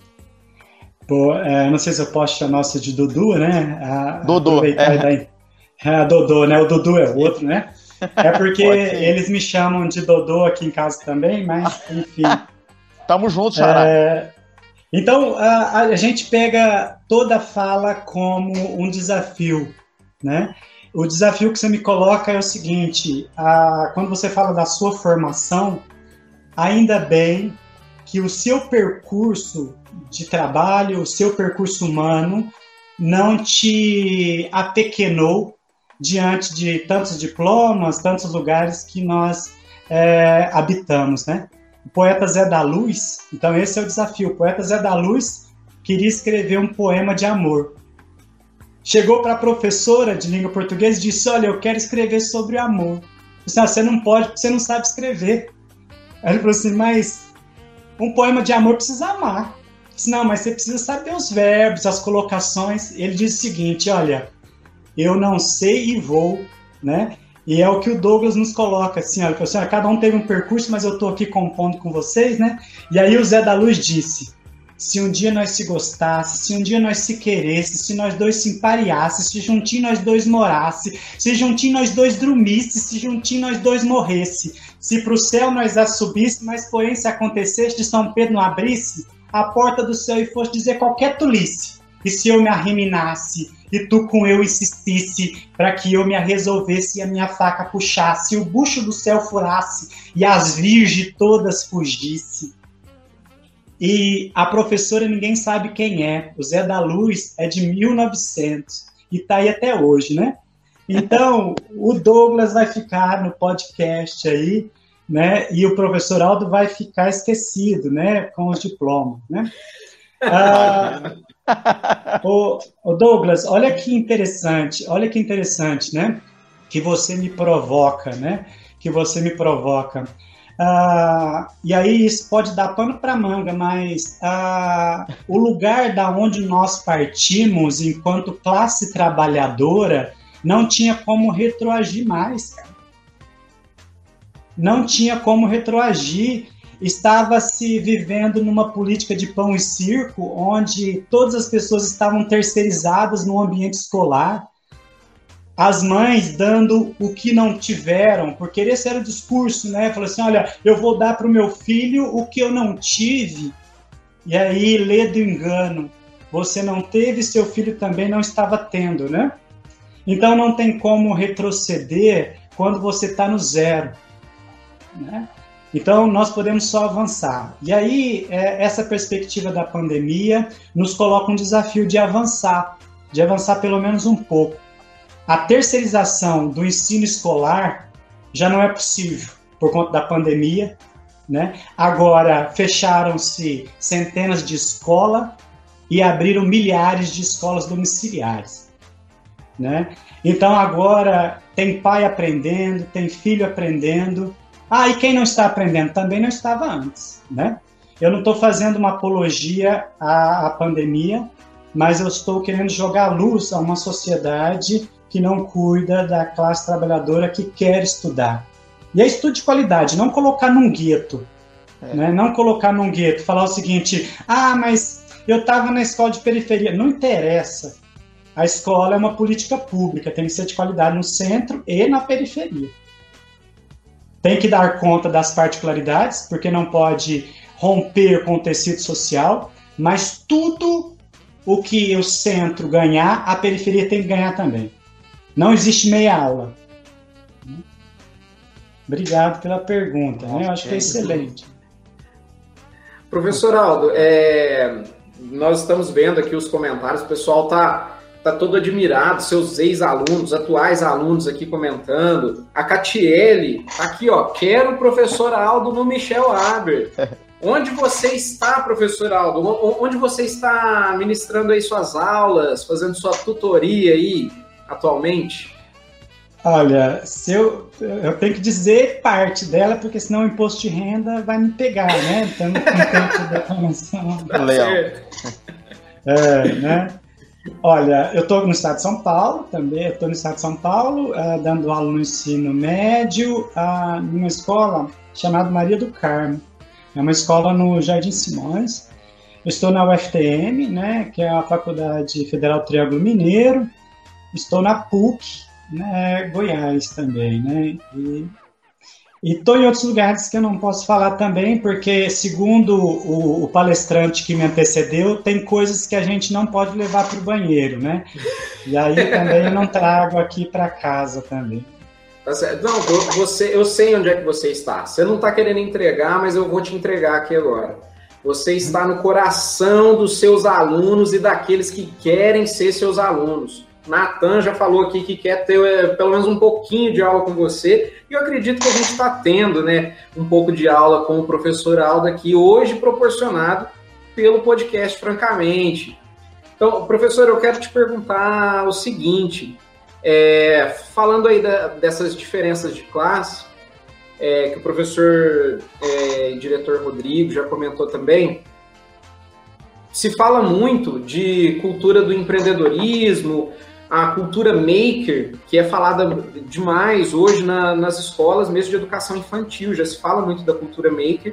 Pô, é, não sei se eu posso chamar você de Dudu, né? A, Dodô. É. Daí, é, Dodô, né? O Dudu é outro, né? É porque eles me chamam de Dodô aqui em casa também, mas enfim. Tamo junto, Xará. É, então, a, a gente pega toda a fala como um desafio, né? O desafio que você me coloca é o seguinte, a, quando você fala da sua formação, ainda bem que o seu percurso de trabalho, o seu percurso humano, não te apequenou diante de tantos diplomas, tantos lugares que nós é, habitamos, né? O poeta Zé da Luz, então esse é o desafio, o poeta Zé da Luz queria escrever um poema de amor. Chegou para a professora de língua portuguesa e disse, olha, eu quero escrever sobre o amor. Disse, você não pode, porque você não sabe escrever. Aí ele falou assim, mas um poema de amor precisa amar. Disse, não, mas você precisa saber os verbos, as colocações. Ele disse o seguinte, olha, eu não sei e vou, né? E é o que o Douglas nos coloca, assim, olha, assim, cada um teve um percurso, mas eu estou aqui compondo com vocês, né? E aí o Zé da Luz disse, se um dia nós se gostasse, se um dia nós se queresse, se nós dois se empareasse, se juntinho nós dois morasse, se juntinho nós dois dormisse, se juntinho nós dois morresse, se pro céu nós a subisse, mas porém se acontecesse de São Pedro não abrisse a porta do céu e fosse dizer qualquer tolice, e se eu me arriminasse, e tu com eu insistisse, para que eu me resolvesse e a minha faca puxasse, e o bucho do céu furasse, e as virgens todas fugisse. E a professora ninguém sabe quem é, o Zé da Luz é de mil e novecentos, e tá aí até hoje, né? Então, o Douglas vai ficar no podcast aí, né? E o professor Aldo vai ficar esquecido, né? Com os diplomas, né? Ah, o, o Douglas, olha que interessante, olha que interessante, né? Que você me provoca, né? Que você me provoca. Ah, e aí isso pode dar pano para manga, mas ah, o lugar da onde nós partimos enquanto classe trabalhadora não tinha como retroagir mais, cara. Não tinha como retroagir. Estava-se vivendo numa política de pão e circo, onde todas as pessoas estavam terceirizadas no ambiente escolar, as mães dando o que não tiveram, porque esse era o discurso, né? Falou assim, olha, eu vou dar para o meu filho o que eu não tive, e aí lê do engano. você não teve, seu filho também não estava tendo, né? Então não tem como retroceder quando você está no zero, né? Então nós podemos só avançar. E aí é, essa perspectiva da pandemia nos coloca um desafio de avançar, de avançar pelo menos um pouco. A terceirização do ensino escolar já não é possível por conta da pandemia, né? Agora fecharam-se centenas de escolas e abriram milhares de escolas domiciliares, né? Então agora tem pai aprendendo, tem filho aprendendo. Ah, e quem não está aprendendo também não estava antes, né? Eu não estou fazendo uma apologia à, à pandemia, mas eu estou querendo jogar luz a uma sociedade que não cuida da classe trabalhadora que quer estudar. E é estudo de qualidade, não colocar num gueto, é. né? Não colocar num gueto, falar o seguinte, ah, mas eu estava na escola de periferia. Não interessa. A escola é uma política pública, tem que ser de qualidade no centro e na periferia. Tem que dar conta das particularidades, porque não pode romper com o tecido social, mas tudo o que o centro ganhar, a periferia tem que ganhar também. Não existe meia aula. Obrigado pela pergunta, né? Eu acho que é excelente. Professor Aldo, é, nós estamos vendo aqui os comentários, o pessoal está tá todo admirado, seus ex-alunos, atuais alunos aqui comentando. A Catiele está aqui, ó, quero o professor Aldo no Michel Aber. Onde você está, professor Aldo? Onde você está ministrando aí suas aulas, fazendo sua tutoria aí atualmente? Olha, se eu, eu tenho que dizer parte dela, porque senão o imposto de renda vai me pegar, né? Então, não tem que declaração. Legal. É, né? Olha, eu estou no estado de São Paulo também, eu estou no estado de São Paulo, uh, dando aula no ensino médio, uh, numa escola chamada Maria do Carmo. É uma escola no Jardim Simões. Eu estou na U F T M, né, que é a Faculdade Federal Triângulo Mineiro. Estou na P U C, né, Goiás também, né? E estou em outros lugares que eu não posso falar também, porque, segundo o, o palestrante que me antecedeu, tem coisas que a gente não pode levar para o banheiro, né? E aí também eu não trago aqui para casa também. Não, você, eu sei onde é que você está. Você não está querendo entregar, mas eu vou te entregar aqui agora. Você está no coração dos seus alunos e daqueles que querem ser seus alunos. Natan já falou aqui que quer ter é, pelo menos um pouquinho de aula com você, e eu acredito que a gente está tendo, né, um pouco de aula com o professor Aldo aqui, hoje proporcionado pelo podcast Francamente. Então, professor, eu quero te perguntar o seguinte, é, falando aí da, dessas diferenças de classe, é, que o professor é, e diretor Rodrigo já comentou também, se fala muito de cultura do empreendedorismo, a cultura maker, que é falada demais hoje na, nas escolas, mesmo de educação infantil, já se fala muito da cultura maker,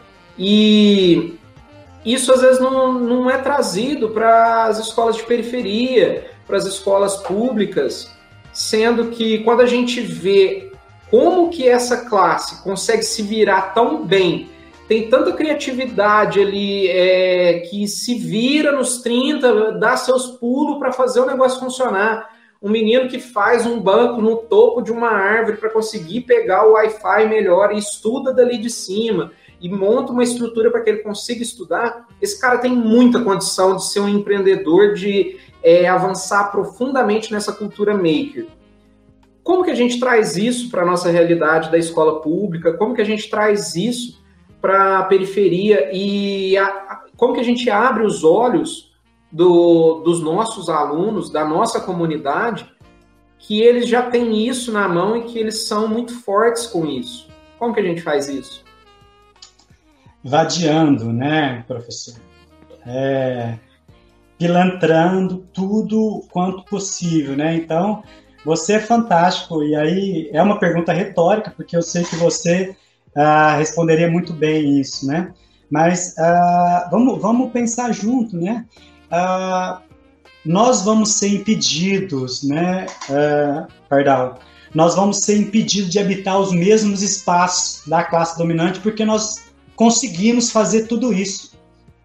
e isso às vezes não, não é trazido para as escolas de periferia, para as escolas públicas, sendo que quando a gente vê como que essa classe consegue se virar tão bem, tem tanta criatividade ali, é, que se vira nos trinta, dá seus pulos para fazer o negócio funcionar. Um menino que faz um banco no topo de uma árvore para conseguir pegar o Wi-Fi melhor e estuda dali de cima e monta uma estrutura para que ele consiga estudar, esse cara tem muita condição de ser um empreendedor, de é, avançar profundamente nessa cultura maker. Como que a gente traz isso para a nossa realidade da escola pública? Como que a gente traz isso para a periferia e a, a, como que a gente abre os olhos do, dos nossos alunos, da nossa comunidade, que eles já têm isso na mão e que eles são muito fortes com isso? Como que a gente faz isso? Vadiando, né, professor? É, pilantrando tudo quanto possível, né? Então, você é fantástico, e aí é uma pergunta retórica, porque eu sei que você Uh, responderia muito bem isso, né? Mas uh, vamos, vamos pensar junto, né? Uh, nós vamos ser impedidos, né? Uh, perdão, nós vamos ser impedidos de habitar os mesmos espaços da classe dominante porque nós conseguimos fazer tudo isso.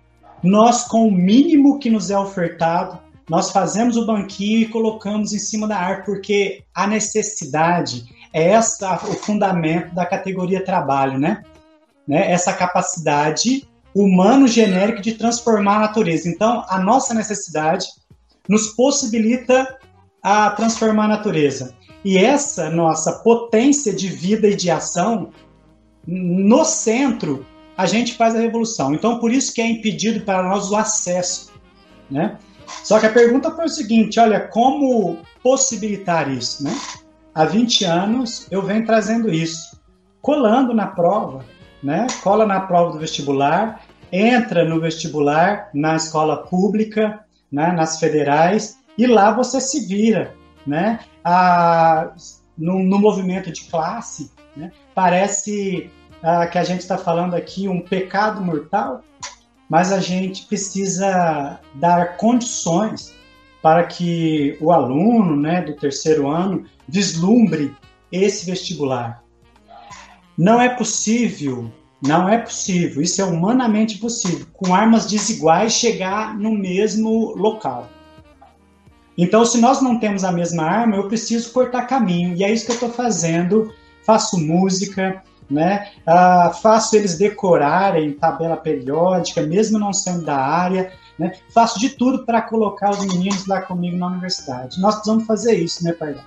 nós, com o mínimo que nos é ofertado, nós fazemos o banquinho e colocamos em cima da árvore, porque a necessidade é essa, o fundamento da categoria trabalho, né? né? Essa capacidade humano-genérica de transformar a natureza. Então, a nossa necessidade nos possibilita a transformar a natureza. E essa nossa potência de vida e de ação, no centro, a gente faz a revolução. Então, por isso que é impedido para nós o acesso, né? Só que a pergunta foi o seguinte, olha, como possibilitar isso, né? Há vinte anos eu venho trazendo isso, colando na prova, né? Cola na prova do vestibular, entra no vestibular, na escola pública, né? Nas federais, e lá você se vira, né? Ah, no, no movimento de classe, né? Parece ah, que a gente está falando aqui um pecado mortal, mas a gente precisa dar condições para que o aluno, né, do terceiro ano vislumbre esse vestibular. Não é possível, não é possível, isso é humanamente possível, com armas desiguais chegar no mesmo local. Então, se nós não temos a mesma arma, eu preciso cortar caminho, e é isso que eu estou fazendo. Faço música, né? Ah, faço eles decorarem tabela periódica, mesmo não sendo da área, né? Faço de tudo para colocar os meninos lá comigo na universidade. Nós precisamos fazer isso, né, Pardal?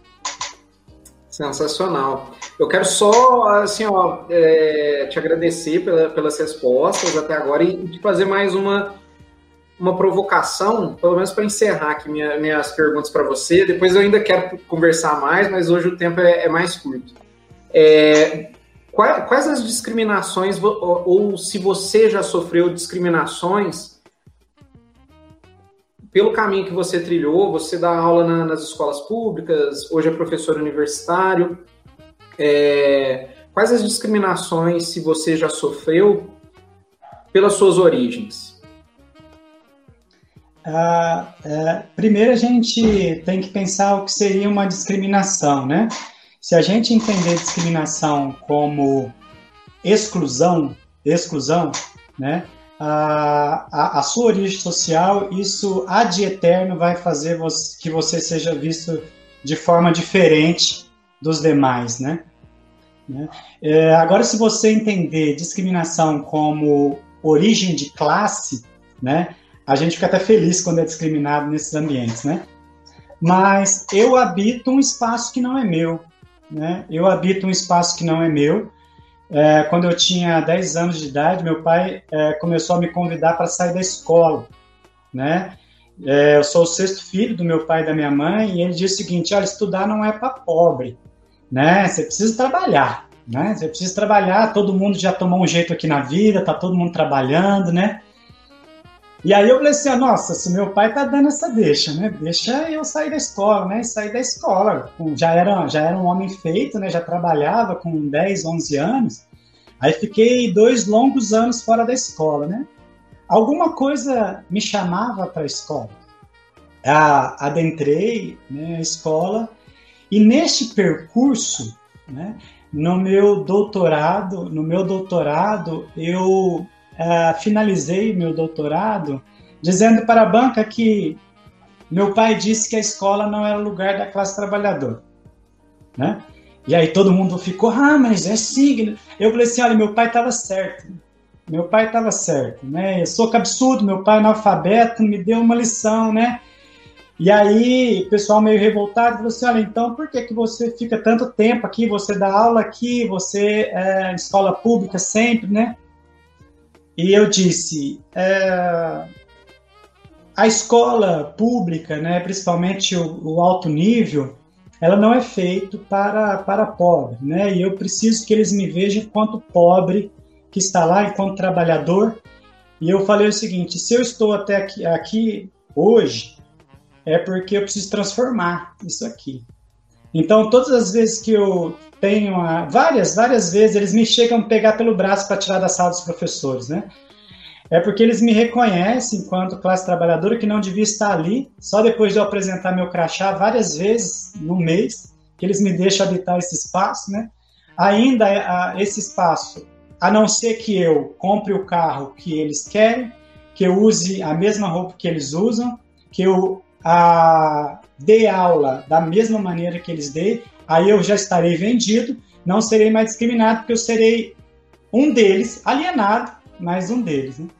Sensacional. Eu quero só, assim, ó, é, te agradecer pela, pelas respostas até agora e te fazer mais uma, uma provocação, pelo menos para encerrar aqui minha, minhas perguntas para você. Depois eu ainda quero conversar mais, mas hoje o tempo é, é mais curto. É, quais, quais as discriminações, ou, ou se você já sofreu discriminações pelo caminho que você trilhou? Você dá aula na, nas escolas públicas, hoje é professor universitário. É, quais as discriminações, se você já sofreu, pelas suas origens? Ah, é, primeiro a gente tem que pensar o que seria uma discriminação, né? Se a gente entender discriminação como exclusão, exclusão, né? A, a, a sua origem social, isso ad eterno vai fazer você, que você seja visto de forma diferente dos demais, né? né? É, agora, se você entender discriminação como origem de classe, né? A gente fica até feliz quando é discriminado nesses ambientes, né? Mas eu habito um espaço que não é meu, né? Eu habito um espaço que não é meu. É, quando eu tinha dez anos de idade, meu pai é, começou a me convidar para sair da escola, né? É, eu sou o sexto filho do meu pai e da minha mãe, e ele disse o seguinte: olha, estudar não é para pobre, né? Você precisa trabalhar, né? Você precisa trabalhar, todo mundo já tomou um jeito aqui na vida, tá todo mundo trabalhando, né? E aí eu falei assim, ah, nossa, se meu pai tá dando essa deixa, né? Deixa eu sair da escola, né? E sair da escola. Já era, já era um homem feito, né? Já trabalhava com dez, onze anos. Aí fiquei dois longos anos fora da escola, né? Alguma coisa me chamava para a escola. Ah, adentrei, né, a escola, e neste percurso, né, no meu doutorado, no meu doutorado, eu Uh, finalizei meu doutorado dizendo para a banca que meu pai disse que a escola não era lugar da classe trabalhadora, né? E aí todo mundo ficou, ah, mas é sim. Eu falei assim, olha, meu pai estava certo, meu pai estava certo, né? Eu sou absurdo, meu pai é analfabeto, me deu uma lição, né? E aí o pessoal meio revoltado falou assim, olha, então por que que você fica tanto tempo aqui, você dá aula aqui, você é escola pública sempre, né? E eu disse, é, a escola pública, né, principalmente o, o alto nível, ela não é feita para, para pobre, né? E eu preciso que eles me vejam enquanto pobre que está lá, enquanto trabalhador. E eu falei o seguinte, se eu estou até aqui, aqui hoje, é porque eu preciso transformar isso aqui. Então, todas as vezes que eu tenho, a, várias, várias vezes, eles me chegam a pegar pelo braço para tirar da sala dos professores, né? É porque eles me reconhecem enquanto classe trabalhadora que não devia estar ali, só depois de eu apresentar meu crachá várias vezes no mês, que eles me deixam habitar esse espaço, né? Ainda a, esse espaço, a não ser que eu compre o carro que eles querem, que eu use a mesma roupa que eles usam, que eu a, dê aula da mesma maneira que eles dêem, aí eu já estarei vendido, não serei mais discriminado, porque eu serei um deles, alienado, mas um deles, né?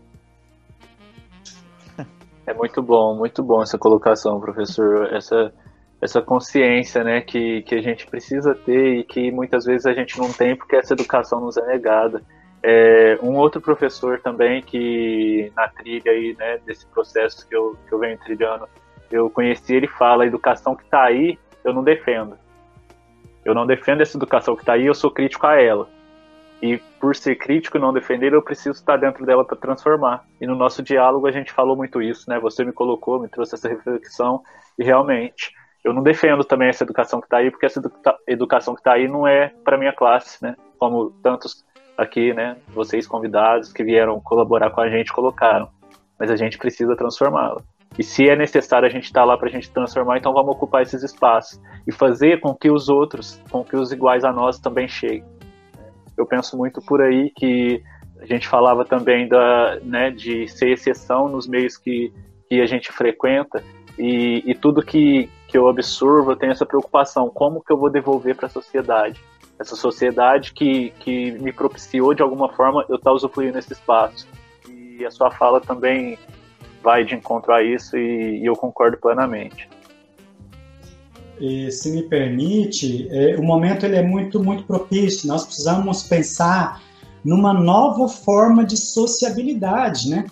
É muito bom, muito bom essa colocação, professor, essa, essa consciência, né, que, que a gente precisa ter e que muitas vezes a gente não tem porque essa educação nos é negada. É, um outro professor também que na trilha aí, né, desse processo que eu, que eu venho trilhando, eu conheci, ele fala, a educação que está aí, eu não defendo. Eu não defendo essa educação que está aí, eu sou crítico a ela. E por ser crítico e não defender, eu preciso estar dentro dela para transformar. E no nosso diálogo a gente falou muito isso, né? Você me colocou, me trouxe essa reflexão, e realmente, eu não defendo também essa educação que está aí, porque essa educa- educação que está aí não é para minha classe, né? Como tantos aqui, né? Vocês convidados que vieram colaborar com a gente colocaram. Mas a gente precisa transformá-la. E se é necessário a gente estar lá para a gente transformar, então vamos ocupar esses espaços e fazer com que os outros, com que os iguais a nós também cheguem. Eu penso muito por aí que a gente falava também da, né, de ser exceção nos meios que, que a gente frequenta e, e tudo que, que eu absorvo eu tenho essa preocupação, como que eu vou devolver para a sociedade? Essa sociedade que, que me propiciou de alguma forma eu estar usufruindo esse espaço. E a sua fala também vai de encontro a isso e, e eu concordo plenamente. E, se me permite, é, o momento ele é muito, muito propício. Nós precisamos pensar numa nova forma de sociabilidade, né?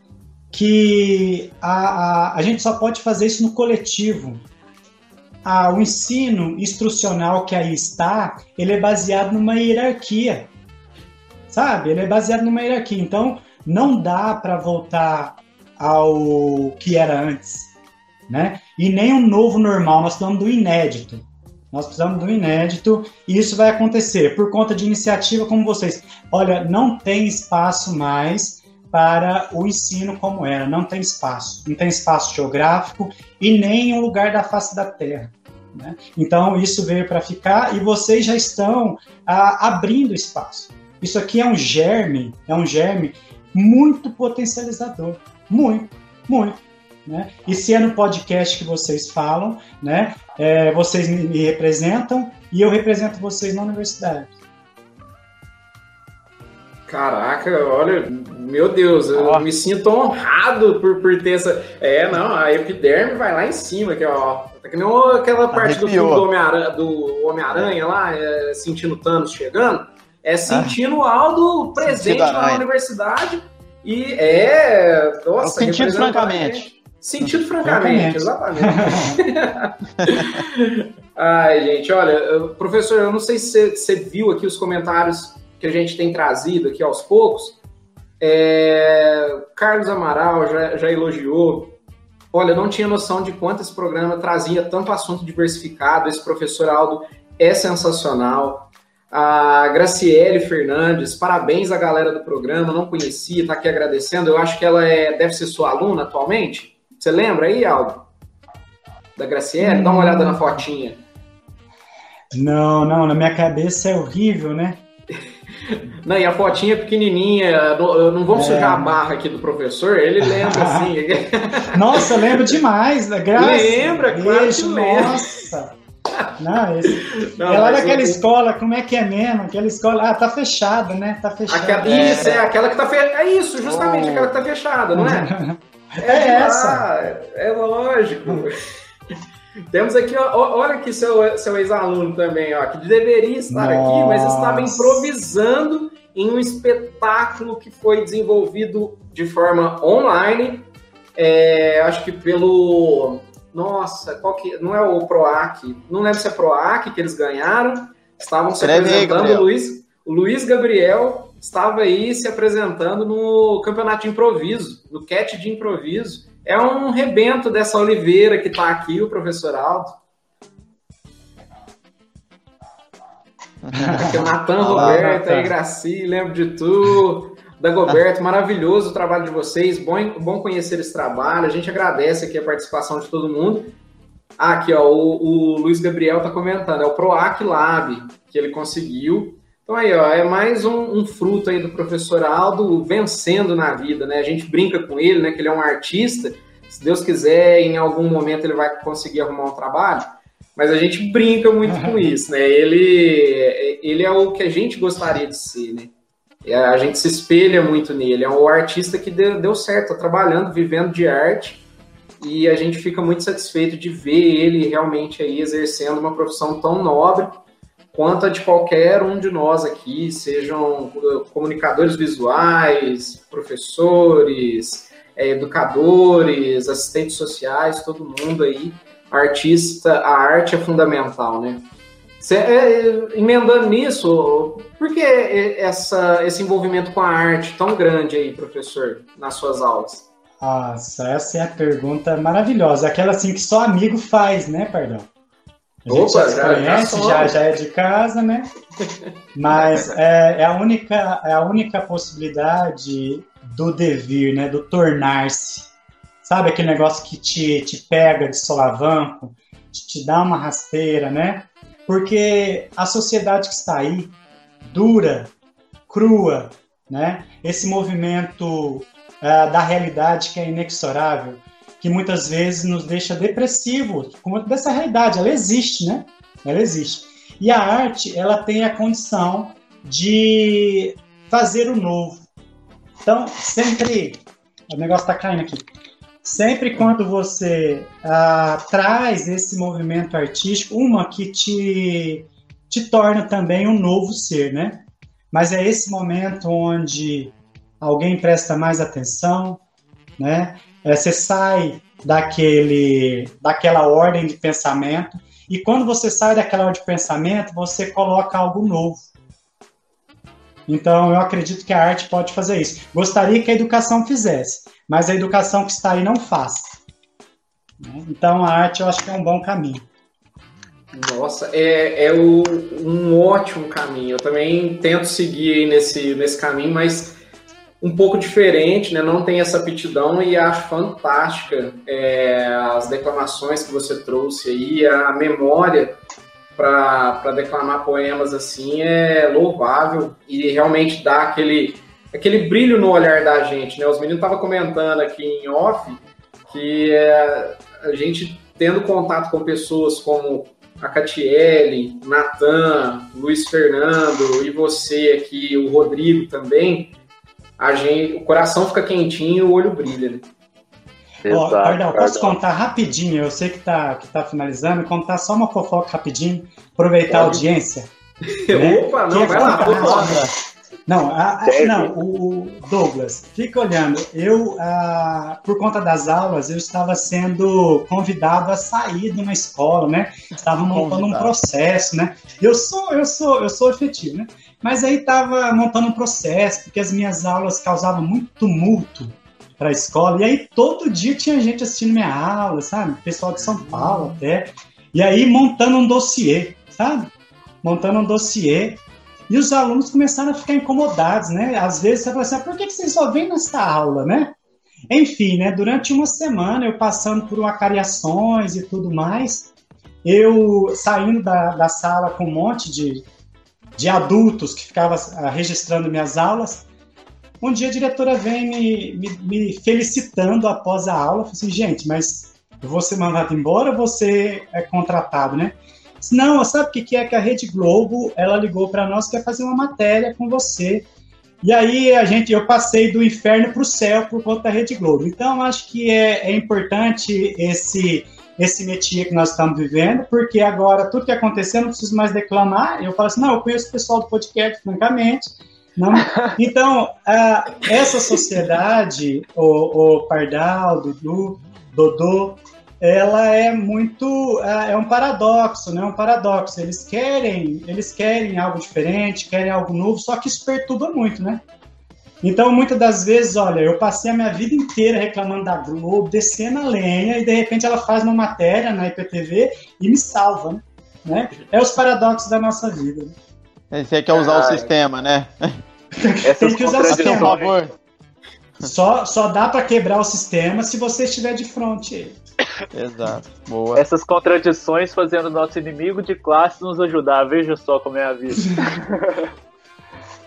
Que a, a, a gente só pode fazer isso no coletivo. Ah, o ensino instrucional que aí está, ele é baseado numa hierarquia, sabe? Ele é baseado numa hierarquia. Então, não dá para voltar ao que era antes. Né? E nem um novo normal, nós precisamos do inédito. Nós precisamos do inédito e isso vai acontecer por conta de iniciativa como vocês. Olha, não tem espaço mais para o ensino como era, não tem espaço. Não tem espaço geográfico e nem um lugar da face da Terra. Né? Então, isso veio para ficar e vocês já estão ah, abrindo espaço. Isso aqui é um germe, é um germe muito potencializador. Muito, muito. Né? E se é no podcast que vocês falam, né? É, vocês me, me representam e eu represento vocês na universidade. Caraca, olha, meu Deus, eu oh. me sinto honrado por, por ter essa... É, não, a epiderme vai lá em cima, aqui, ó. Tá que nem aquela parte Arrepiou. do filme do Homem-Aranha, do Homem-Aranha lá, é, sentindo Thanos chegando, é sentindo o Aldo presente lá na universidade e é... Nossa, eu sentido francamente. Sentido francamente, exatamente. Ai, gente, olha, professor, eu não sei se você viu aqui os comentários que a gente tem trazido aqui aos poucos. É, Carlos Amaral já, já elogiou. Olha, eu não tinha noção de quanto esse programa trazia tanto assunto diversificado. Esse professor Aldo é sensacional. A Graciele Fernandes, parabéns à galera do programa, não conhecia, está aqui agradecendo. Eu acho que ela é, deve ser sua aluna atualmente. Você lembra aí, Aldo? Da Graciele? Hum. Dá uma olhada na fotinha. Não, não, na minha cabeça é horrível, né? Não, e a fotinha pequenininha, não, não vamos é. sujar a barra aqui do professor, ele lembra assim. Nossa, lembro demais, da Graça. Lembra, claro que lembra. Nossa. Não, esse... não, ela era aquela eu... escola, como é que é mesmo? Aquela escola, ah, tá fechada, né? Tá fechada. Aquela... Isso, é. é aquela que tá fechada. É isso, justamente, oh. aquela que tá fechada, não é? É, é essa. Lá, é lógico. Temos aqui, ó, olha aqui seu, seu ex-aluno também, ó, que deveria estar Nossa. aqui, mas estava improvisando em um espetáculo que foi desenvolvido de forma online, é, acho que pelo... Nossa, qual que... não é o PROAC, não lembro se é PROAC que eles ganharam, estavam se Escreve apresentando, aí, o Luiz, o Luiz Gabriel estava aí se apresentando no campeonato de improviso, no catch de improviso. É um rebento dessa Oliveira que está aqui, o professor Aldo. Aqui o Natan Roberto, aí Graci, lembro de tu. Dagoberto, maravilhoso o trabalho de vocês, bom, bom conhecer esse trabalho, a gente agradece aqui a participação de todo mundo. Ah, aqui ó, o, o Luiz Gabriel está comentando, é o PROAC Lab que ele conseguiu. Então aí, ó, é mais um, um fruto aí do professor Aldo vencendo na vida, né? A gente brinca com ele, né, que ele é um artista. Se Deus quiser, em algum momento ele vai conseguir arrumar um trabalho, mas a gente brinca muito com isso, né? Ele, ele é o que a gente gostaria de ser, né? A gente se espelha muito nele, é um artista que deu, deu certo, tá trabalhando, vivendo de arte, e a gente fica muito satisfeito de ver ele realmente aí exercendo uma profissão tão nobre quanto a de qualquer um de nós aqui, sejam comunicadores visuais, professores, é, educadores, assistentes sociais, todo mundo aí, artista, a arte é fundamental, né? Cê, é, emendando nisso, por que essa, esse envolvimento com a arte tão grande aí, professor, nas suas aulas? Nossa, essa é a pergunta maravilhosa, aquela assim que só amigo faz, né, Pardal? A gente Opa, já se conhece, já, já é de casa, né? Mas é, é, a única, é a única possibilidade do devir, né, do tornar-se. Sabe aquele negócio que te, te pega de solavanco, te, te dá uma rasteira, né? Porque a sociedade que está aí, dura, crua, né? Esse movimento uh, da realidade que é inexorável, que muitas vezes nos deixa depressivos, por conta dessa realidade, ela existe, né? Ela existe. E a arte, ela tem a condição de fazer o novo. Então, sempre... O negócio está caindo aqui. Sempre quando você ah, traz esse movimento artístico, uma que te, te torna também um novo ser, né? Mas é esse momento onde alguém presta mais atenção, né? É, você sai daquele, daquela ordem de pensamento, e quando você sai daquela ordem de pensamento, você coloca algo novo. Então, eu acredito que a arte pode fazer isso. Gostaria que a educação fizesse, mas a educação que está aí não faz. Então, a arte eu acho que é um bom caminho. Nossa, é, é o, um ótimo caminho. Eu também tento seguir aí nesse, nesse caminho, mas um pouco diferente, né? Não tem essa aptidão e acho fantástica é, as declamações que você trouxe aí, a memória para declamar poemas assim é louvável e realmente dá aquele, aquele brilho no olhar da gente, né? Os meninos estavam comentando aqui em off que é, a gente tendo contato com pessoas como a Catiele, Natan, Luiz Fernando e você aqui, o Rodrigo também, a gente, o coração fica quentinho e o olho brilha, né? Ó, Pardal, posso contar rapidinho? Eu sei que tá, que tá finalizando, contar só uma fofoca rapidinho, aproveitar Pode. a audiência. Né? Opa, não, vai lá, Não, a, a, não, o Douglas, fica olhando. Eu, a, por conta das aulas, eu estava sendo convidado a sair de uma escola, né? Estava montando um processo, né? Eu sou, eu sou, eu sou efetivo, né? Mas aí estava montando um processo, porque as minhas aulas causavam muito tumulto para a escola, e aí todo dia tinha gente assistindo minha aula, sabe? Pessoal de São Paulo até, e aí montando um dossiê, sabe? Montando um dossiê, e os alunos começaram a ficar incomodados, né? Às vezes você fala assim, ah, por que vocês só vêm nessa aula, né? Enfim, né? Durante uma semana, eu passando por acariações e tudo mais, eu saindo da, da sala com um monte de, de adultos que ficavam uh, registrando minhas aulas. Um dia a diretora vem me, me, me felicitando após a aula. Eu falei assim, gente, mas eu vou ser mandado embora ou você é contratado, né? Disse, não, sabe o que é que a Rede Globo, ela ligou para nós, quer fazer uma matéria com você. E aí a gente, eu passei do inferno para o céu por conta da Rede Globo. Então, acho que é, é importante esse, esse métier que nós estamos vivendo, porque agora tudo que acontecer, eu não preciso mais declamar. Eu falo assim, não, eu conheço o pessoal do podcast, francamente. Não? Então, uh, essa sociedade, o, o Pardal, Dudu, Dodô, ela é muito, uh, é um paradoxo, né? Um paradoxo. Eles querem, eles querem algo diferente, querem algo novo, só que isso perturba muito, né? Então, muitas das vezes, olha, eu passei a minha vida inteira reclamando da Globo, descendo a lenha, e de repente ela faz uma matéria na I P T V e me salva, né? É os paradoxos da nossa vida, né? Você quer usar ah, o sistema, né? Tem que usar o sistema, por favor. Só, só dá para quebrar o sistema se você estiver de frente. Exato. Boa. Essas contradições fazendo nosso inimigo de classe nos ajudar. Veja só como é a vida.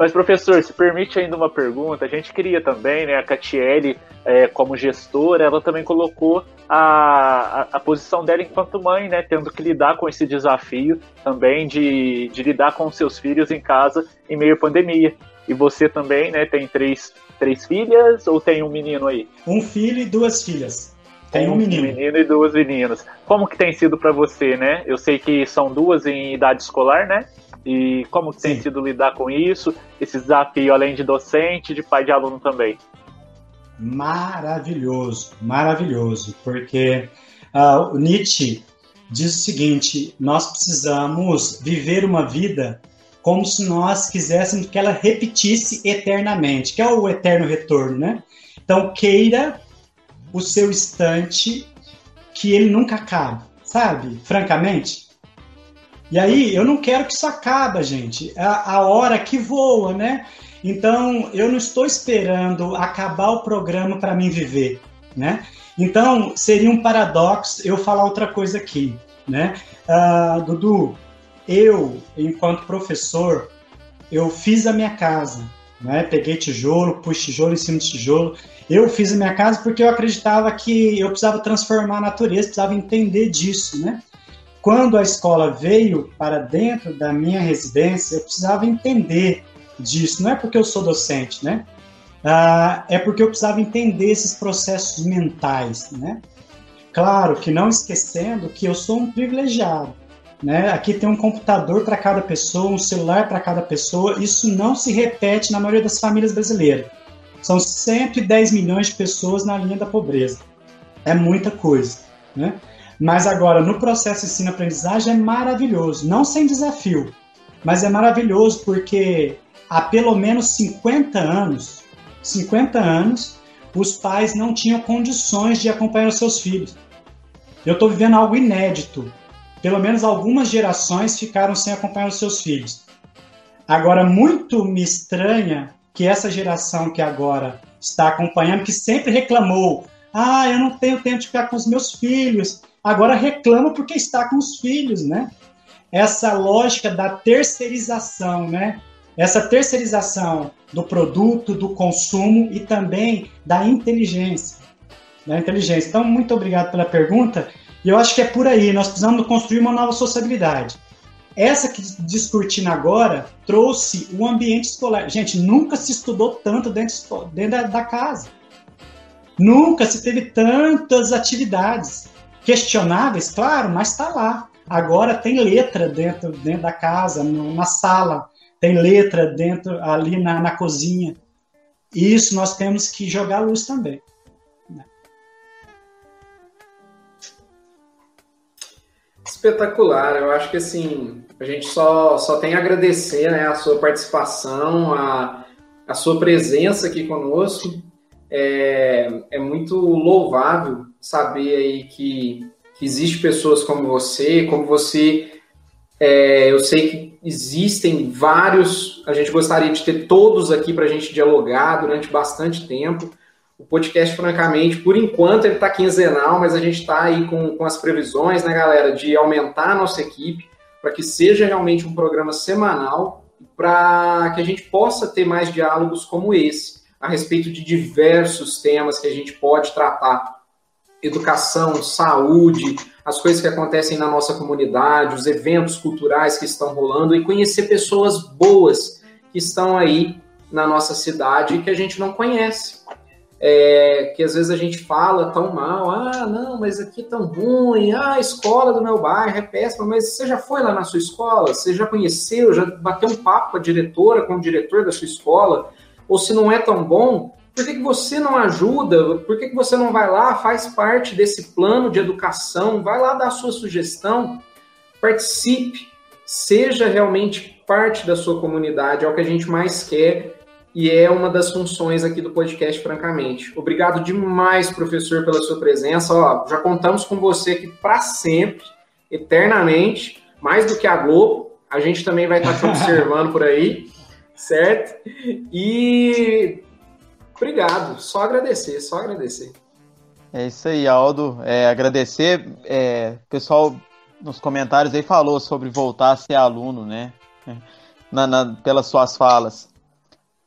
Mas, professor, se permite ainda uma pergunta, a gente queria também, né, a Catiele, é, como gestora, ela também colocou a, a, a posição dela enquanto mãe, né, tendo que lidar com esse desafio também de, de lidar com seus filhos em casa em meio à pandemia. E você também, né, tem três, três filhas ou tem um menino aí? Um filho e duas filhas. Tem um, um menino. Um menino e duas meninas. Como que tem sido para você, né? Eu sei que são duas em idade escolar, né? E como que tem Sim. sido lidar com isso? Esse desafio, além de docente, de pai de aluno também? Maravilhoso, maravilhoso. Porque uh, o Nietzsche diz o seguinte, nós precisamos viver uma vida como se nós quiséssemos que ela repetisse eternamente, que é o eterno retorno, né? Então, queira o seu instante que ele nunca acaba, sabe? Francamente. E aí, eu não quero que isso acabe, gente. A, a hora que voa, né? Então, eu não estou esperando acabar o programa para mim viver, né? Então, seria um paradoxo eu falar outra coisa aqui, né? Uh, Dudu, eu, enquanto professor, eu fiz a minha casa, né? Peguei tijolo, pus tijolo em cima de tijolo. Eu fiz a minha casa porque eu acreditava que eu precisava transformar a natureza, precisava entender disso, né? Quando a escola veio para dentro da minha residência, eu precisava entender disso. Não é porque eu sou docente, né? Ah, é porque eu precisava entender esses processos mentais, né? Claro que não esquecendo que eu sou um privilegiado, né? Aqui tem um computador para cada pessoa, um celular para cada pessoa. Isso não se repete na maioria das famílias brasileiras. São cento e dez milhões de pessoas na linha da pobreza. É muita coisa, né? Mas agora, no processo de ensino-aprendizagem é maravilhoso. Não sem desafio, mas é maravilhoso porque há pelo menos cinquenta anos, cinquenta anos, os pais não tinham condições de acompanhar os seus filhos. Eu estou vivendo algo inédito. Pelo menos algumas gerações ficaram sem acompanhar os seus filhos. Agora, muito me estranha que essa geração que agora está acompanhando, que sempre reclamou, ah, eu não tenho tempo de ficar com os meus filhos, agora reclama porque está com os filhos, né? Essa lógica da terceirização, né? Essa terceirização do produto, do consumo e também da inteligência. Da inteligência. Então, muito obrigado pela pergunta. E eu acho que é por aí, nós precisamos construir uma nova sociabilidade. Essa que discutindo agora trouxe o ambiente escolar. Gente, nunca se estudou tanto dentro, dentro da, da casa. Nunca se teve tantas atividades. Questionáveis, claro, mas está lá. Agora tem letra dentro, dentro da casa, no, na sala. Tem letra dentro, ali na, na cozinha. Isso nós temos que jogar à luz também. Espetacular, eu acho que assim, a gente só, só tem a agradecer, né, a sua participação, a, a sua presença aqui conosco. É, é muito louvável saber aí que, que existe pessoas como você, como você, é, eu sei que existem vários, a gente gostaria de ter todos aqui para a gente dialogar durante bastante tempo. O podcast, francamente, por enquanto ele está quinzenal, mas a gente está aí com, com as previsões, né, galera, de aumentar a nossa equipe para que seja realmente um programa semanal, para que a gente possa ter mais diálogos como esse, a respeito de diversos temas que a gente pode tratar. Educação, saúde, as coisas que acontecem na nossa comunidade, os eventos culturais que estão rolando e conhecer pessoas boas que estão aí na nossa cidade e que a gente não conhece. É, que às vezes a gente fala tão mal, ah, não, mas aqui é tão ruim, ah, a escola do meu bairro é péssima, mas você já foi lá na sua escola? Você já conheceu, já bateu um papo com a diretora, com o diretor da sua escola? Ou se não é tão bom, por que que você não ajuda? Por que que você não vai lá, faz parte desse plano de educação, vai lá dar a sua sugestão, participe, seja realmente parte da sua comunidade, é o que a gente mais quer. E é uma das funções aqui do podcast, francamente. Obrigado demais, professor, pela sua presença. Ó, já contamos com você aqui para sempre, eternamente, mais do que a Globo. A gente também vai estar te observando por aí, certo? E obrigado, só agradecer, só agradecer. É isso aí, Aldo. É, agradecer. É, o pessoal nos comentários aí falou sobre voltar a ser aluno, né? Na, na, pelas suas falas.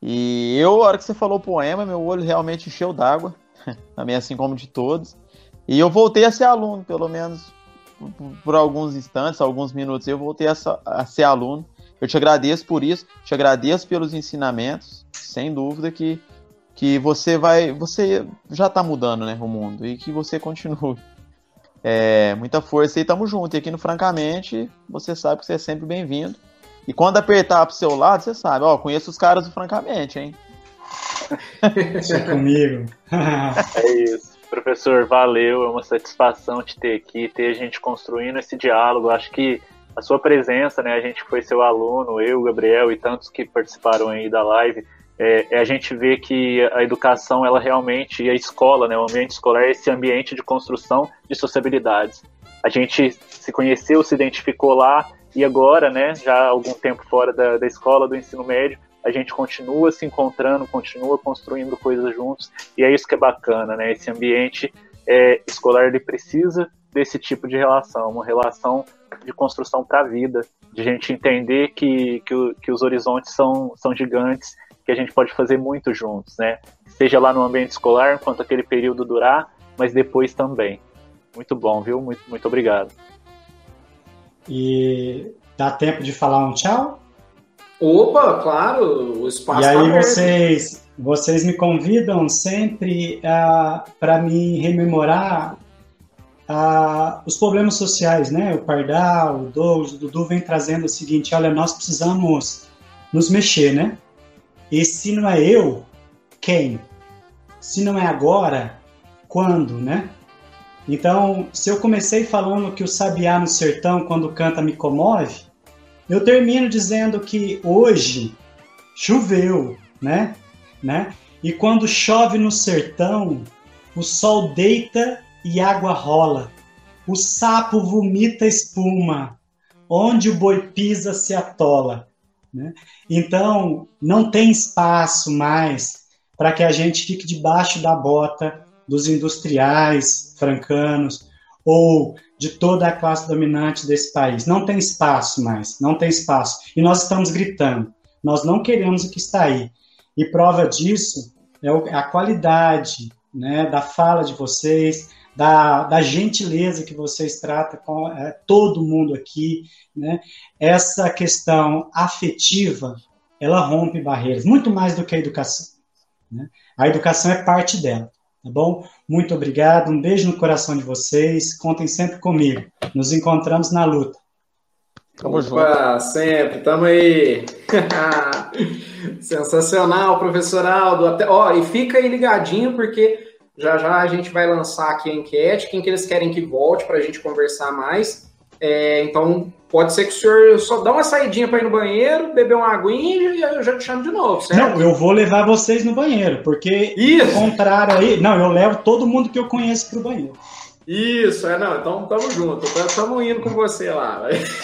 E eu, a hora que você falou poema, meu olho realmente encheu d'água, também assim como de todos. E eu voltei a ser aluno, pelo menos por, por alguns instantes, alguns minutos, eu voltei a, a ser aluno. Eu te agradeço por isso, te agradeço pelos ensinamentos, sem dúvida que, que você vai, você já está mudando, né, o mundo, e que você continue. É, muita força e tamo junto. E aqui no Francamente, você sabe que você é sempre bem-vindo. E quando apertar pro seu lado, você sabe, ó, conheço os caras do Francamente, hein? Deixa comigo. É isso. Professor, valeu, é uma satisfação te ter aqui, ter a gente construindo esse diálogo. Acho que a sua presença, né, a gente que foi seu aluno, eu, Gabriel e tantos que participaram aí da live, é, é a gente vê que a educação, ela realmente, e a escola, né, o ambiente escolar é esse ambiente de construção de sociabilidades. A gente se conheceu, se identificou lá, e agora, né, já há algum tempo fora da, da escola, do ensino médio, a gente continua se encontrando, continua construindo coisas juntos, e é isso que é bacana, né? Esse ambiente é, escolar, ele precisa desse tipo de relação, uma relação de construção para a vida, de gente entender que, que, o, que os horizontes são, são gigantes, que a gente pode fazer muito juntos, né? Seja lá no ambiente escolar, enquanto aquele período durar, mas depois também. Muito bom, viu? Muito, muito obrigado. E dá tempo de falar um tchau? Opa, claro, o espaço E aí tá aberto. vocês, vocês me convidam sempre uh, para me rememorar uh, os problemas sociais, né? O Pardal, o Douglas, o Dudu vem trazendo o seguinte, olha, nós precisamos nos mexer, né? E se não é eu, quem? Se não é agora, quando, né? Então, se eu comecei falando que o sabiá no sertão, quando canta, me comove, eu termino dizendo que hoje choveu, né? né? E quando chove no sertão, o sol deita e água rola. O sapo vomita espuma, onde o boi pisa se atola. Né? Então, não tem espaço mais para que a gente fique debaixo da bota dos industriais francanos ou de toda a classe dominante desse país. Não tem espaço mais, não tem espaço. E nós estamos gritando, nós não queremos o que está aí. E prova disso é a qualidade, né, da fala de vocês, da, da gentileza que vocês tratam com é, todo mundo aqui. Né? Essa questão afetiva, ela rompe barreiras, muito mais do que a educação. Né? A educação é parte dela. Tá bom? Muito obrigado, um beijo no coração de vocês, contem sempre comigo, nos encontramos na luta. Tamo junto. Sempre, tamo aí. Sensacional, professor Aldo. Até, ó, e fica aí ligadinho, porque já já a gente vai lançar aqui a enquete, quem que eles querem que volte para a gente conversar mais. É, então, pode ser que o senhor só dá uma saidinha para ir no banheiro, beber uma aguinha e eu já te chamo de novo, certo? Não, eu vou levar vocês no banheiro, porque, Isso. ao contrário aí, não, eu levo todo mundo que eu conheço pro banheiro. Isso, é, não, então tamo junto, tamo indo com você lá.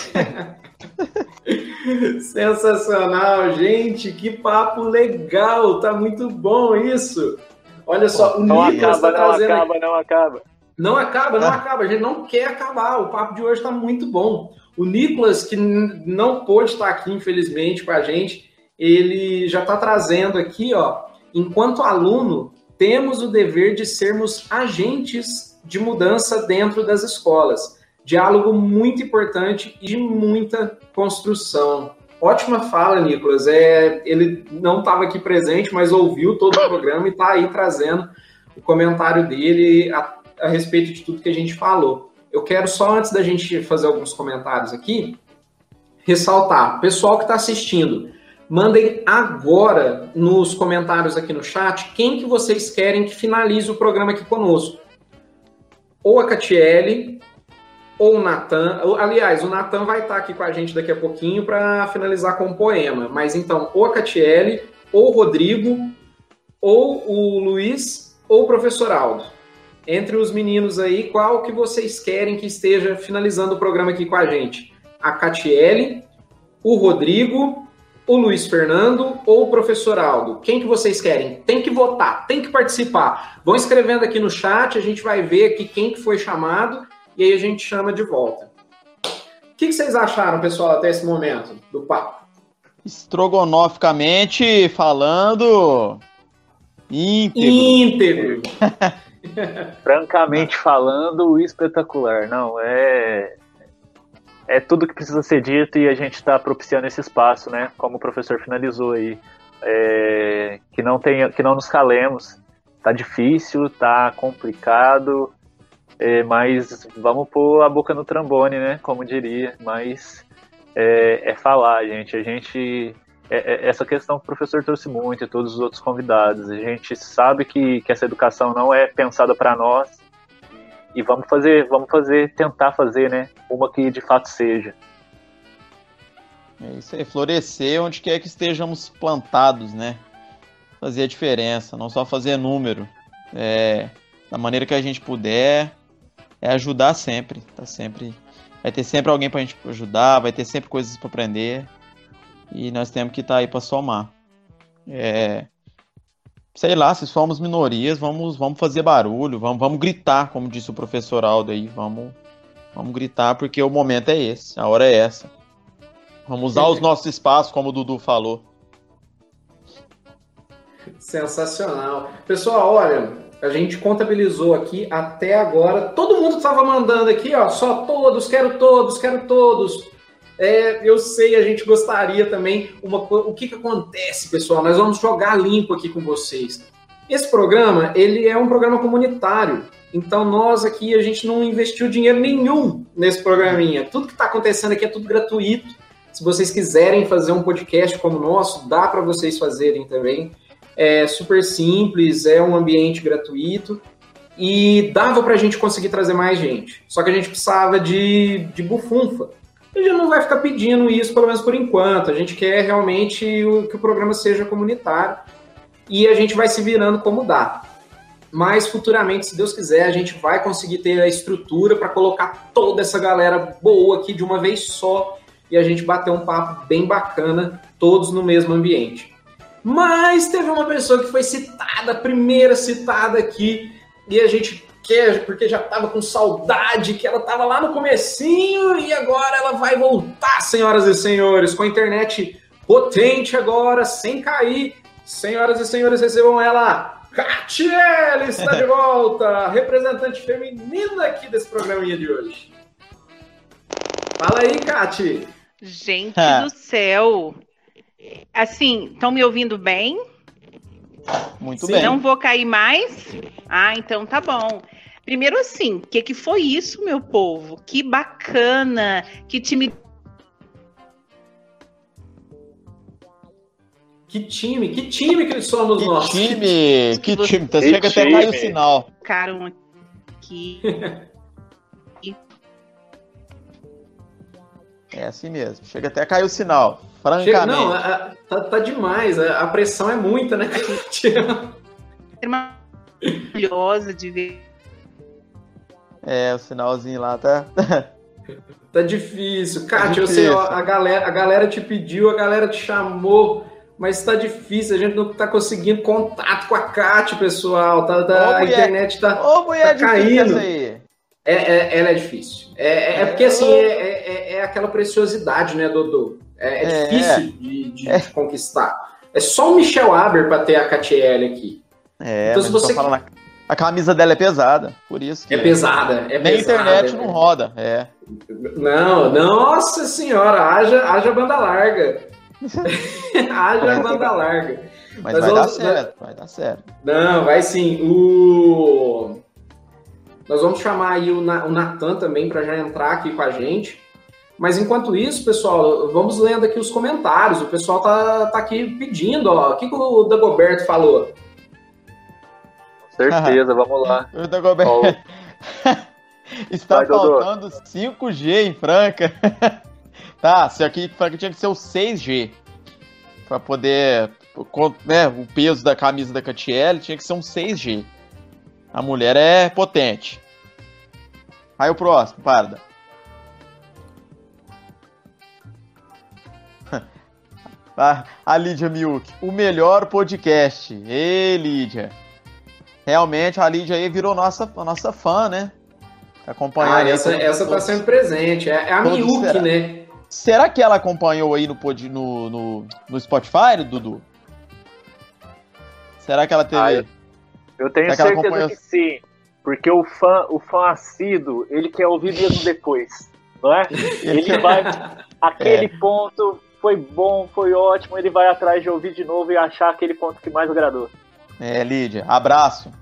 Sensacional, gente, que papo legal, tá muito bom isso. Olha só, o não Nicolas acaba, tá não trazendo... acaba, não acaba. Não acaba, não Ah. acaba, a gente não quer acabar, o papo de hoje está muito bom. O Nicolas, que n- não pôde estar aqui, infelizmente, com a gente, ele já está trazendo aqui, ó, enquanto aluno, temos o dever de sermos agentes de mudança dentro das escolas. Diálogo muito importante e de muita construção. Ótima fala, Nicolas. É, ele não estava aqui presente, mas ouviu todo o programa e está aí trazendo o comentário dele a a respeito de tudo que a gente falou. Eu quero só, antes da gente fazer alguns comentários aqui, ressaltar, pessoal que está assistindo, mandem agora nos comentários aqui no chat quem que vocês querem que finalize o programa aqui conosco. Ou a Catiele, ou o Natan. Aliás, o Natan vai estar aqui com a gente daqui a pouquinho para finalizar com um poema. Mas então, ou a Catiele, ou o Rodrigo, ou o Luiz, ou o professor Aldo. Entre os meninos aí, qual que vocês querem que esteja finalizando o programa aqui com a gente? A Catiele, o Rodrigo, o Luiz Fernando ou o professor Aldo? Quem que vocês querem? Tem que votar, tem que participar. Vão escrevendo aqui no chat, a gente vai ver aqui quem que foi chamado e aí a gente chama de volta. O que, que vocês acharam, pessoal, até esse momento do papo? estrogonoficamente falando, íntegro. Íntegro. Francamente falando, espetacular. Não, é... É tudo que precisa ser dito e a gente está propiciando esse espaço, né? Como o professor finalizou aí. É... Que, não tenha, que não nos calemos. Tá difícil, tá complicado, é, mas vamos pôr a boca no trombone, né? Como diria. Mas é, é falar, gente. A gente... É, é, essa questão que o professor trouxe muito e todos os outros convidados. A gente sabe que, que essa educação não é pensada para nós. E vamos fazer, vamos fazer, tentar fazer, né? Uma que de fato seja. É isso aí, florescer onde quer que estejamos plantados, né? Fazer a diferença, não só fazer número. É, da maneira que a gente puder, é ajudar sempre. Tá sempre, vai ter sempre alguém pra gente ajudar, vai ter sempre coisas para aprender. E nós temos que estar aí para somar. É... Sei lá, se somos minorias, vamos, vamos fazer barulho, vamos, vamos gritar, como disse o professor Aldo aí, vamos, vamos gritar, porque o momento é esse, a hora é essa. Vamos usar os nossos espaços, como o Dudu falou. Sensacional. Pessoal, olha, a gente contabilizou aqui até agora, todo mundo estava mandando aqui, ó, só todos, quero todos, quero todos. É, eu sei, a gente gostaria também, uma, o que, que acontece, pessoal? Nós vamos jogar limpo aqui com vocês. Esse programa, ele é um programa comunitário, então nós aqui, a gente não investiu dinheiro nenhum nesse programinha. Tudo que está acontecendo aqui é tudo gratuito. Se vocês quiserem fazer um podcast como o nosso, dá para vocês fazerem também. É super simples, é um ambiente gratuito e dava para a gente conseguir trazer mais gente. Só que a gente precisava de, de bufunfa. A gente não vai ficar pedindo isso, pelo menos por enquanto. A gente quer realmente o, que o programa seja comunitário e a gente vai se virando como dá. Mas futuramente, se Deus quiser, a gente vai conseguir ter a estrutura para colocar toda essa galera boa aqui de uma vez só e a gente bater um papo bem bacana, todos no mesmo ambiente. Mas teve uma pessoa que foi citada, a primeira citada aqui, e a gente quer, porque já estava com saudade, que ela estava lá no comecinho e agora ela vai voltar, senhoras e senhores, com a internet potente agora, sem cair. Senhoras e senhores, recebam ela, Catiele está de volta, representante feminina aqui desse programinha de hoje. Fala aí, Cati. Gente do céu. Assim, estão me ouvindo bem? Muito Sim. bem. Não vou cair mais? Ah, então tá bom. Primeiro assim, o que, que foi isso, meu povo? Que bacana, que time... Que time, que time que somos que nós. Time, que você... time, que chega até cair o sinal. Ficaram aqui... É assim mesmo, chega até a cair o sinal, francamente. Chega, não, a, a, tá, tá demais, a, a pressão é muita, né? Maravilhosa de ver. É, o sinalzinho lá tá... Tá difícil. Kátia, eu sei, ó, a, galera, a galera te pediu, a galera te chamou, mas tá difícil, a gente não tá conseguindo contato com a Kátia, pessoal. Tá, tá, Ô, a mulher, internet tá, ô, mulher tá caindo. Essa aí. É, é, ela é difícil. É, é, é porque, assim, é, é, é aquela preciosidade, né, Dodô? É, é, é difícil de, de, é. de conquistar. É só o Michel Aber pra ter a Catiele aqui. É, então, se você... falando, a camisa dela é pesada, por isso que... É pesada, é Nem pesada. Nem internet é, não roda, é. Não, nossa senhora, haja, haja banda larga. haja banda larga. Mas, Mas vai vamos... dar certo, vai dar certo. Não, vai sim. O... Nós vamos chamar aí o Natan também para já entrar aqui com a gente. Mas enquanto isso, pessoal, vamos lendo aqui os comentários. O pessoal tá, tá aqui pedindo, ó. O que, que o Dagoberto falou? Com certeza, vamos lá. O Dagoberto... Está Vai, faltando Dodô. cinco G em Franca. Tá, isso aqui Franca tinha que ser o seis G. Para poder... Né, o peso da camisa da Catiele tinha que ser um seis G. A mulher é potente. Aí o próximo, Parda. A Lídia Milk, o melhor podcast. Ei, Lídia. Realmente a Lídia aí virou nossa, nossa fã, né? Acompanhando. Ah, essa, essa tá sempre presente. É, é a Miuk, né? Será que ela acompanhou aí no, no, no, no Spotify, Dudu? Será que ela teve... Ah, eu, eu tenho Será que certeza acompanhou... que sim. Porque o fã, o fã assíduo, ele quer ouvir mesmo depois. Não é? Ele vai... Aquele é. ponto foi bom, foi ótimo. Ele vai atrás de ouvir de novo e achar aquele ponto que mais agradou. É, Lídia. Abraço.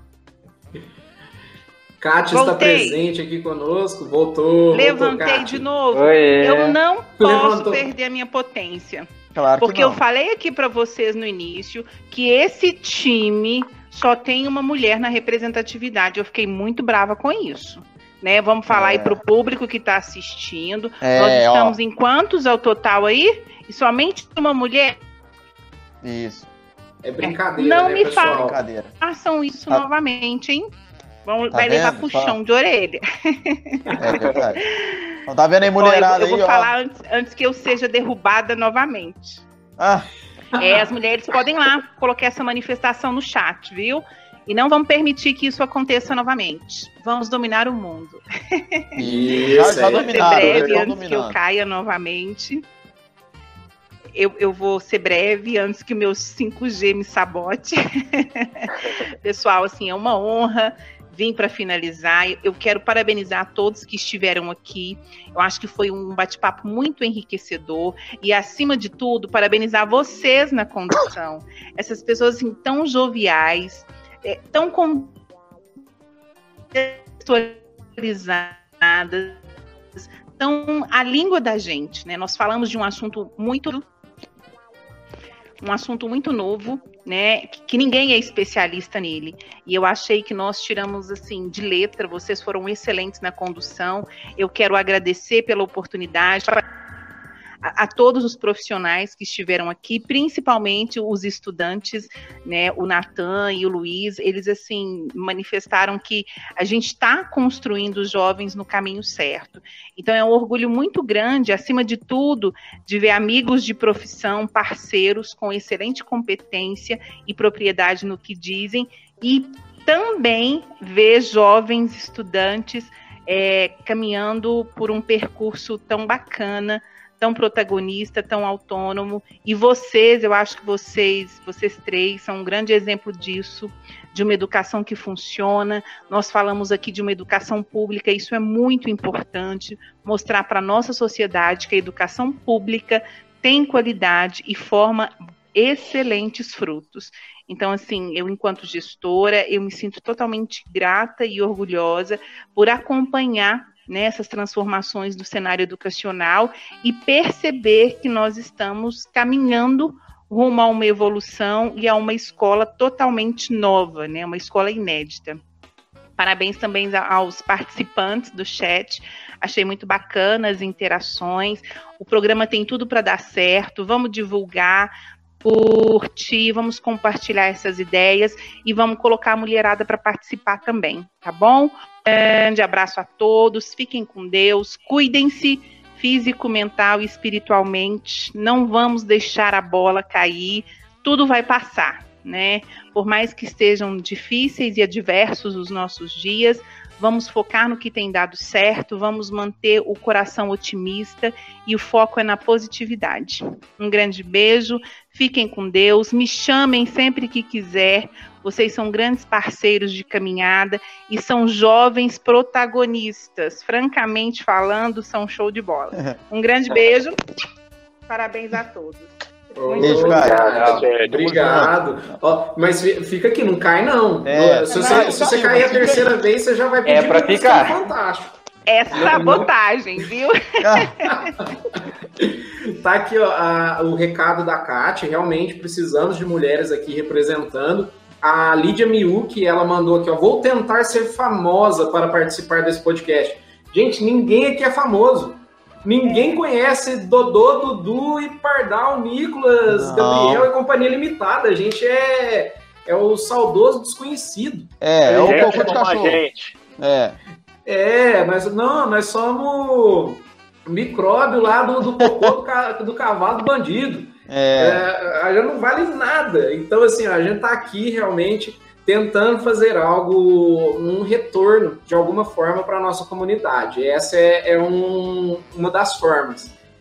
Kátia está presente aqui conosco, voltou. Levantei voltou, de novo. Oi, eu não posso Levantou. perder a minha potência. Claro que porque não. eu falei aqui para vocês no início que esse time só tem uma mulher na representatividade. Eu fiquei muito brava com isso. Né? Vamos falar é. aí para o público que está assistindo. É, Nós estamos ó. em quantos ao total aí? E somente uma mulher? Isso. É brincadeira, Não né, me pessoal? Brincadeira. façam isso Tá. novamente, hein? Vão, Tá vai vendo? levar puxão Fala. de orelha. É verdade. Então tá vendo aí, mulherada Ó, eu, eu aí, vou ó. falar antes, antes que eu seja derrubada novamente. Ah, É, as mulheres podem lá colocar essa manifestação no chat, viu? E não vamos permitir que isso aconteça novamente. Vamos dominar o mundo. Isso, já, já é. Ser dominaram, breve já estão antes que eu dominando. caia novamente. Eu, eu vou ser breve antes que o meu cinco G me sabote. Pessoal, assim, é uma honra vir para finalizar. Eu quero parabenizar todos que estiveram aqui. Eu acho que foi um bate-papo muito enriquecedor. E, acima de tudo, parabenizar vocês na condução. Essas pessoas assim, tão joviais, é, tão contextualizadas, tão a língua da gente, né? Nós falamos de um assunto muito... um assunto muito novo, né, que, que ninguém é especialista nele, e eu achei que nós tiramos, assim, de letra, vocês foram excelentes na condução, eu quero agradecer pela oportunidade, a, a todos os profissionais que estiveram aqui, principalmente os estudantes, né, o Natan e o Luiz, eles, assim, manifestaram que a gente está construindo os jovens no caminho certo. Então é um orgulho muito grande, acima de tudo, de ver amigos de profissão, parceiros com excelente competência e propriedade no que dizem, e também ver jovens estudantes é, caminhando por um percurso tão bacana, tão protagonista, tão autônomo, e vocês, eu acho que vocês, vocês três, são um grande exemplo disso, de uma educação que funciona. Nós falamos aqui de uma educação pública, isso é muito importante, mostrar para a nossa sociedade que a educação pública tem qualidade e forma excelentes frutos. Então, assim, eu, enquanto gestora, eu me sinto totalmente grata e orgulhosa por acompanhar nessas transformações do cenário educacional e perceber que nós estamos caminhando rumo a uma evolução e a uma escola totalmente nova, né? Uma escola inédita. Parabéns também aos participantes do chat, achei muito bacana as interações, o programa tem tudo para dar certo, vamos divulgar, curtir, vamos compartilhar essas ideias e vamos colocar a mulherada para participar também, tá bom? Grande abraço a todos, fiquem com Deus, cuidem-se físico, mental e espiritualmente, não vamos deixar a bola cair, tudo vai passar, né? Por mais que estejam difíceis e adversos os nossos dias, vamos focar no que tem dado certo, vamos manter o coração otimista e o foco é na positividade. Um grande beijo, fiquem com Deus, me chamem sempre que quiser, vocês são grandes parceiros de caminhada e são jovens protagonistas, francamente falando, são show de bola. Um grande beijo, parabéns a todos. Beijo, cara. Obrigado. Ó, mas fica aqui, não cai não. É, se você, não, se você não, cair a fica terceira aí. vez, você já vai pedir É pra ficar. Fantástico. É sabotagem, viu? Tá aqui, ó, a, o recado da Kátia, realmente precisamos de mulheres aqui representando. A Lídia Miuki, ela mandou aqui, ó, vou tentar ser famosa para participar desse podcast. Gente, ninguém aqui é famoso. Ninguém conhece Dodô, Dudu e Pardal, Nicolas, Não. Gabriel e Companhia Limitada. A gente é, é o saudoso desconhecido. É, é o Gente cocô de como a cachorro. gente. É. É, nós, não, nós somos micróbio lá do, do cocô do, ca, do cavalo do bandido. É. É, a gente não vale nada. Então, assim, ó, a gente tá aqui realmente tentando fazer algo, um retorno de alguma forma para a nossa comunidade. Essa é, é um, uma das formas.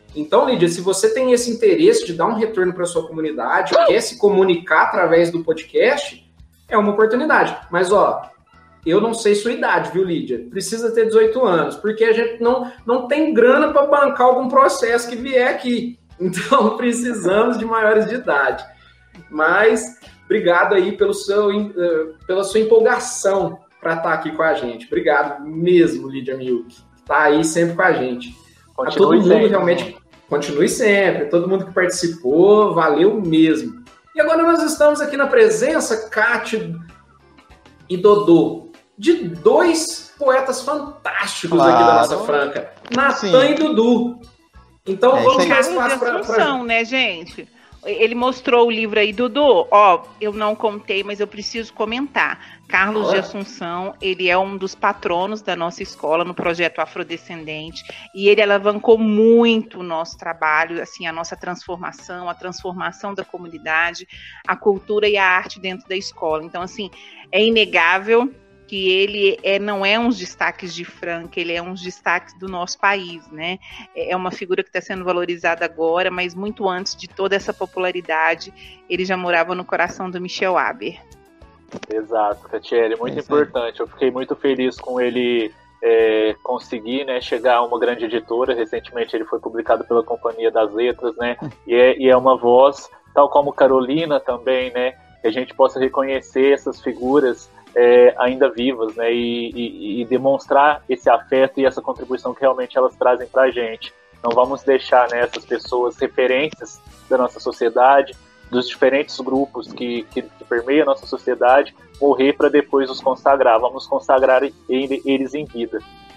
Então, Lídia, se você tem esse interesse de dar um retorno para sua comunidade, quer se comunicar através do podcast, é uma oportunidade. Mas, ó, eu não sei sua idade, viu, Lídia? Precisa ter dezoito anos, porque a gente não, não tem grana para bancar algum processo que vier aqui. Então, precisamos de maiores de idade. Mas, obrigado aí pelo seu, pela sua empolgação para estar aqui com a gente. Obrigado mesmo, Lídia Milk. Está aí sempre com a gente. A todo mundo sempre, realmente, né? Continue sempre. Todo mundo que participou, valeu mesmo. E agora nós estamos aqui na presença, Kátia e Dodô, de dois poetas fantásticos, claro, aqui da nossa Franca, Natan e Dudu. Então é, vamos dar espaço para... Pra... né, gente? Ele mostrou o livro aí, Dudu. Ó, eu não contei, mas eu preciso comentar. Carlos Olha. de Assunção, ele é um dos patronos da nossa escola no projeto Afrodescendente e ele alavancou muito o nosso trabalho, assim, a nossa transformação, a transformação da comunidade, a cultura e a arte dentro da escola. Então, assim, é inegável que ele é, não é uns destaques de Franca, ele é uns destaques do nosso país, né? É uma figura que está sendo valorizada agora, mas muito antes de toda essa popularidade, ele já morava no coração do Michel Aber. Exato, Catiele, muito é importante. Eu fiquei muito feliz com ele é, conseguir, né, chegar a uma grande editora. Recentemente ele foi publicado pela Companhia das Letras, né? E é, e é uma voz, tal como Carolina também, né? Que a gente possa reconhecer essas figuras É, ainda vivas, né, e, e, e demonstrar esse afeto e essa contribuição que realmente elas trazem para a gente. Não vamos deixar, né, essas pessoas referências da nossa sociedade, dos diferentes grupos que, que, que permeiam a nossa sociedade, morrer para depois os consagrar. Vamos consagrar ele, eles em vida.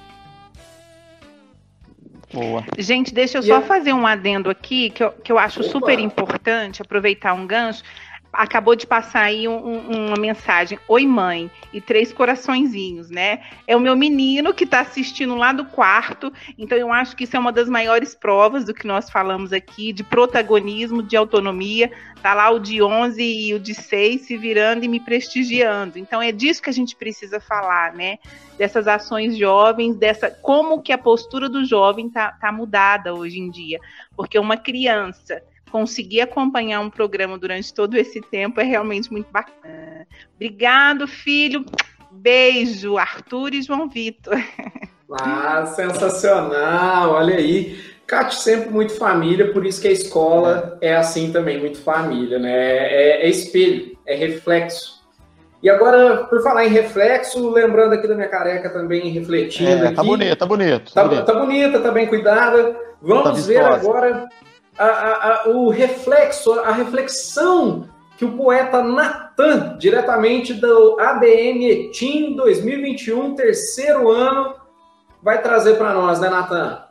Boa. Gente, deixa eu só fazer um adendo aqui, que eu, que eu acho Opa. super importante, aproveitar um gancho. Acabou de passar aí um, um, uma mensagem. Oi, mãe. E três coraçõezinhos, né? É o meu menino que está assistindo lá do quarto. Então, eu acho que isso é uma das maiores provas do que nós falamos aqui, de protagonismo, de autonomia. Tá lá o de onze e o de seis se virando e me prestigiando. Então, é disso que a gente precisa falar, né? Dessas ações jovens, dessa como que a postura do jovem tá, tá mudada hoje em dia. Porque uma criança conseguir acompanhar um programa durante todo esse tempo é realmente muito bacana. Obrigado, filho. Beijo, Arthur e João Vitor. Ah, sensacional. Olha aí. Cátia sempre muito família, por isso que a escola é, é assim também, muito família, né? É, é espelho, é reflexo. E agora, por falar em reflexo, lembrando aqui da minha careca também, refletindo é, aqui. Tá bonita, tá bonito. Tá, tá bonita, tá bem cuidada. Vamos tá ver agora... A, a, a, o reflexo, a reflexão que o poeta Natan, diretamente do A D M Etim dois mil e vinte e um, terceiro ano, vai trazer para nós, né, Natan?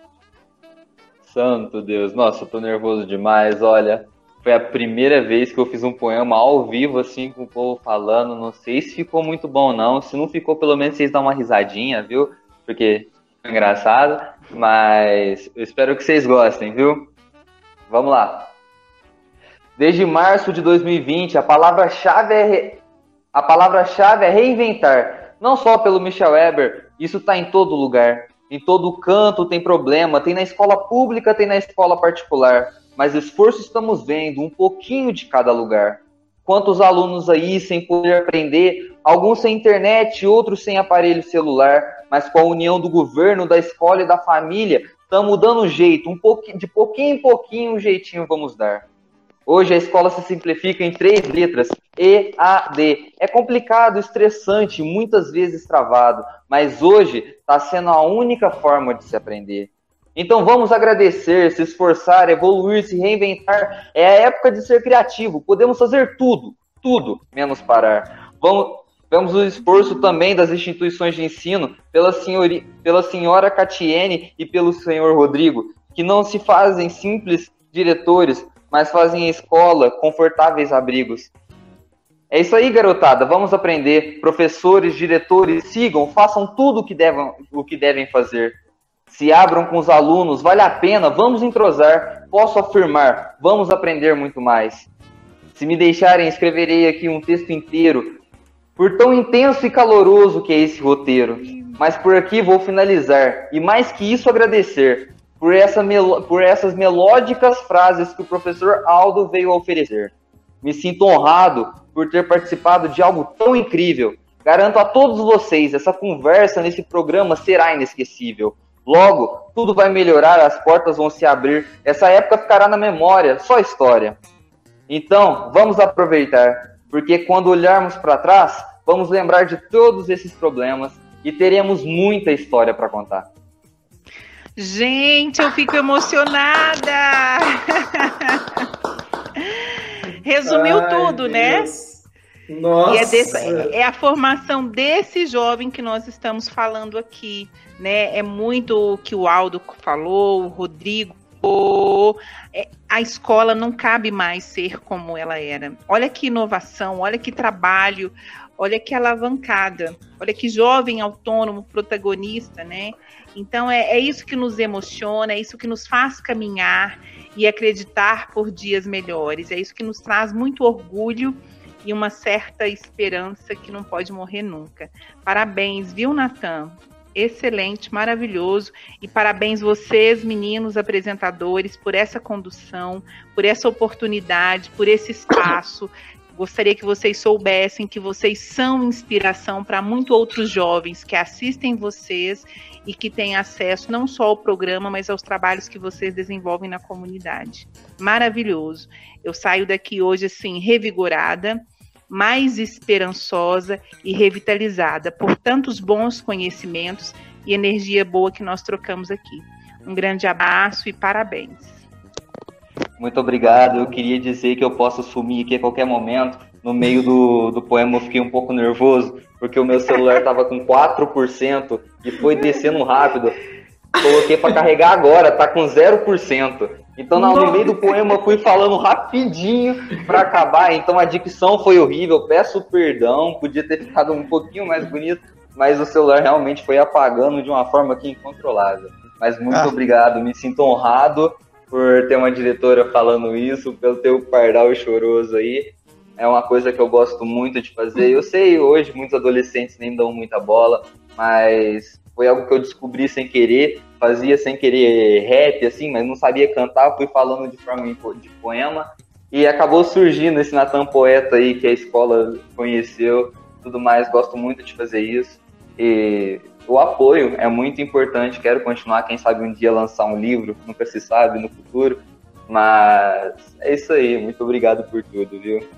Santo Deus, nossa, eu tô nervoso demais, olha, foi a primeira vez que eu fiz um poema ao vivo, assim, com o povo falando, não sei se ficou muito bom não, se não ficou, pelo menos vocês dão uma risadinha, viu, porque é engraçado, mas eu espero que vocês gostem, viu? Vamos lá. Desde março de dois mil e vinte, a palavra-chave é, re... a palavra-chave é reinventar. Não só pelo Michel Weber, isso está em todo lugar. Em todo canto tem problema, tem na escola pública, tem na escola particular. Mas esforço estamos vendo, um pouquinho de cada lugar. Quantos alunos aí sem poder aprender, alguns sem internet, outros sem aparelho celular, mas com a união do governo, da escola e da família, estamos dando um jeito, um pouquinho, de pouquinho em pouquinho um jeitinho vamos dar. Hoje a escola se simplifica em três letras, E A D. É complicado, estressante, muitas vezes travado, mas hoje está sendo a única forma de se aprender. Então vamos agradecer, se esforçar, evoluir, se reinventar. É a época de ser criativo, podemos fazer tudo, tudo, menos parar. Vamos... Vemos o esforço também das instituições de ensino, pela, senhori, pela senhora Catiene e pelo senhor Rodrigo, que não se fazem simples diretores, mas fazem a escola confortáveis abrigos. É isso aí, garotada, vamos aprender. Professores, diretores, sigam, façam tudo o que devem, o que devem fazer. Se abram com os alunos, vale a pena, vamos entrosar. Posso afirmar, vamos aprender muito mais. Se me deixarem, escreverei aqui um texto inteiro, por tão intenso e caloroso que é esse roteiro. Mas por aqui vou finalizar, e mais que isso agradecer, por por, essa melo, por essas melódicas frases que o professor Aldo veio a oferecer. Me sinto honrado por ter participado de algo tão incrível. Garanto a todos vocês, essa conversa nesse programa será inesquecível. Logo, tudo vai melhorar, as portas vão se abrir, essa época ficará na memória, só história. Então, vamos aproveitar, porque quando olharmos para trás, vamos lembrar de todos esses problemas e teremos muita história para contar. Gente, eu fico emocionada! Resumiu Ai, tudo, Deus. né? Nossa! E é, desse, é a formação desse jovem que nós estamos falando aqui, né? É muito o que o Aldo falou, o Rodrigo. É, a escola não cabe mais ser como ela era. Olha que inovação, olha que trabalho, olha que alavancada, olha que jovem autônomo protagonista, né? Então é, é isso que nos emociona, é isso que nos faz caminhar e acreditar por dias melhores. É isso que nos traz muito orgulho e uma certa esperança que não pode morrer nunca. Parabéns, viu, Natan? Excelente, maravilhoso. E parabéns vocês, meninos apresentadores, por essa condução, por essa oportunidade, por esse espaço. Gostaria que vocês soubessem que vocês são inspiração para muitos outros jovens que assistem vocês e que têm acesso não só ao programa, mas aos trabalhos que vocês desenvolvem na comunidade. Maravilhoso. Eu saio daqui hoje, assim, revigorada, mais esperançosa e revitalizada por tantos bons conhecimentos e energia boa que nós trocamos aqui. Um grande abraço e parabéns. Muito obrigado. Eu queria dizer que eu posso sumir aqui a qualquer momento. No meio do, do poema eu fiquei um pouco nervoso, porque o meu celular estava com quatro por cento e foi descendo rápido. Coloquei para carregar agora, tá com zero por cento. Então, no meio do poema, eu fui falando rapidinho para acabar. Então, a dicção foi horrível. Peço perdão, podia ter ficado um pouquinho mais bonito, mas o celular realmente foi apagando de uma forma aqui incontrolável. Mas muito ah. obrigado, me sinto honrado por ter uma diretora falando isso, pelo ter o Pardal choroso aí. É uma coisa que eu gosto muito de fazer. Eu sei, hoje, muitos adolescentes nem dão muita bola, mas foi algo que eu descobri sem querer. Fazia sem querer rap, assim, mas não sabia cantar, fui falando de forma de poema, e acabou surgindo esse Natan Poeta aí, que a escola conheceu, tudo mais, gosto muito de fazer isso, e o apoio é muito importante, quero continuar, quem sabe um dia lançar um livro, nunca se sabe, no futuro, mas é isso aí, muito obrigado por tudo, viu?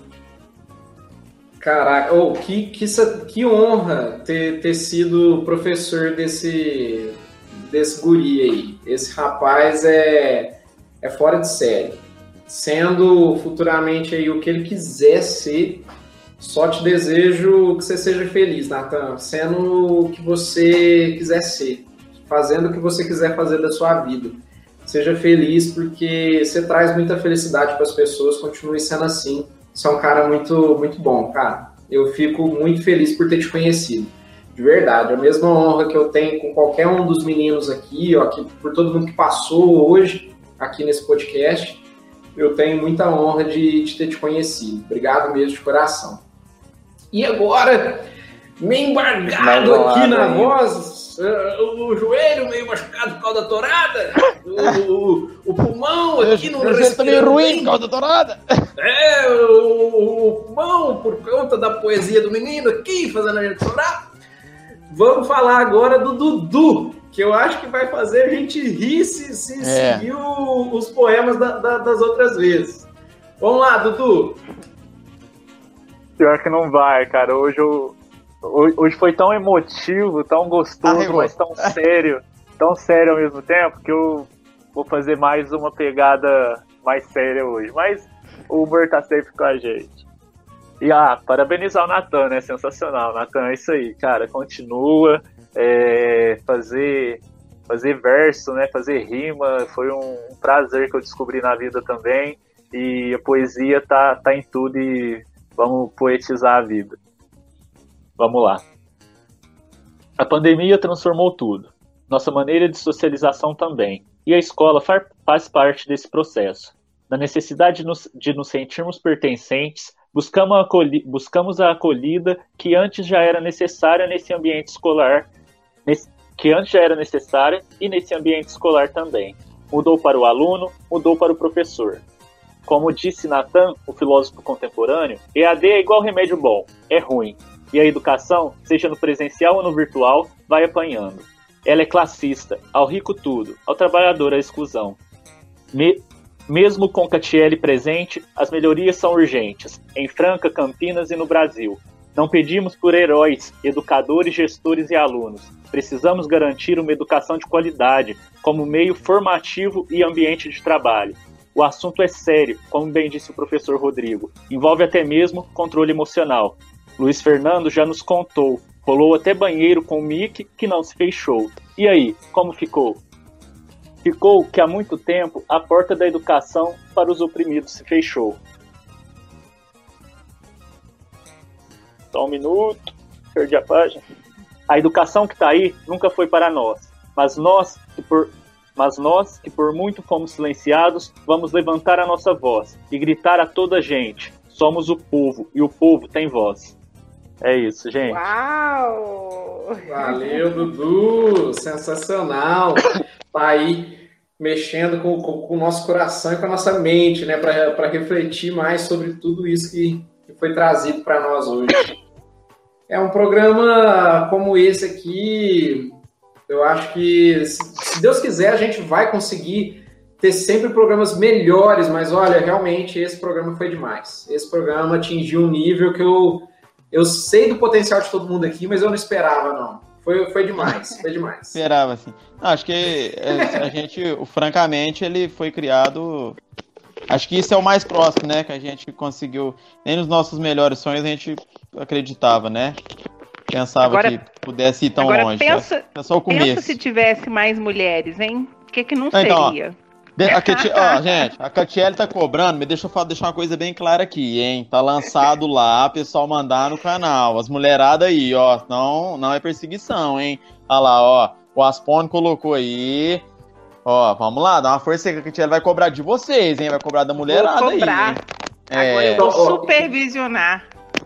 Caraca, oh, que, que, que honra ter, ter sido professor desse... desse guri aí. Esse rapaz é, é fora de série. Sendo futuramente aí o que ele quiser ser, só te desejo que você seja feliz, Natan. Sendo o que você quiser ser. Fazendo o que você quiser fazer da sua vida. Seja feliz, porque você traz muita felicidade para as pessoas. Continue sendo assim. Você é um cara muito, muito bom, cara. Eu fico muito feliz por ter te conhecido. De verdade, a mesma honra que eu tenho com qualquer um dos meninos aqui, ó, que, por todo mundo que passou hoje aqui nesse podcast, eu tenho muita honra de, de ter te conhecido. Obrigado mesmo de coração. E agora, meio embargado aqui na voz, uh, o joelho meio machucado por causa da torada, o, o, o pulmão aqui no respiro meio ruim por causa da torada. É, o, o pulmão por conta da poesia do menino aqui, fazendo a gente chorar. Vamos falar agora do Dudu, que eu acho que vai fazer a gente rir se, se é. seguir o, os poemas da, da, das outras vezes. Vamos lá, Dudu. Pior que não vai, cara. Hoje, eu, hoje foi tão emotivo, tão gostoso, ah, mas tão sério, tão sério ao mesmo tempo, que eu vou fazer mais uma pegada mais séria hoje. Mas o humor tá sempre com a gente. E, ah, parabenizar o Natan, né? Sensacional, Natan, é isso aí, cara, continua, é, fazer, fazer verso, né? Fazer rima, foi um prazer que eu descobri na vida também, e a poesia tá, tá em tudo e vamos poetizar a vida. Vamos lá. A pandemia transformou tudo, nossa maneira de socialização também, e a escola faz parte desse processo. Na necessidade de nos, de nos sentirmos pertencentes, Buscamos a, acolhi- buscamos a acolhida que antes já era necessária nesse ambiente escolar, nesse, que antes já era necessária e nesse ambiente escolar também. Mudou para o aluno, mudou para o professor. Como disse Natan, o filósofo contemporâneo, E A D é igual remédio bom, é ruim. E a educação, seja no presencial ou no virtual, vai apanhando. Ela é classista, ao rico tudo, ao trabalhador a exclusão. Me... Mesmo com Catiele presente, as melhorias são urgentes, em Franca, Campinas e no Brasil. Não pedimos por heróis, educadores, gestores e alunos. Precisamos garantir uma educação de qualidade, como meio formativo e ambiente de trabalho. O assunto é sério, como bem disse o professor Rodrigo. Envolve até mesmo controle emocional. Luiz Fernando já nos contou. Rolou até banheiro com o Mickey que não se fechou. E aí, como ficou? Ficou que há muito tempo a porta da educação para os oprimidos se fechou. Só um minuto, perdi a página. A educação que está aí nunca foi para nós, mas nós que por Mas nós, que por muito fomos silenciados, vamos levantar a nossa voz e gritar a toda a gente. Somos o povo e o povo tem voz. É isso, gente. Uau! Valeu, Dudu! Sensacional! Tá aí mexendo com, com, com o nosso coração e com a nossa mente, né? Para refletir mais sobre tudo isso que, que foi trazido para nós hoje. É um programa como esse aqui... Eu acho que, se Deus quiser, a gente vai conseguir ter sempre programas melhores, mas olha, realmente esse programa foi demais. Esse programa atingiu um nível que eu, eu sei do potencial de todo mundo aqui, mas eu não esperava, não. Foi, foi demais, foi demais. Esperava, assim. Não, acho que a gente, francamente, ele foi criado... Acho que isso é o mais próximo, né, que a gente conseguiu. Nem nos nossos melhores sonhos a gente acreditava, né? Pensava agora, que pudesse ir tão agora longe. Pensa, é só o começo. Pensa se tivesse mais mulheres, hein? O que que não então, seria? Ó, a Cati... ó, gente, a Catiele tá cobrando, mas deixa eu deixar uma coisa bem clara aqui, hein? Tá lançado lá, pessoal mandar no canal. As mulheradas aí, ó, não, não é perseguição, hein? Olha lá, ó, o Aspone colocou aí. Ó, vamos lá, dá uma força que a Catiele vai cobrar de vocês, hein? Vai cobrar da mulherada vou cobrar. aí. Agora É... eu vou supervisionar.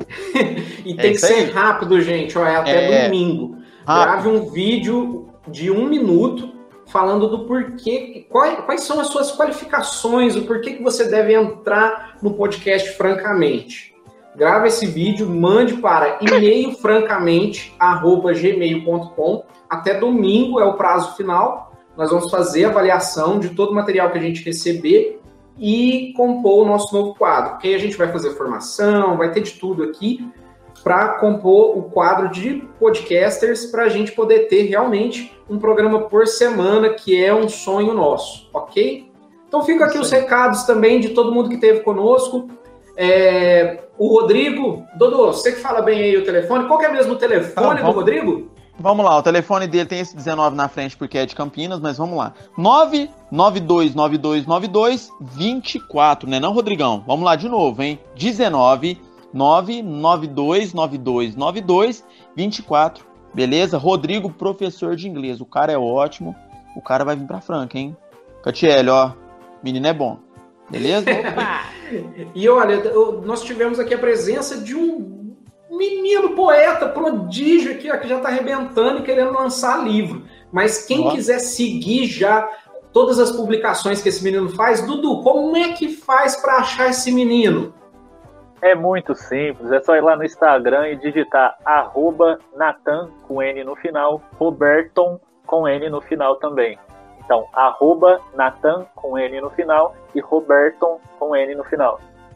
E tem é que ser aí. Rápido, gente. Ó, é até é. domingo. Rápido. Grave um vídeo de um minuto falando do porquê, quais, quais são as suas qualificações, o porquê que você deve entrar no podcast Francamente. Grave esse vídeo, mande para e-mail francamente arroba gmail ponto com. Até domingo é o prazo final. Nós vamos fazer a avaliação de todo o material que a gente receber e compor o nosso novo quadro. Porque aí a gente vai fazer formação, vai ter de tudo aqui para compor o quadro de podcasters para a gente poder ter realmente um programa por semana, que é um sonho nosso, ok? Então ficam aqui os recados também de todo mundo que esteve conosco. É, o Rodrigo, Dodô, você que fala bem aí o telefone, qual que é mesmo o telefone tá, do Rodrigo? Vamos lá, o telefone dele tem esse dezenove na frente porque é de Campinas, mas vamos lá. nove nove dois nove dois nove dois dois quatro, né não, Rodrigão? Vamos lá de novo, hein? dezenove nove nove dois nove dois nove dois dois quatro, beleza? Rodrigo, professor de inglês, o cara é ótimo, o cara vai vir pra Franca, hein? Catiele, ó, menino é bom, beleza? E olha, nós tivemos aqui a presença de um menino poeta, prodígio aqui, ó, que já tá arrebentando e querendo lançar livro. Mas quem Nossa. quiser seguir já todas as publicações que esse menino faz, Dudu, como é que faz para achar esse menino? É muito simples, é só ir lá no Instagram e digitar arroba Natan com N no final, Roberton com N no final também. Então, arroba Natan com N no final e Roberton com N no final.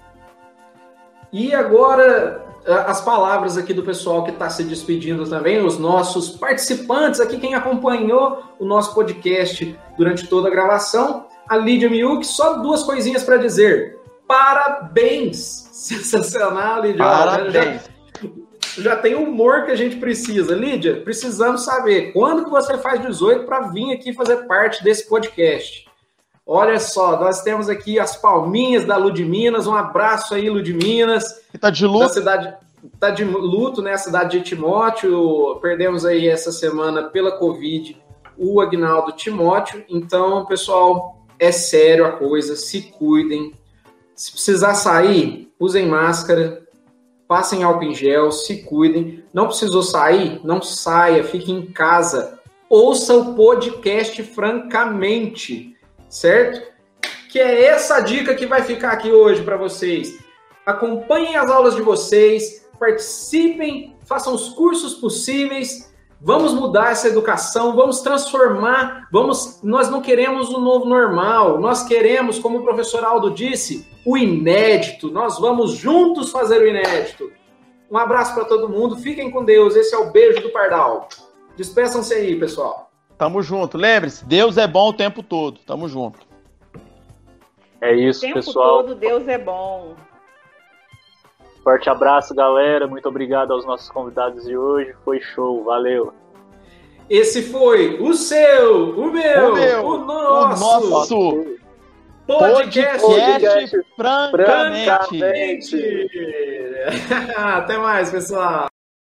E agora, as palavras aqui do pessoal que está se despedindo também, os nossos participantes aqui, quem acompanhou o nosso podcast durante toda a gravação, a Lídia Miuk, só duas coisinhas para dizer. Parabéns! Sensacional, Lídia. Parabéns! Já, já tem o humor que a gente precisa. Lídia, precisamos saber quando que você faz dezoito para vir aqui fazer parte desse podcast. Olha só, nós temos aqui as palminhas da Ludminas. Um abraço aí, Ludminas. E tá de luto? Da cidade, tá de luto, né? A cidade de Timóteo. Perdemos aí essa semana pela Covid o Agnaldo Timóteo. Então, pessoal, é sério a coisa. Se cuidem. Se precisar sair, usem máscara. Passem álcool em gel. Se cuidem. Não precisou sair? Não saia. Fique em casa. ouça o podcast Francamente, certo? Que é essa dica que vai ficar aqui hoje para vocês. Acompanhem as aulas de vocês, participem, façam os cursos possíveis. Vamos mudar essa educação, vamos transformar, vamos, nós não queremos o novo normal, nós queremos, como o professor Aldo disse, o inédito, nós vamos juntos fazer o inédito. Um abraço para todo mundo, fiquem com Deus, esse é o beijo do Pardal. Despeçam-se aí, pessoal. Tamo junto, lembre-se, Deus é bom o tempo todo, tamo junto. É isso, o tempo pessoal. todo Deus é bom. Forte abraço, galera. Muito obrigado aos nossos convidados de hoje. Foi show. Valeu. Esse foi o seu, o meu, o, meu, o nosso, o nosso podcast, podcast Francamente. Francamente. Até mais, pessoal.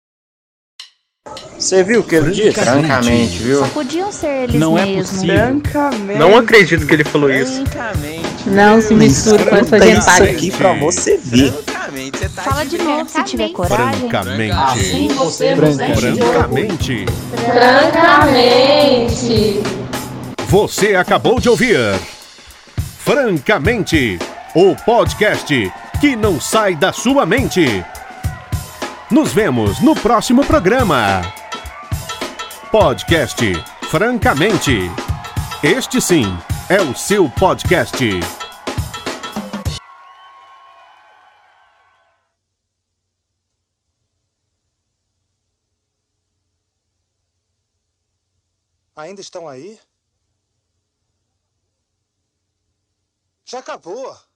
Você viu o que ele disse? Francamente, viu? Só podiam ser eles Não mesmos. É possível. Francamente. Não acredito que ele falou isso. Francamente. Não se misture com essa gente. Isso aqui pra você ver. Você tá Fala de novo se tiver coragem. Francamente. Assim você Francamente. Francamente. Você acabou de ouvir Francamente, o podcast que não sai da sua mente. Nos vemos no próximo programa. Podcast Francamente. Este sim é o seu podcast. Ainda estão aí? Já acabou.